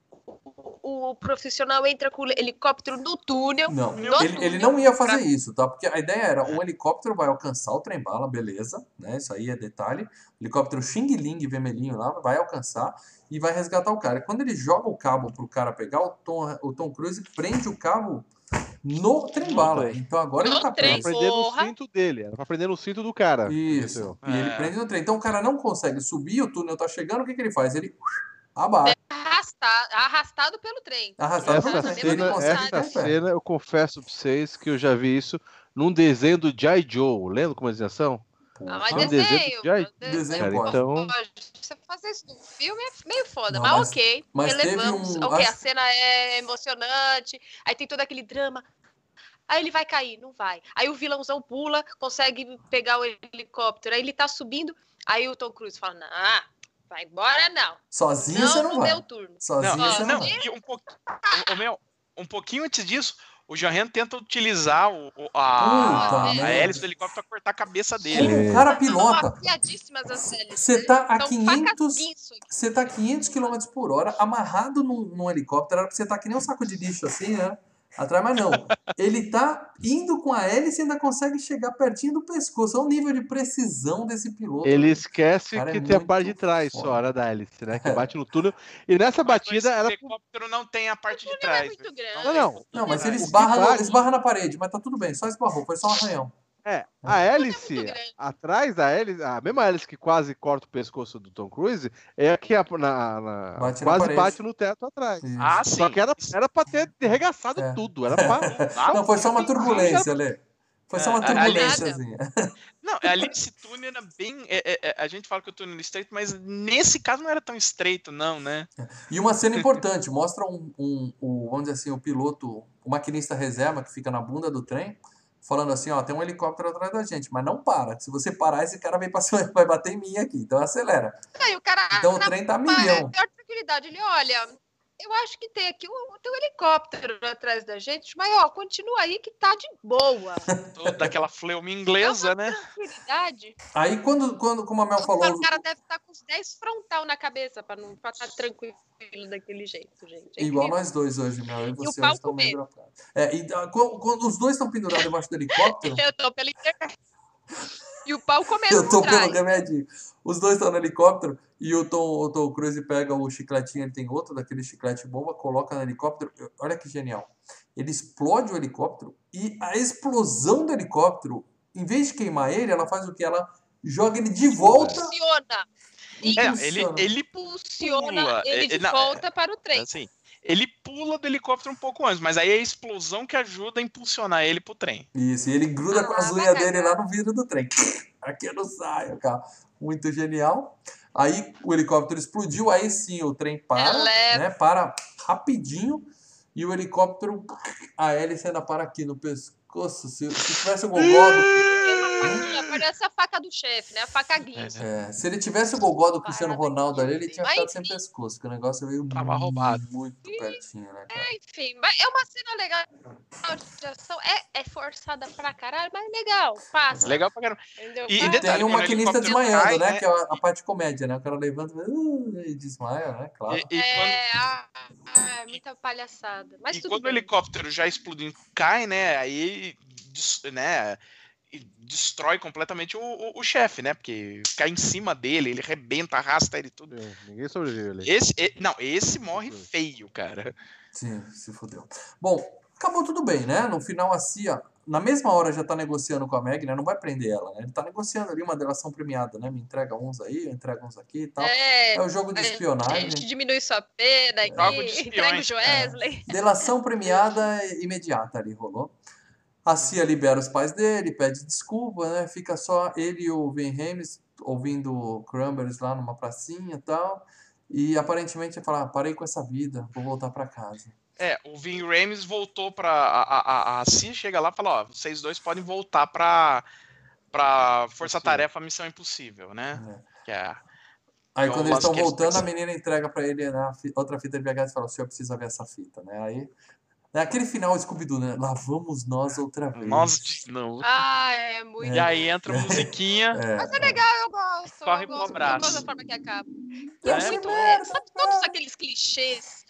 D: o profissional entra com o helicóptero no túnel.
A: Não, ele não ia fazer isso, tá? Porque a ideia era, um helicóptero vai alcançar o trem-bala, beleza, né? Isso aí é detalhe. O helicóptero Xing Ling vermelhinho lá vai alcançar e vai resgatar o cara. Quando ele joga o cabo pro cara pegar, o Tom Cruise prende o cabo no trem-bala.
B: trem.
A: Então agora ele
D: No
A: tá
D: trem.
B: Era pra
A: preso.
B: prender no
D: Porra.
B: cinto dele. Era pra prender no cinto do cara.
A: Isso. E ele prende no trem. Então o cara não consegue subir, o túnel tá chegando, o que ele faz? Ele abaixa.
D: Arrastado pelo trem.
A: Arrastado pelo
B: Essa
A: trem. Ele consegue ficar
B: essa
A: em pé.
B: cena, eu confesso pra vocês que eu já vi isso num desenho do G.I. Joe. Lembra como eles são?
D: Mas
B: Um
D: desenho.
B: desenho,
A: cara,
D: pode.
B: então-
D: Você fazer isso no filme é meio foda,
A: Não,
D: mas ok.
A: mas teve
D: relevamos.
A: um-
D: Ok,
A: acho-
D: a cena é emocionante, aí tem todo aquele drama. Aí ele vai cair, não vai. Aí o vilãozão pula, consegue pegar o helicóptero, aí ele tá subindo, aí o Tom Cruise fala, não, vai embora não.
A: Sozinho você não vai.
D: deu turno.
A: Sozinho
C: Não,
A: você não
C: não,
A: vai.
C: e um pouquinho antes disso, o Johan tenta utilizar a
A: Puta merda.
C: hélice do helicóptero pra cortar a cabeça
A: Como
C: dele.
A: o cara
D: São
A: pilota.
D: afiadíssimas as hélices.
A: Você tá a
D: São
A: 500
D: facadinhos.
A: Você tá 500 km por hora, amarrado num helicóptero, era pra você tá que nem um saco de lixo assim, né? Atrás, mas não. Ele tá indo com a hélice e ainda consegue chegar pertinho do pescoço. Olha o nível de precisão desse piloto.
B: Ele esquece
A: Cara, é
B: que tem a
A: muito
B: parte de trás
A: foda.
B: só, hora da hélice, né? Que bate no túnel. E nessa
C: Mas
B: batida
C: esse
B: era.
C: helicóptero não tem a parte de
D: Não é
C: trás.
D: muito grande.
B: Não.
A: Não, mas ele
B: O que
A: esbarra na parede, mas tá tudo bem, só esbarrou, foi só um arranhão.
B: A hélice,
D: muito grande.
B: atrás da hélice, a mesma hélice que quase corta o pescoço do Tom Cruise, é a que
A: Bate na
B: quase
A: parede.
B: bate no teto atrás.
A: Isso.
C: Ah, sim.
B: Só que era pra ter arregaçado
A: É.
B: tudo. Era pra.
A: Não, foi só uma turbulência, Lê. Foi só uma
C: É,
A: turbulênciazinha.
C: Não, ali esse túnel era bem. A gente fala que o túnel é estreito, mas nesse caso não era tão estreito, não, né?
A: E uma cena importante, mostra vamos dizer assim, o piloto, o maquinista reserva que fica na bunda do trem, falando assim, ó, tem um helicóptero atrás da gente, mas não para. Se você parar, esse cara vem pra cima, vai bater em mim aqui, então acelera.
D: Aí o cara,
A: Então o trem tá a milhão.
D: maior tranquilidade, ele olha, eu acho que tem aqui tem um helicóptero atrás da gente, mas ó, continua aí que tá de boa.
C: Toda aquela fleuma inglesa, né?
D: Tranquilidade.
A: Aí como a Mel falou,
D: O cara deve estar com os 10 frontal na cabeça pra estar tranquilo daquele jeito, gente. É
A: igual
D: incrível.
A: nós dois hoje, Mel, e você
D: o pau
A: hoje estão meio
D: comendo.
A: dropados. Quando os dois estão pendurados debaixo do helicóptero,
D: Eu tô pela internet. E o pau comendo
A: eu tô
D: por trás.
A: pelo remedinho. Os dois estão no helicóptero e o Tom Cruise pega o chicletinho, ele tem outro daquele chiclete bomba, coloca no helicóptero. Olha que genial. Ele explode o helicóptero e a explosão do helicóptero, em vez de queimar ele, ela faz o que? Ela joga ele de volta.
D: Funciona.
C: Ele
D: Impulsiona
C: pula.
D: ele de
C: Não,
D: volta para o trem.
C: assim, ele pula do helicóptero um pouco antes, mas aí é a explosão que ajuda a impulsionar ele pro trem.
A: Isso, e ele gruda com as
D: vai
A: unhas dele
D: cagar.
A: lá no vidro do trem. Aqui não sai, cara. Muito genial. Aí o helicóptero explodiu, aí sim o trem para, né? Para rapidinho. E o helicóptero, a hélice ainda para aqui no pescoço. Se tivesse o gogó
D: Parece a faca do chefe, né? A faca guinça.
A: se ele tivesse o gogó do Cristiano
D: Parada
A: Ronaldo
D: aqui,
A: ali, ele tinha
D: mas
A: ficado sem
D: enfim.
A: pescoço, porque o negócio veio
C: Tava roubado.
A: muito pertinho, né, cara?
D: Enfim, mas é uma cena legal de ação. É forçada pra caralho, mas é legal. Passa.
C: Legal pra caramba.
D: Entendeu?
C: E
D: Passa.
C: detalhe,
A: Tem um
C: quando o
A: maquinista
C: helicóptero
A: desmaiando,
C: cai,
A: né?
C: né?
A: Que é a parte comédia, né? O cara levanta e desmaia, né? Claro.
D: Muita palhaçada. Mas
C: E
D: tudo
C: quando o
D: bem.
C: helicóptero já explodindo cai, né? Aí, né? E destrói completamente o chefe, né? Porque cai em cima dele, ele arrebenta, arrasta ele tudo.
B: Ninguém sobreviveu ali.
C: Esse morre feio, cara.
A: Sim, se fodeu. Bom, acabou tudo bem, né? No final, a CIA, na mesma hora, já tá negociando com a Meg, né? Não vai prender ela, né? Ele tá negociando ali uma delação premiada, né? Me entrega uns aí, eu entrego uns aqui e tal. É o jogo de
D: A
A: espionagem.
D: gente diminui sua pena
C: Jogo de
D: aqui,
C: espiões.
D: entrega o Wesley.
A: Delação premiada imediata ali, rolou. A CIA libera os pais dele, pede desculpa, né? Fica só ele e o Vin Rames ouvindo Cranberries lá numa pracinha e tal. E aparentemente ele fala, parei com essa vida, vou voltar pra casa.
C: O Vin Rames voltou pra... A CIA chega lá e fala, ó, vocês dois podem voltar pra Força Tarefa Missão Impossível, né? Que é...
A: Aí
C: Então,
A: quando eles estão
C: que eles
A: voltando, a
C: precisam.
A: menina entrega pra ele outra fita de VHS e fala, o senhor precisa ver essa fita, né? Aí, aquele final Scooby-Doo, né? Lá vamos nós outra vez.
C: Nós de novo.
D: É muito.
C: E aí entra a musiquinha.
D: Mas é legal, eu gosto.
C: Corre
D: eu
C: pro
D: gosto.
C: abraço.
D: Eu gosto da forma que acaba. E
C: É,
D: é muito. Sabe todos aqueles clichês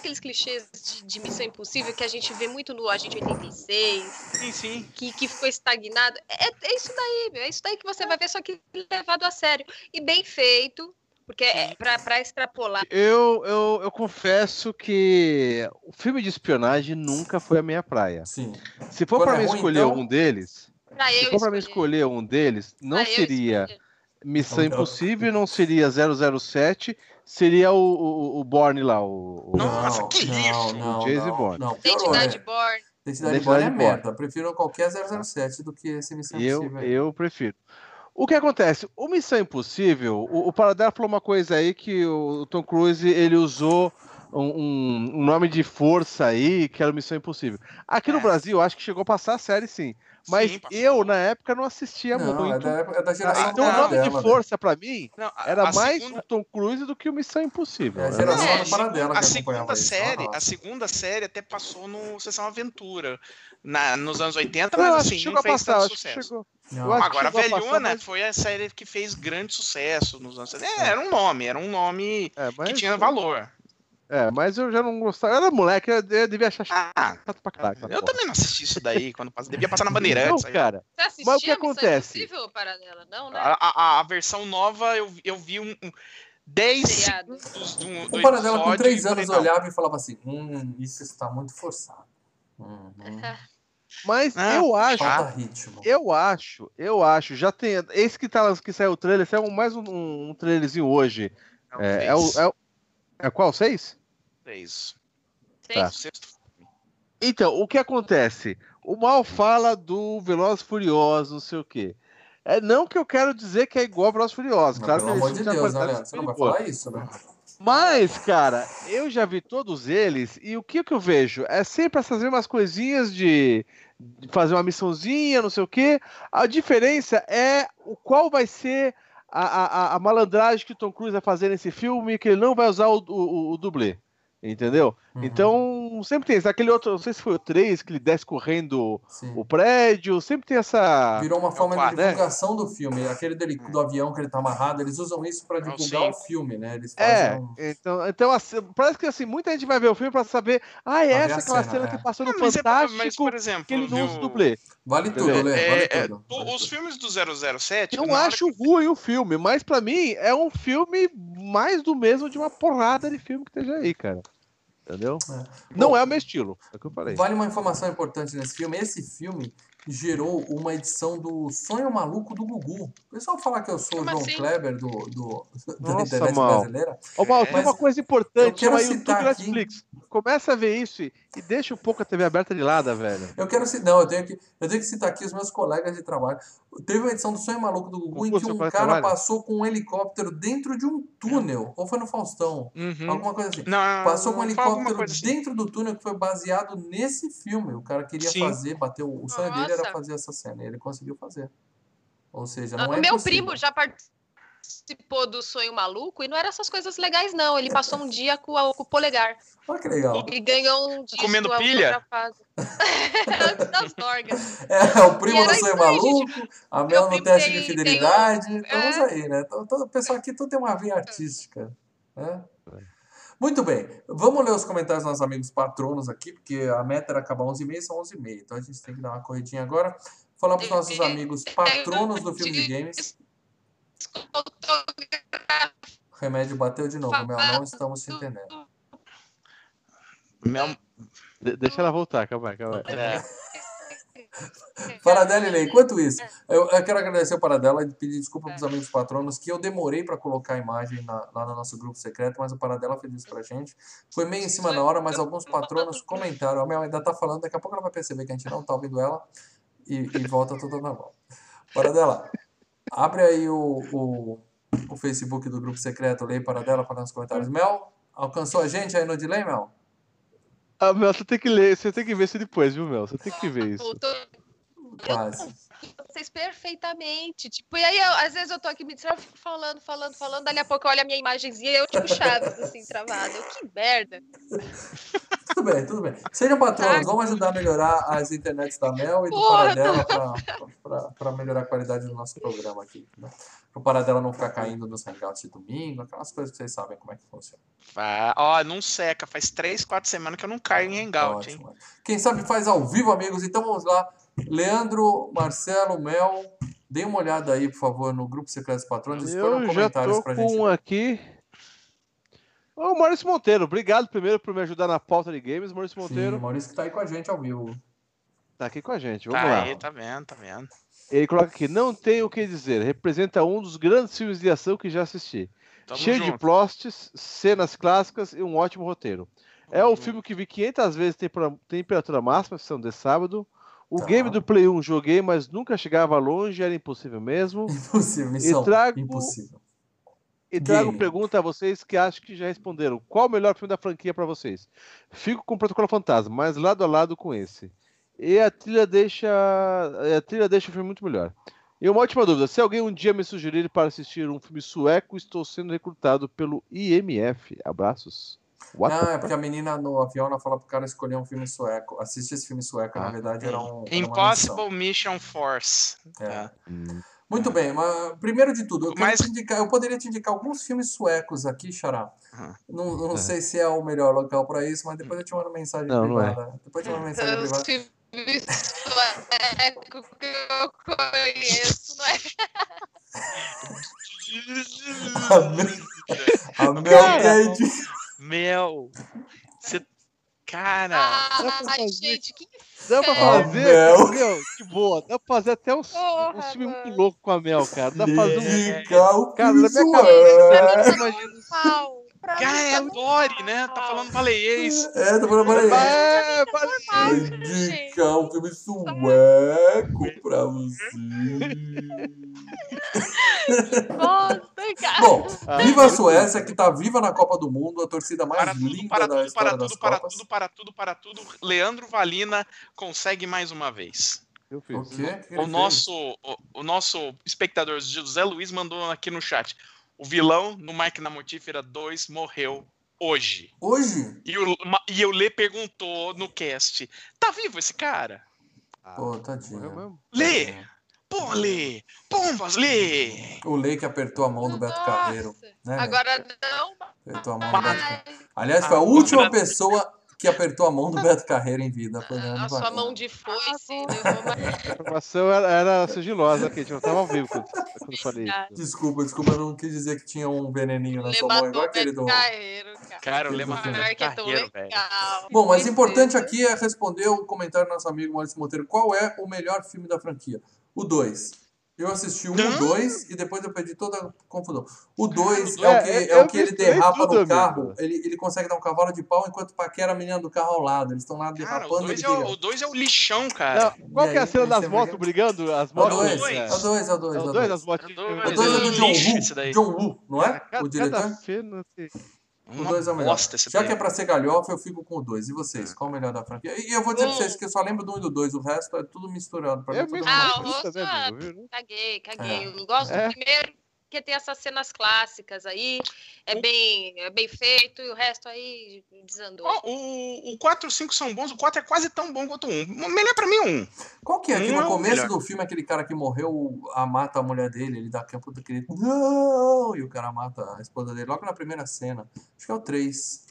D: de Missão Impossível que a gente vê muito no Agente 86,
C: Sim.
D: que ficou estagnado. É isso daí, meu. É isso daí que você vai ver, só que levado a sério. E bem feito, Porque pra extrapolar.
B: Eu confesso que o filme de espionagem nunca foi a minha praia.
A: Sim.
B: Se for
A: Quando
B: pra
A: é
B: mim
A: ruim,
B: escolher
A: então?
B: um deles,
D: Pra
B: se
D: eu
B: for pra mim
D: escolher.
B: escolher um deles, não
D: Pra eu
B: seria
D: escolher.
B: Missão Impossível, não seria 007, seria o Bourne lá,
C: Nossa, que lixo!
B: o Jason Bourne.
A: Não, piorou,
D: Identidade
A: né?
D: Born.
A: Identidade
B: Identidade
A: Born é
B: Born.
A: merda. Eu prefiro qualquer 007 do que esse Missão
B: Eu,
A: Impossível aí.
B: eu prefiro. O que acontece? O Missão Impossível, o Paradela falou uma coisa aí que o Tom Cruise ele usou um nome de força aí, que era o Missão Impossível. Aqui no Brasil, eu acho que chegou a passar a série sim. Mas
C: Sim, passou.
B: eu, na época, não assistia
A: Não,
B: muito.
A: é da geração
B: Então o nome de
A: Paradela,
B: força pra mim
C: Não,
B: era
C: a
B: mais
C: segunda-
B: o Tom Cruise do que o Missão Impossível.
A: É a
B: Era
A: geração
B: mais-
A: do Paradela que
C: a
A: acompanhava
C: segunda
A: isso.
C: a segunda série até passou no Sessão Aventura nos anos 80,
B: Não,
C: mas
B: acho
C: assim,
B: que chegou
C: não
B: a
C: fez
B: passar,
C: tanto
B: acho que
C: sucesso.
B: chegou.
A: Não.
B: Eu acho que
C: Agora, a
B: chegou a passar,
C: Velhona
B: mas-
C: foi a série que fez grande sucesso nos anos 70. Era um nome que
B: mas-
C: tinha valor.
B: Mas eu já não gostava. Eu era moleque, eu devia achar
C: Ah,
B: chato pra caralho. aquela
C: eu
B: porra.
C: também não assisti isso daí quando passava. Devia passar na
B: Não,
C: Bandeirantes. aí.
B: cara.
D: Você assistia
B: Mas o que
D: Missão
B: acontece?
D: Impossível, Paradela? Não, né?
C: A versão nova, eu vi 10
D: Seriado.
C: segundos do
A: O Paradela com
C: episódio
A: 3
C: e falei,
A: anos
C: não.
A: olhava e falava assim, isso está muito forçado.
B: Mas
C: Ah,
B: eu acho,
A: Falta ritmo.
B: eu acho, já tem. Esse que saiu o trailer, saiu mais um trailerzinho hoje. É qual? 6?
C: Três.
B: Tá.
C: O sexto.
B: Então, o que acontece? O Mal fala do Velozes e Furiosos, não sei o quê. Não que eu quero dizer que é igual a Velozes e Furiosos.
A: Mas,
B: Claro
A: pelo
B: que
A: amor
B: eles
A: de
B: têm
A: Deus, né,
B: qualidade
A: Leandro? Você não vai
B: boa.
A: falar isso, né?
B: Mas, cara, eu já vi todos eles e o que eu vejo? É sempre essas mesmas coisinhas de fazer uma missãozinha, não sei o quê. A diferença é o qual vai ser a malandragem que o Tom Cruise vai fazer nesse filme, que ele não vai usar o dublê. Entendeu?
A: Uhum.
B: Então, sempre tem isso. Aquele outro, não sei se foi o 3, que ele desce correndo
A: Sim.
B: o prédio, sempre tem essa...
A: Virou uma forma de
C: quatro,
B: né?
A: divulgação do filme. Aquele do avião que ele tá amarrado, eles usam isso pra divulgar o
C: cinco.
A: filme, né? Eles fazem
B: Então assim, parece que assim, muita gente vai ver o filme pra saber,
A: ver
B: essa
A: a
B: aquela
A: cena,
B: cena
A: é.
B: que passou no
C: Mas,
B: Fantástico,
C: por exemplo,
B: que ele não usa
C: viu,
B: o dublê.
A: Vale tudo,
B: Entendeu?
A: Lê, vale tudo.
C: Os filmes do 007...
B: Eu
C: na hora
B: acho ruim o filme, mas pra mim é um filme mais do mesmo de uma porrada de filme que esteja aí, cara. Entendeu? Não
A: Bom,
B: é o meu estilo, é o que eu falei.
A: Vale uma informação importante nesse filme. Esse filme gerou uma edição do Sonho Maluco do Gugu. O pessoal fala que eu sou o
D: Como
A: João
D: assim?
A: Kleber da
B: Nossa,
A: internet
B: Mal.
A: brasileira.
B: Ô, Mal, tem
A: Mas
B: uma coisa
A: eu
B: importante,
A: quero
B: chama YouTube
A: citar
B: e Netflix. Começa a ver isso e deixa um pouco a TV aberta de lado, velho.
A: Eu tenho que citar aqui os meus colegas de trabalho. Teve uma edição do Sonho Maluco do Gugu em que
B: Seu
A: um
B: colega de
A: cara
B: trabalho?
A: passou com um helicóptero dentro de um túnel. Ou foi no Faustão?
C: Uhum.
A: Alguma coisa assim.
C: Não,
A: Passou com um
C: foi alguma
A: helicóptero
C: coisa assim.
A: dentro do túnel que foi baseado nesse filme. O cara queria
C: Sim.
A: bater o sonho dele era
D: Nossa.
A: fazer essa cena. E ele conseguiu fazer. Ou seja,
D: O
A: não é
D: meu
A: impossível.
D: primo já participou do Sonho Maluco e não era essas coisas legais, não. Ele passou um dia com o polegar
A: Olha que legal.
D: e ganhou um disco
C: Comendo pilha?
D: autografado. Antes das dorgas.
A: É, o primo
D: E era
A: do Sonho
D: isso aí,
A: Maluco, a Mel no
D: primo
A: teste de
D: tem
A: fidelidade.
D: um-
A: Estamos aí, né? Todo o pessoal aqui tudo tem uma veia artística. Né? Muito bem. Vamos ler os comentários dos nossos amigos patronos aqui, porque a meta era acabar 11h30, são 11h30. Então a gente tem que dar uma corridinha agora. Falar para os nossos amigos patronos do Filmes e Games. O remédio bateu de novo, Mel. Não estamos te entendendo.
B: Deixa ela voltar, calma aí.
A: Paradela e Lei, enquanto isso, eu quero agradecer o Paradela e pedir desculpa para os amigos patronos que eu demorei para colocar a imagem lá no nosso grupo secreto, mas o Paradela fez isso pra gente. Foi meio em cima da hora, mas alguns patronos comentaram. A Mel ainda tá falando, daqui a pouco ela vai perceber que a gente não tá ouvindo ela e volta tudo normal. Paradela, abre aí o Facebook do grupo secreto, Lei Paradela, para nos comentários. Mel, alcançou a gente aí no delay, Mel?
B: Ah, Mel, você tem que ler, você tem que ver isso depois, viu, Mel? Você tem que ver isso.
A: Quase.
D: Vocês perfeitamente. Tipo, e aí, às vezes eu tô aqui me distraindo, eu fico falando, dali a pouco eu olho a minha imagenzinha e eu, tipo, Chaves, assim, travada. Que merda.
A: Tudo bem. Sejam patronos, vamos ajudar a melhorar as internets da Mel e do
D: Porra,
A: Paradela para melhorar a qualidade do nosso programa aqui. Né? Para o Paradela não ficar caindo nos hangouts de domingo, aquelas coisas que vocês sabem como é que funciona.
C: Não seca. Faz 3, 4 semanas que eu não caio em hangout, hein?
A: Ótimo. Quem sabe faz ao vivo, amigos. Então vamos lá. Leandro, Marcelo, Mel, Deem uma olhada aí, por favor, no Grupo Secreto dos Patronos. Escolham
B: Eu já
A: comentários
B: tô
A: pra
B: com
A: gente
B: um
A: ler.
B: aqui. Ô, Maurício Monteiro, obrigado primeiro por me ajudar na pauta de games, Maurício
A: Sim,
B: Monteiro.
A: o Maurício que tá aí com a gente ao vivo.
B: Tá aqui com a gente, vamos
C: Tá
B: lá.
C: aí, tá vendo, tá vendo.
B: Ele coloca aqui, não tenho o que dizer, representa um dos grandes filmes de ação que já assisti.
C: Tamo
B: Cheio de
C: junto.
B: plots, cenas clássicas e um ótimo roteiro. É o filme que vi 500 vezes temperatura máxima, sessão de sábado. O
A: Tá.
B: game do Play 1 joguei, mas nunca chegava longe, era impossível mesmo.
A: Impossível, missão impossível.
B: E trago
A: Game.
B: pergunta a vocês que acho que já responderam. Qual o melhor filme da franquia pra vocês? Fico com o Protocolo Fantasma, mas lado a lado com esse. E a trilha deixa o filme muito melhor. E uma última dúvida: se alguém um dia me sugerir para assistir um filme sueco, estou sendo recrutado pelo IMF. Abraços. What the
A: É porque a menina no avião ela fala pro cara escolher um filme sueco. Assiste esse filme sueco, na
B: Ah.
A: verdade era uma
C: Impossible
A: missão.
C: Mission Force.
A: É.
C: É.
A: Muito bem, mas primeiro de tudo,
C: Mas-
A: eu poderia te indicar alguns filmes suecos aqui, Xará.
C: Uhum.
A: Não sei se é o melhor local para isso, mas depois eu te mando mensagem
B: Não, não é.
A: privada. Depois eu te mando mensagem
D: Os
A: privada.
D: filmes suecos que eu conheço, não é?
A: A Mel Kate.
C: Mel, você... Cara,
D: Ai, gente, que
B: Dá pra
A: Ah,
B: fazer,
A: Mel.
B: meu, de boa. Dá pra fazer até uns
D: Porra,
B: filmes
D: mano.
B: muito loucos com a Mel, cara. Dá pra fazer um.
A: Indicar o
B: Cara,
A: filme
B: na minha
A: sueco.
B: cabeça, eu imagino.
D: pau. Pra mim
C: cara, é
D: tá
C: a Dory, né? Tá falando baleiês.
A: É, tô falando para
B: É,
D: normal,
A: indicar um filme sueco pra você.
D: bosta, cara.
A: Bom,
B: Ah,
A: viva a
B: muito
A: Suécia, que tá viva na Copa do Mundo, a torcida mais
C: Para tudo,
A: linda
C: para
A: da
C: tudo,
A: história
C: para
A: das
C: tudo, para
A: Copas.
C: tudo, para tudo, para tudo. Leandro Valina consegue mais uma vez.
B: Eu fiz.
A: O quê? O que ele
C: O nosso espectador José Luiz mandou aqui no chat. O vilão no Mike na Mortífera 2 morreu hoje.
A: Hoje?
C: E o Lê perguntou no cast: tá vivo esse cara?
A: Pô,
B: Morreu
A: tadinho.
B: mesmo.
C: Lê! Pô, Lê! Pombas, Lê!
A: O Lei que apertou a mão do Beto Carreiro. Né, Lei?
D: Agora não
A: Apertou a mão do Beto Carreiro.
D: mais.
A: Aliás, foi a última pessoa que apertou a mão do Beto Carreiro em vida. Foi Leandro
D: A sua
A: Valina.
D: mão de foice levou mais.
B: A informação era sigilosa aqui, a gente não tava ao vivo quando eu falei isso.
A: Desculpa, eu não quis dizer que tinha um veneninho na
D: Lê
A: sua mão,
D: matou
A: igual
D: o
A: aquele
D: Beto
A: do...
D: Carreiro, cara.
C: Cara, o Lê matou o
D: Ai,
C: Beto
D: que é tão
C: Carreiro, velho.
D: legal.
A: Bom, mas o
D: Que
A: importante
D: tristeza.
A: aqui é responder o comentário do nosso amigo Maurício Monteiro. Qual é o melhor filme da franquia? O 2. Eu assisti o 1, o 2 e depois eu perdi toda a confusão. O 2 é o que ele
B: misturei
A: derrapa
B: tudo,
A: no
B: amigo.
A: carro. Ele consegue dar um cavalo de pau enquanto paquera a menina do carro ao lado. Eles estão lá
C: Cara,
A: derrapando.
C: o 2 é o lixão, cara.
B: Não, qual que é a
A: aí,
B: cena
A: aí
B: das
A: você
B: motos
A: vai-
B: brigando? As
A: É o
B: motos.
A: 2,
C: dois.
A: é o 2, é o 2.
B: É o 2, as motinhas.
C: É o
A: O
C: dois.
A: 2 é do John
C: Lixo
A: Woo.
C: esse daí.
A: John Woo, não é?
B: Cada
A: O diretor?
B: cena, assim.
A: O
C: Uma
A: 2 é o melhor.
C: bosta esse
A: Já
C: daí.
A: que é pra ser galhofa, eu fico com o 2. E vocês? Qual é o melhor da franquia? E eu vou dizer pra vocês que eu só lembro do 1 e do 2. O resto é tudo misturado. Pra mim,
B: Eu
A: é tudo
B: me
A: a mesma
D: Ah,
A: coisa.
D: o
B: Puta, né,
D: rosto,
B: amigo, viu?
D: caguei.
A: É.
D: Eu gosto
B: É.
D: do primeiro, porque tem essas cenas clássicas aí, é bem feito, e o resto aí desandou.
C: Ó, o 4 e o 5 são bons, o 4 é quase tão bom quanto o 1. O melhor pra mim é o 1.
A: Qual que é? Que
C: Um
A: no
C: é o
A: começo
C: melhor.
A: do filme, aquele cara que morreu mata a mulher dele, ele dá campo daquele. Não! E o cara mata a esposa dele logo na primeira cena. Acho que é o 3.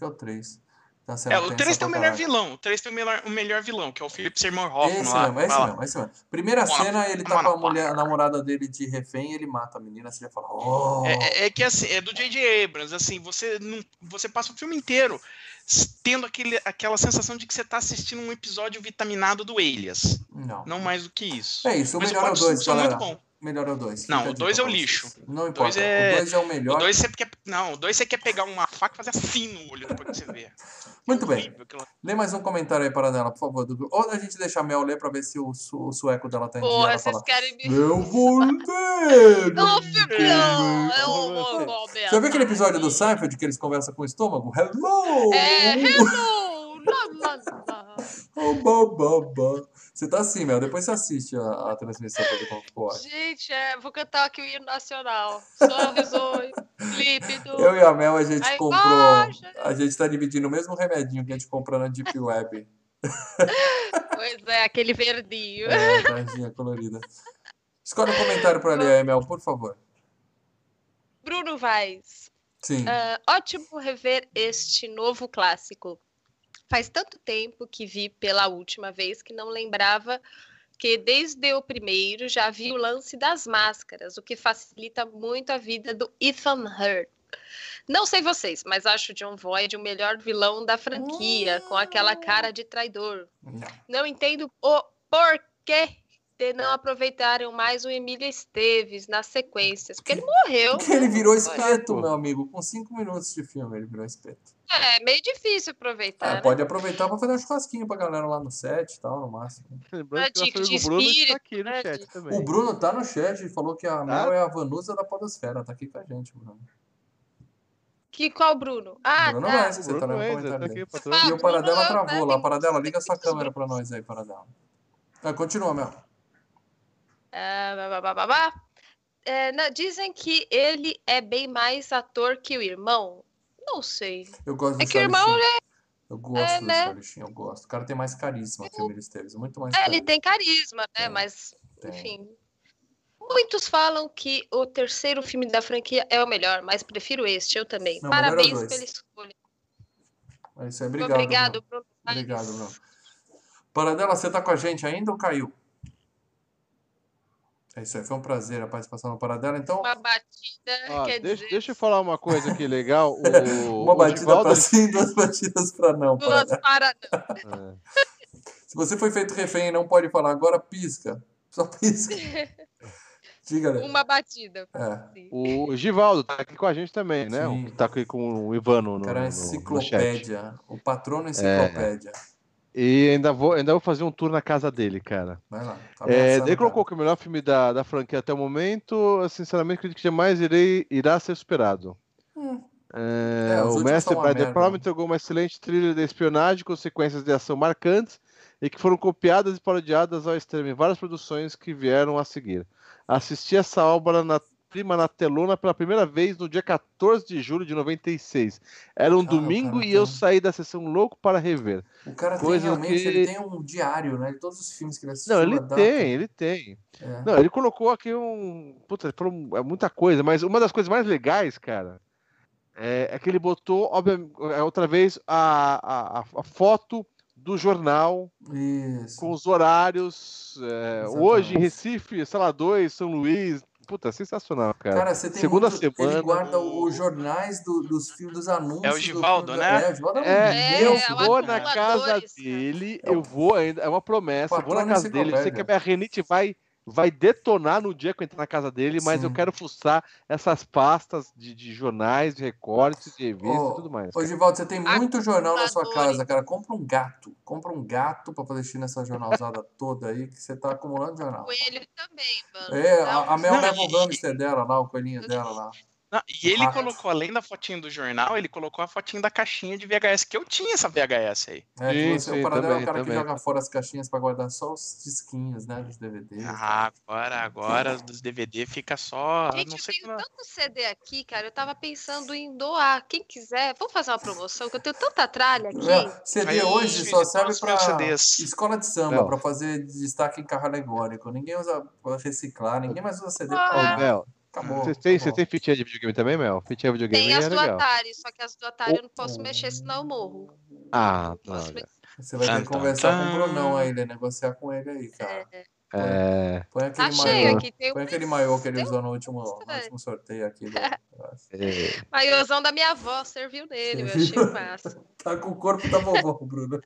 A: Tá certo,
C: O 3 tem o melhor vilão. O 3 tem o melhor vilão, que é o Philip Seymour Hoffman
A: Esse
C: lá.
A: mesmo, esse
C: Vai lá.
A: mesmo, esse mesmo. Primeira
C: Mano,
A: cena, ele tá com a mulher, a namorada dele de refém e ele mata a menina. Você já fala, oh!
C: É que assim, é do J.J. Abrams, assim, você passa o filme inteiro tendo aquela sensação de que você tá assistindo um episódio vitaminado do Alias.
A: Não
C: mais do que isso.
A: É isso, o
C: Mas
A: melhor é o
C: 4 e
A: 2,
C: 5 são
A: galera.
C: muito bom.
A: Melhor é o 2.
C: Não, o 2 é o lixo.
A: Não
C: O
A: importa,
C: 2 é-
A: o 2 é o melhor.
C: O 2 você quer pegar uma faca e fazer assim no olho depois que você vê.
A: Muito bem.
C: Horrível aquilo.
A: Lê mais um comentário aí para dela, por favor. Ou a gente deixa a Mel ler pra ver se o sueco dela tá em dia.
D: Porra,
A: Ela
D: vocês
A: fala,
D: querem me...
A: meu volteiro!
D: Não, filho, eu vou
A: Você já viu aquele episódio do Seinfeld que eles conversam com o estômago? Hello!
D: Hello! Lá.
A: Oh, bababa. Você tá assim, Mel. Depois você assiste a transmissão pra ver como ficou.
D: Gente, vou cantar aqui o hino nacional. Sorriso, lípido.
A: Eu e a Mel, a gente
D: Aí,
A: comprou...
D: gosta.
A: A gente tá dividindo o mesmo remedinho que a gente comprou na Deep Web.
D: Pois é, aquele verdinho.
A: É, tarjinha colorida. Escolhe um comentário pra ler aí, Mel, por favor.
D: Bruno Vaz.
A: Sim.
D: Ótimo rever este novo clássico. Faz tanto tempo que vi pela última vez que não lembrava que desde o primeiro já vi o lance das máscaras, o que facilita muito a vida do Ethan Hawke. Não sei vocês, mas acho John Voight o melhor vilão da franquia, com aquela cara de traidor. Não entendo o porquê de não aproveitarem mais o Emílio Esteves nas sequências, porque ele morreu.
A: Porque ele virou espeto, meu amigo. Com 5 minutos de filme ele virou espeto.
D: É meio difícil aproveitar, né?
A: Pode aproveitar pra fazer um churrasquinho pra galera lá no set e tal, no máximo.
B: Lembrando que
D: Dica
B: nosso
D: de
B: amigo Bruno está
D: espírito,
B: aqui no
D: né,
B: chat
D: de-
B: também.
A: O Bruno tá no chat e falou que a
B: Tá?
A: Mel é a Vanusa da podosfera. Tá aqui com a gente, Bruno.
D: Qual Bruno? Ah,
A: Bruno
D: tá.
A: Reis, você tá lendo o comentário
B: tá
A: dele.
B: aqui, patrão.
A: E o Paradela
D: Bruno,
A: travou lá.
D: tem
A: Paradela, liga sua
D: muitos
A: câmera pra nós aí, Paradela. Continua, Mel.
D: Dizem que ele é bem mais ator que o irmão. Não sei.
A: Eu gosto do
D: É que o irmão,
A: Charlie Sheen. Eu gosto do
D: né?
A: Charlie Sheen, eu gosto. O cara tem mais carisma que o Emílio Esteves. Muito mais
D: ele
A: carisma.
D: tem carisma, né?
A: Tem,
D: Mas,
A: tem.
D: enfim. Muitos falam que o terceiro filme da franquia é o melhor, mas prefiro este, eu também.
A: Não, melhor é
D: Parabéns
A: dois.
D: pela escolha.
A: É isso aí, obrigado,
D: Obrigado,
A: Bruno.
D: Bruno.
A: Obrigado, Bruno. Paradela, você tá com a gente ainda ou caiu? É isso aí, foi um prazer a participação no Paradela. Então,
D: Uma batida, quer dizer...
B: Deixa eu falar uma coisa aqui legal.
A: uma batida
B: Givaldo,
A: pra sim, 2 batidas pra não.
D: Duas
A: Paradela.
D: para não.
B: É.
A: Se você foi feito refém e não pode falar agora, pisca. Só pisca. Diga, né?
D: Uma batida.
A: É.
B: O Givaldo tá aqui com a gente também, né?
A: Sim.
B: O que tá aqui com o Ivano
A: O cara é
B: no chat.
A: enciclopédia. O patrono enciclopédia.
B: E ainda vou fazer um tour na casa dele, cara.
A: Vai lá. Tá
B: Daí
A: ameaçando,
B: colocou
A: cara.
B: que o melhor filme da franquia até o momento, eu, sinceramente, acredito que jamais irá ser superado.
A: Os
B: O
A: últimos
B: mestre
A: são uma
B: Brian De
A: merda.
B: Palma entregou uma excelente trilha de espionagem com sequências de ação marcantes e que foram copiadas e parodiadas ao extremo em várias produções que vieram a seguir. Assisti essa obra na telona pela primeira vez no dia 14 de julho de 96. Era um
A: Cara, o
B: domingo
A: cara
B: e eu
A: tem-
B: saí da sessão louco para rever.
A: O cara tem
B: Coisa
A: realmente,
B: que-
A: ele tem um diário, né? De todos os filmes que ele assistiu,
B: Não, ele
A: a data.
B: tem.
A: É.
B: Não, ele colocou aqui Puta, ele falou muita coisa, mas uma das coisas mais legais, cara, é que ele botou, obviamente, outra vez, a foto do jornal
A: Isso.
B: com os horários.
A: Exatamente.
B: Hoje em Recife, sei lá, 2, São Luís. Puta, sensacional, cara.
A: Cara, você tem
B: Segunda
A: muito...
B: semana.
A: Ele guarda os jornais dos filmes, dos anúncios.
C: É o
A: do
C: Givaldo,
A: filme.
C: né?
A: É, o Givaldo
B: Eu
D: É, o
B: vou na casa
D: acumuladores, cara.
B: dele, eu vou ainda, é uma promessa, eu vou na
A: Patrona
B: casa dele, eu sei que a minha renite vai detonar no dia que eu entrar na casa dele, mas
A: Sim.
B: eu quero fuçar essas pastas de jornais, de recortes, de revistas e tudo mais.
A: Ô,
B: cara.
A: Givaldo, você tem muito jornal na sua
D: Acumuladores.
A: casa, cara. Compra um gato. Compra um gato pra poder assistir nessa jornalzada toda aí, que você tá acumulando jornal.
D: Coelho também, mano.
A: É,
D: Não,
A: a Mel
C: Não,
A: leva o
C: e-
A: hamster dela lá, o coelhinho dela lá.
C: Não, e ele
A: Rato.
C: colocou, além da fotinho do jornal, ele colocou a fotinho da caixinha de VHS, que eu tinha essa VHS aí.
A: É, que
B: Sim,
A: você,
B: sim,
A: o Paradela é o
B: também,
A: cara
B: também.
A: que joga fora as caixinhas pra guardar só os disquinhos, né, dos DVDs.
C: Ah, agora dos DVD fica só.
D: Gente,
C: não
D: eu
C: sei
D: tenho
C: como.
D: tanto CD aqui, cara. Eu tava pensando em doar. Quem quiser, vamos fazer uma promoção, que eu tenho tanta tralha aqui.
A: É, CD
C: Aí,
A: hoje só
C: todos
A: serve
C: os
A: pra
C: meus CDs.
A: escola de samba,
B: Não.
A: pra fazer destaque em carro alegórico. Ninguém usa pra reciclar, ninguém mais usa CD
D: Ah.
A: pra
B: Ô,
A: nada.
B: Mel,
A: Acabou.
B: você tem
A: acabou.
B: fitinha de videogame também, Mel? Fitinha de videogame
D: Tem as
B: é
D: do
B: legal.
D: Atari, só que as do Atari eu não posso mexer, senão eu morro.
B: Ah,
D: Posso
B: droga.
A: Você vai ter que
C: Tan, tan,
A: conversar com o
C: tan.
A: Brunão aí, né? Negociar com ele aí, cara. Põe
D: Tá
A: aquele
D: cheio
A: maiô.
D: aqui, tem
A: Põe
D: um
A: aquele maiô que ele
D: tem
A: usou no último sorteio aqui. Do negócio.
D: maiôzão da minha avó, serviu nele, eu
A: Serviu.
D: achei massa.
A: Tá com o corpo da vovó, Bruno.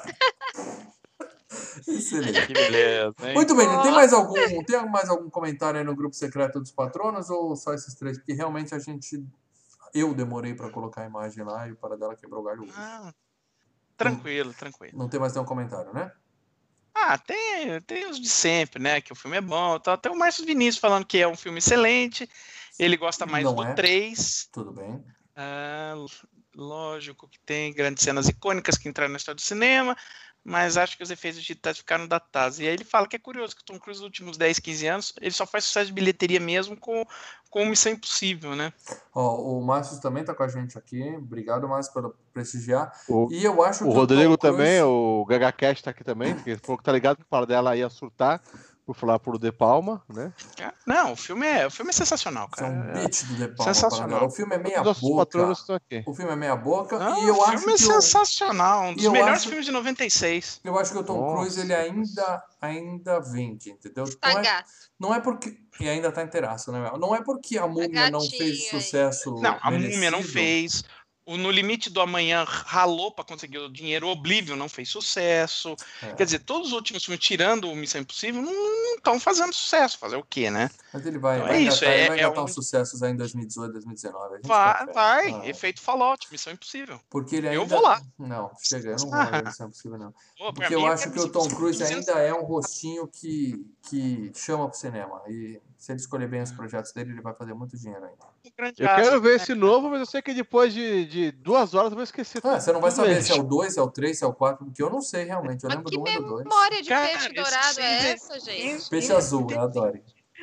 A: Excelente.
C: Que beleza, hein?
A: Muito bem, tem mais algum comentário aí no grupo secreto dos patronos ou só esses três? Porque realmente eu demorei pra colocar a imagem lá e o Paradela quebrou o galho hoje.
C: Ah, tranquilo.
A: Não tem mais nenhum comentário, né?
C: Ah, tem os de sempre, né? Que o filme é bom e tal. Tem o Márcio Vinícius falando que é um filme excelente. Ele gosta mais
A: Não
C: do
A: é.
C: 3.
A: Tudo bem.
C: Ah, lógico que tem grandes cenas icônicas que entraram na história do cinema, mas acho que os efeitos digitais ficaram datados. E aí ele fala que é curioso que o Tom Cruise, nos últimos 10, 15 anos, ele só faz sucesso de bilheteria mesmo com Missão Impossível, né?
A: Ó, o Márcio também tá com a gente aqui. Obrigado, Márcio, por prestigiar.
B: O,
A: E eu acho
B: o
A: que
B: Rodrigo
A: Tom Cruise...
B: também, o GagaCast tá aqui também, porque ele falou que tá ligado que o Paradela ia surtar, por falar por De Palma, né?
C: Não, o filme é sensacional,
A: Você é
C: cara.
A: um beat do De Palma.
C: Sensacional.
A: O filme é meia
B: Os nossos
A: boca.
B: patronos estão aqui.
A: O filme é meia boca
C: Não,
A: e eu
C: o
A: acho
C: filme é
A: que
C: sensacional, um dos
A: eu
C: melhores
A: acho-
C: filmes de 96.
A: eu acho que o Tom
B: Nossa,
A: Cruise ele ainda vende, entendeu?
D: Tá gato.
A: Não é porque e ainda tá inteiraço, né? Não é porque a Múmia não fez
D: gatinho aí.
A: sucesso
C: Não, a Múmia não
A: merecido.
C: fez. O No Limite do Amanhã ralou pra conseguir o dinheiro. O Oblivion não fez sucesso.
A: É.
C: Quer dizer, todos os últimos filmes, tirando o Missão Impossível, não estão fazendo sucesso. Fazer o quê, né?
A: Mas ele vai,
C: Então
A: vai
C: é isso,
A: engatar,
C: é-
A: ele vai
C: é
A: engatar
C: um-
A: uns sucessos aí em 2018, 2019. A gente
C: Vai,
A: confia.
C: vai.
A: Ah,
C: Efeito Fallout, Missão Impossível.
A: porque ele ainda...
C: Eu vou lá.
A: Não, chega, eu não vou ver Missão Impossível, não.
C: Pô, pra
A: Porque
C: mim,
A: eu
C: é
A: acho que o
C: Missão
A: Tom
C: Impossível
A: Cruise
C: 200.
A: ainda é um rostinho que chama pro cinema. E se ele escolher bem os projetos dele, ele vai fazer muito dinheiro ainda.
C: Grande
B: Eu
C: asset,
B: quero ver
C: né?
B: esse novo, mas eu sei que depois de 2 horas eu vou esquecer tudo.
A: Você não vai
B: tudo
A: saber
B: mesmo.
A: se é o 2, se é o 3, se é o 4, porque eu não sei realmente. Eu
D: Mas
A: lembro
D: que
A: do 1 e do 2.
D: memória de
C: Cara,
D: peixe
C: esse
D: dourado é
C: seis é-
D: essa, gente?
A: Peixe azul, eu adoro.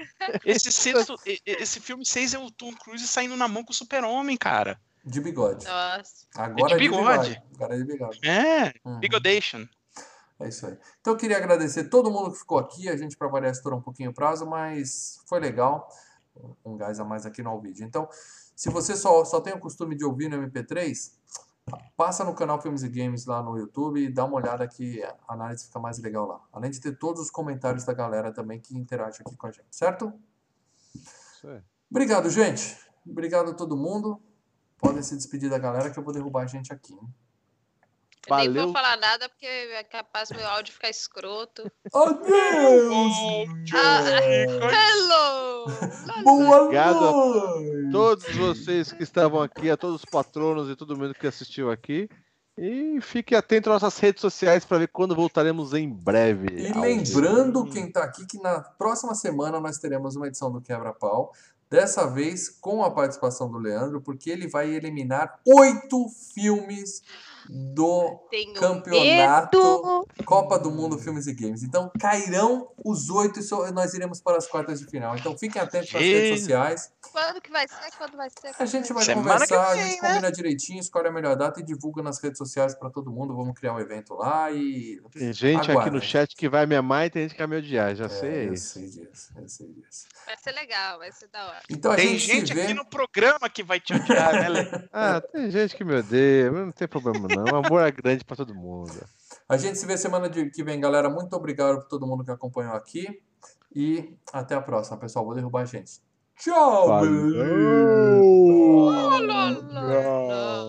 C: Esse filme 6 é o Tom Cruise saindo na mão com o Super-Homem, cara.
A: De bigode.
D: Nossa.
A: Agora é de bigode. Agora é de bigode.
C: É,
A: Uhum.
C: Bigodation.
A: É isso aí. Então eu queria agradecer todo mundo que ficou aqui. A gente, para variar, estourou um pouquinho o prazo, mas foi legal. Um gás a mais aqui no vídeo. Então, se você só tem o costume de ouvir no MP3, passa no canal Filmes e Games lá no YouTube e dá uma olhada que a análise fica mais legal lá. Além de ter todos os comentários da galera também que interage aqui com a gente, certo?
B: Isso aí.
A: Obrigado, gente. Obrigado a todo mundo. Podem se despedir da galera que eu vou derrubar a gente aqui, hein?
D: Eu nem
B: Valeu.
D: vou falar nada porque é capaz meu áudio ficar escroto.
A: Adeus!
D: Hello!
A: Boa
B: Obrigado a
A: noite!
B: Todos vocês que estavam aqui, a todos os patronos e todo mundo que assistiu aqui. E fique atento às nossas redes sociais para ver quando voltaremos em breve.
A: E
B: ao
A: lembrando quem tá aqui que na próxima semana nós teremos uma edição do Quebra-Pau. Dessa vez com a participação do Leandro, porque ele vai eliminar 8 filmes do
D: Tenho
A: campeonato
D: medo.
A: Copa do Mundo Filmes e Games. Então cairão os 8 e nós iremos para as quartas de final. Então fiquem atentos nas redes
C: Jesus.
A: sociais.
D: Quando que vai ser? Quando vai ser?
A: A gente vai
C: Semana que
A: conversar, a
C: vem,
A: gente
C: né?
A: combina direitinho, escolhe a melhor data e divulga nas redes sociais para todo mundo. Vamos criar um evento lá e...
B: Tem gente aqui
A: Aguardem.
B: no chat que vai me amar e tem gente que vai me odiar, já
A: eu
B: sei.
A: sei disso.
D: Vai ser legal, vai ser da hora.
A: Então a
C: Tem
A: gente
C: gente
A: se vê...
C: aqui no programa que vai te odiar, né, Lê?
B: Ah, tem gente que me odeia, mas não tem problema não. O amor é grande pra todo mundo.
A: A gente se vê semana que vem, galera. Muito obrigado por todo mundo que acompanhou aqui. E até a próxima, pessoal. Vou derrubar a gente. Tchau,
B: Falou!
A: beleza!
D: Lá, lá, lá.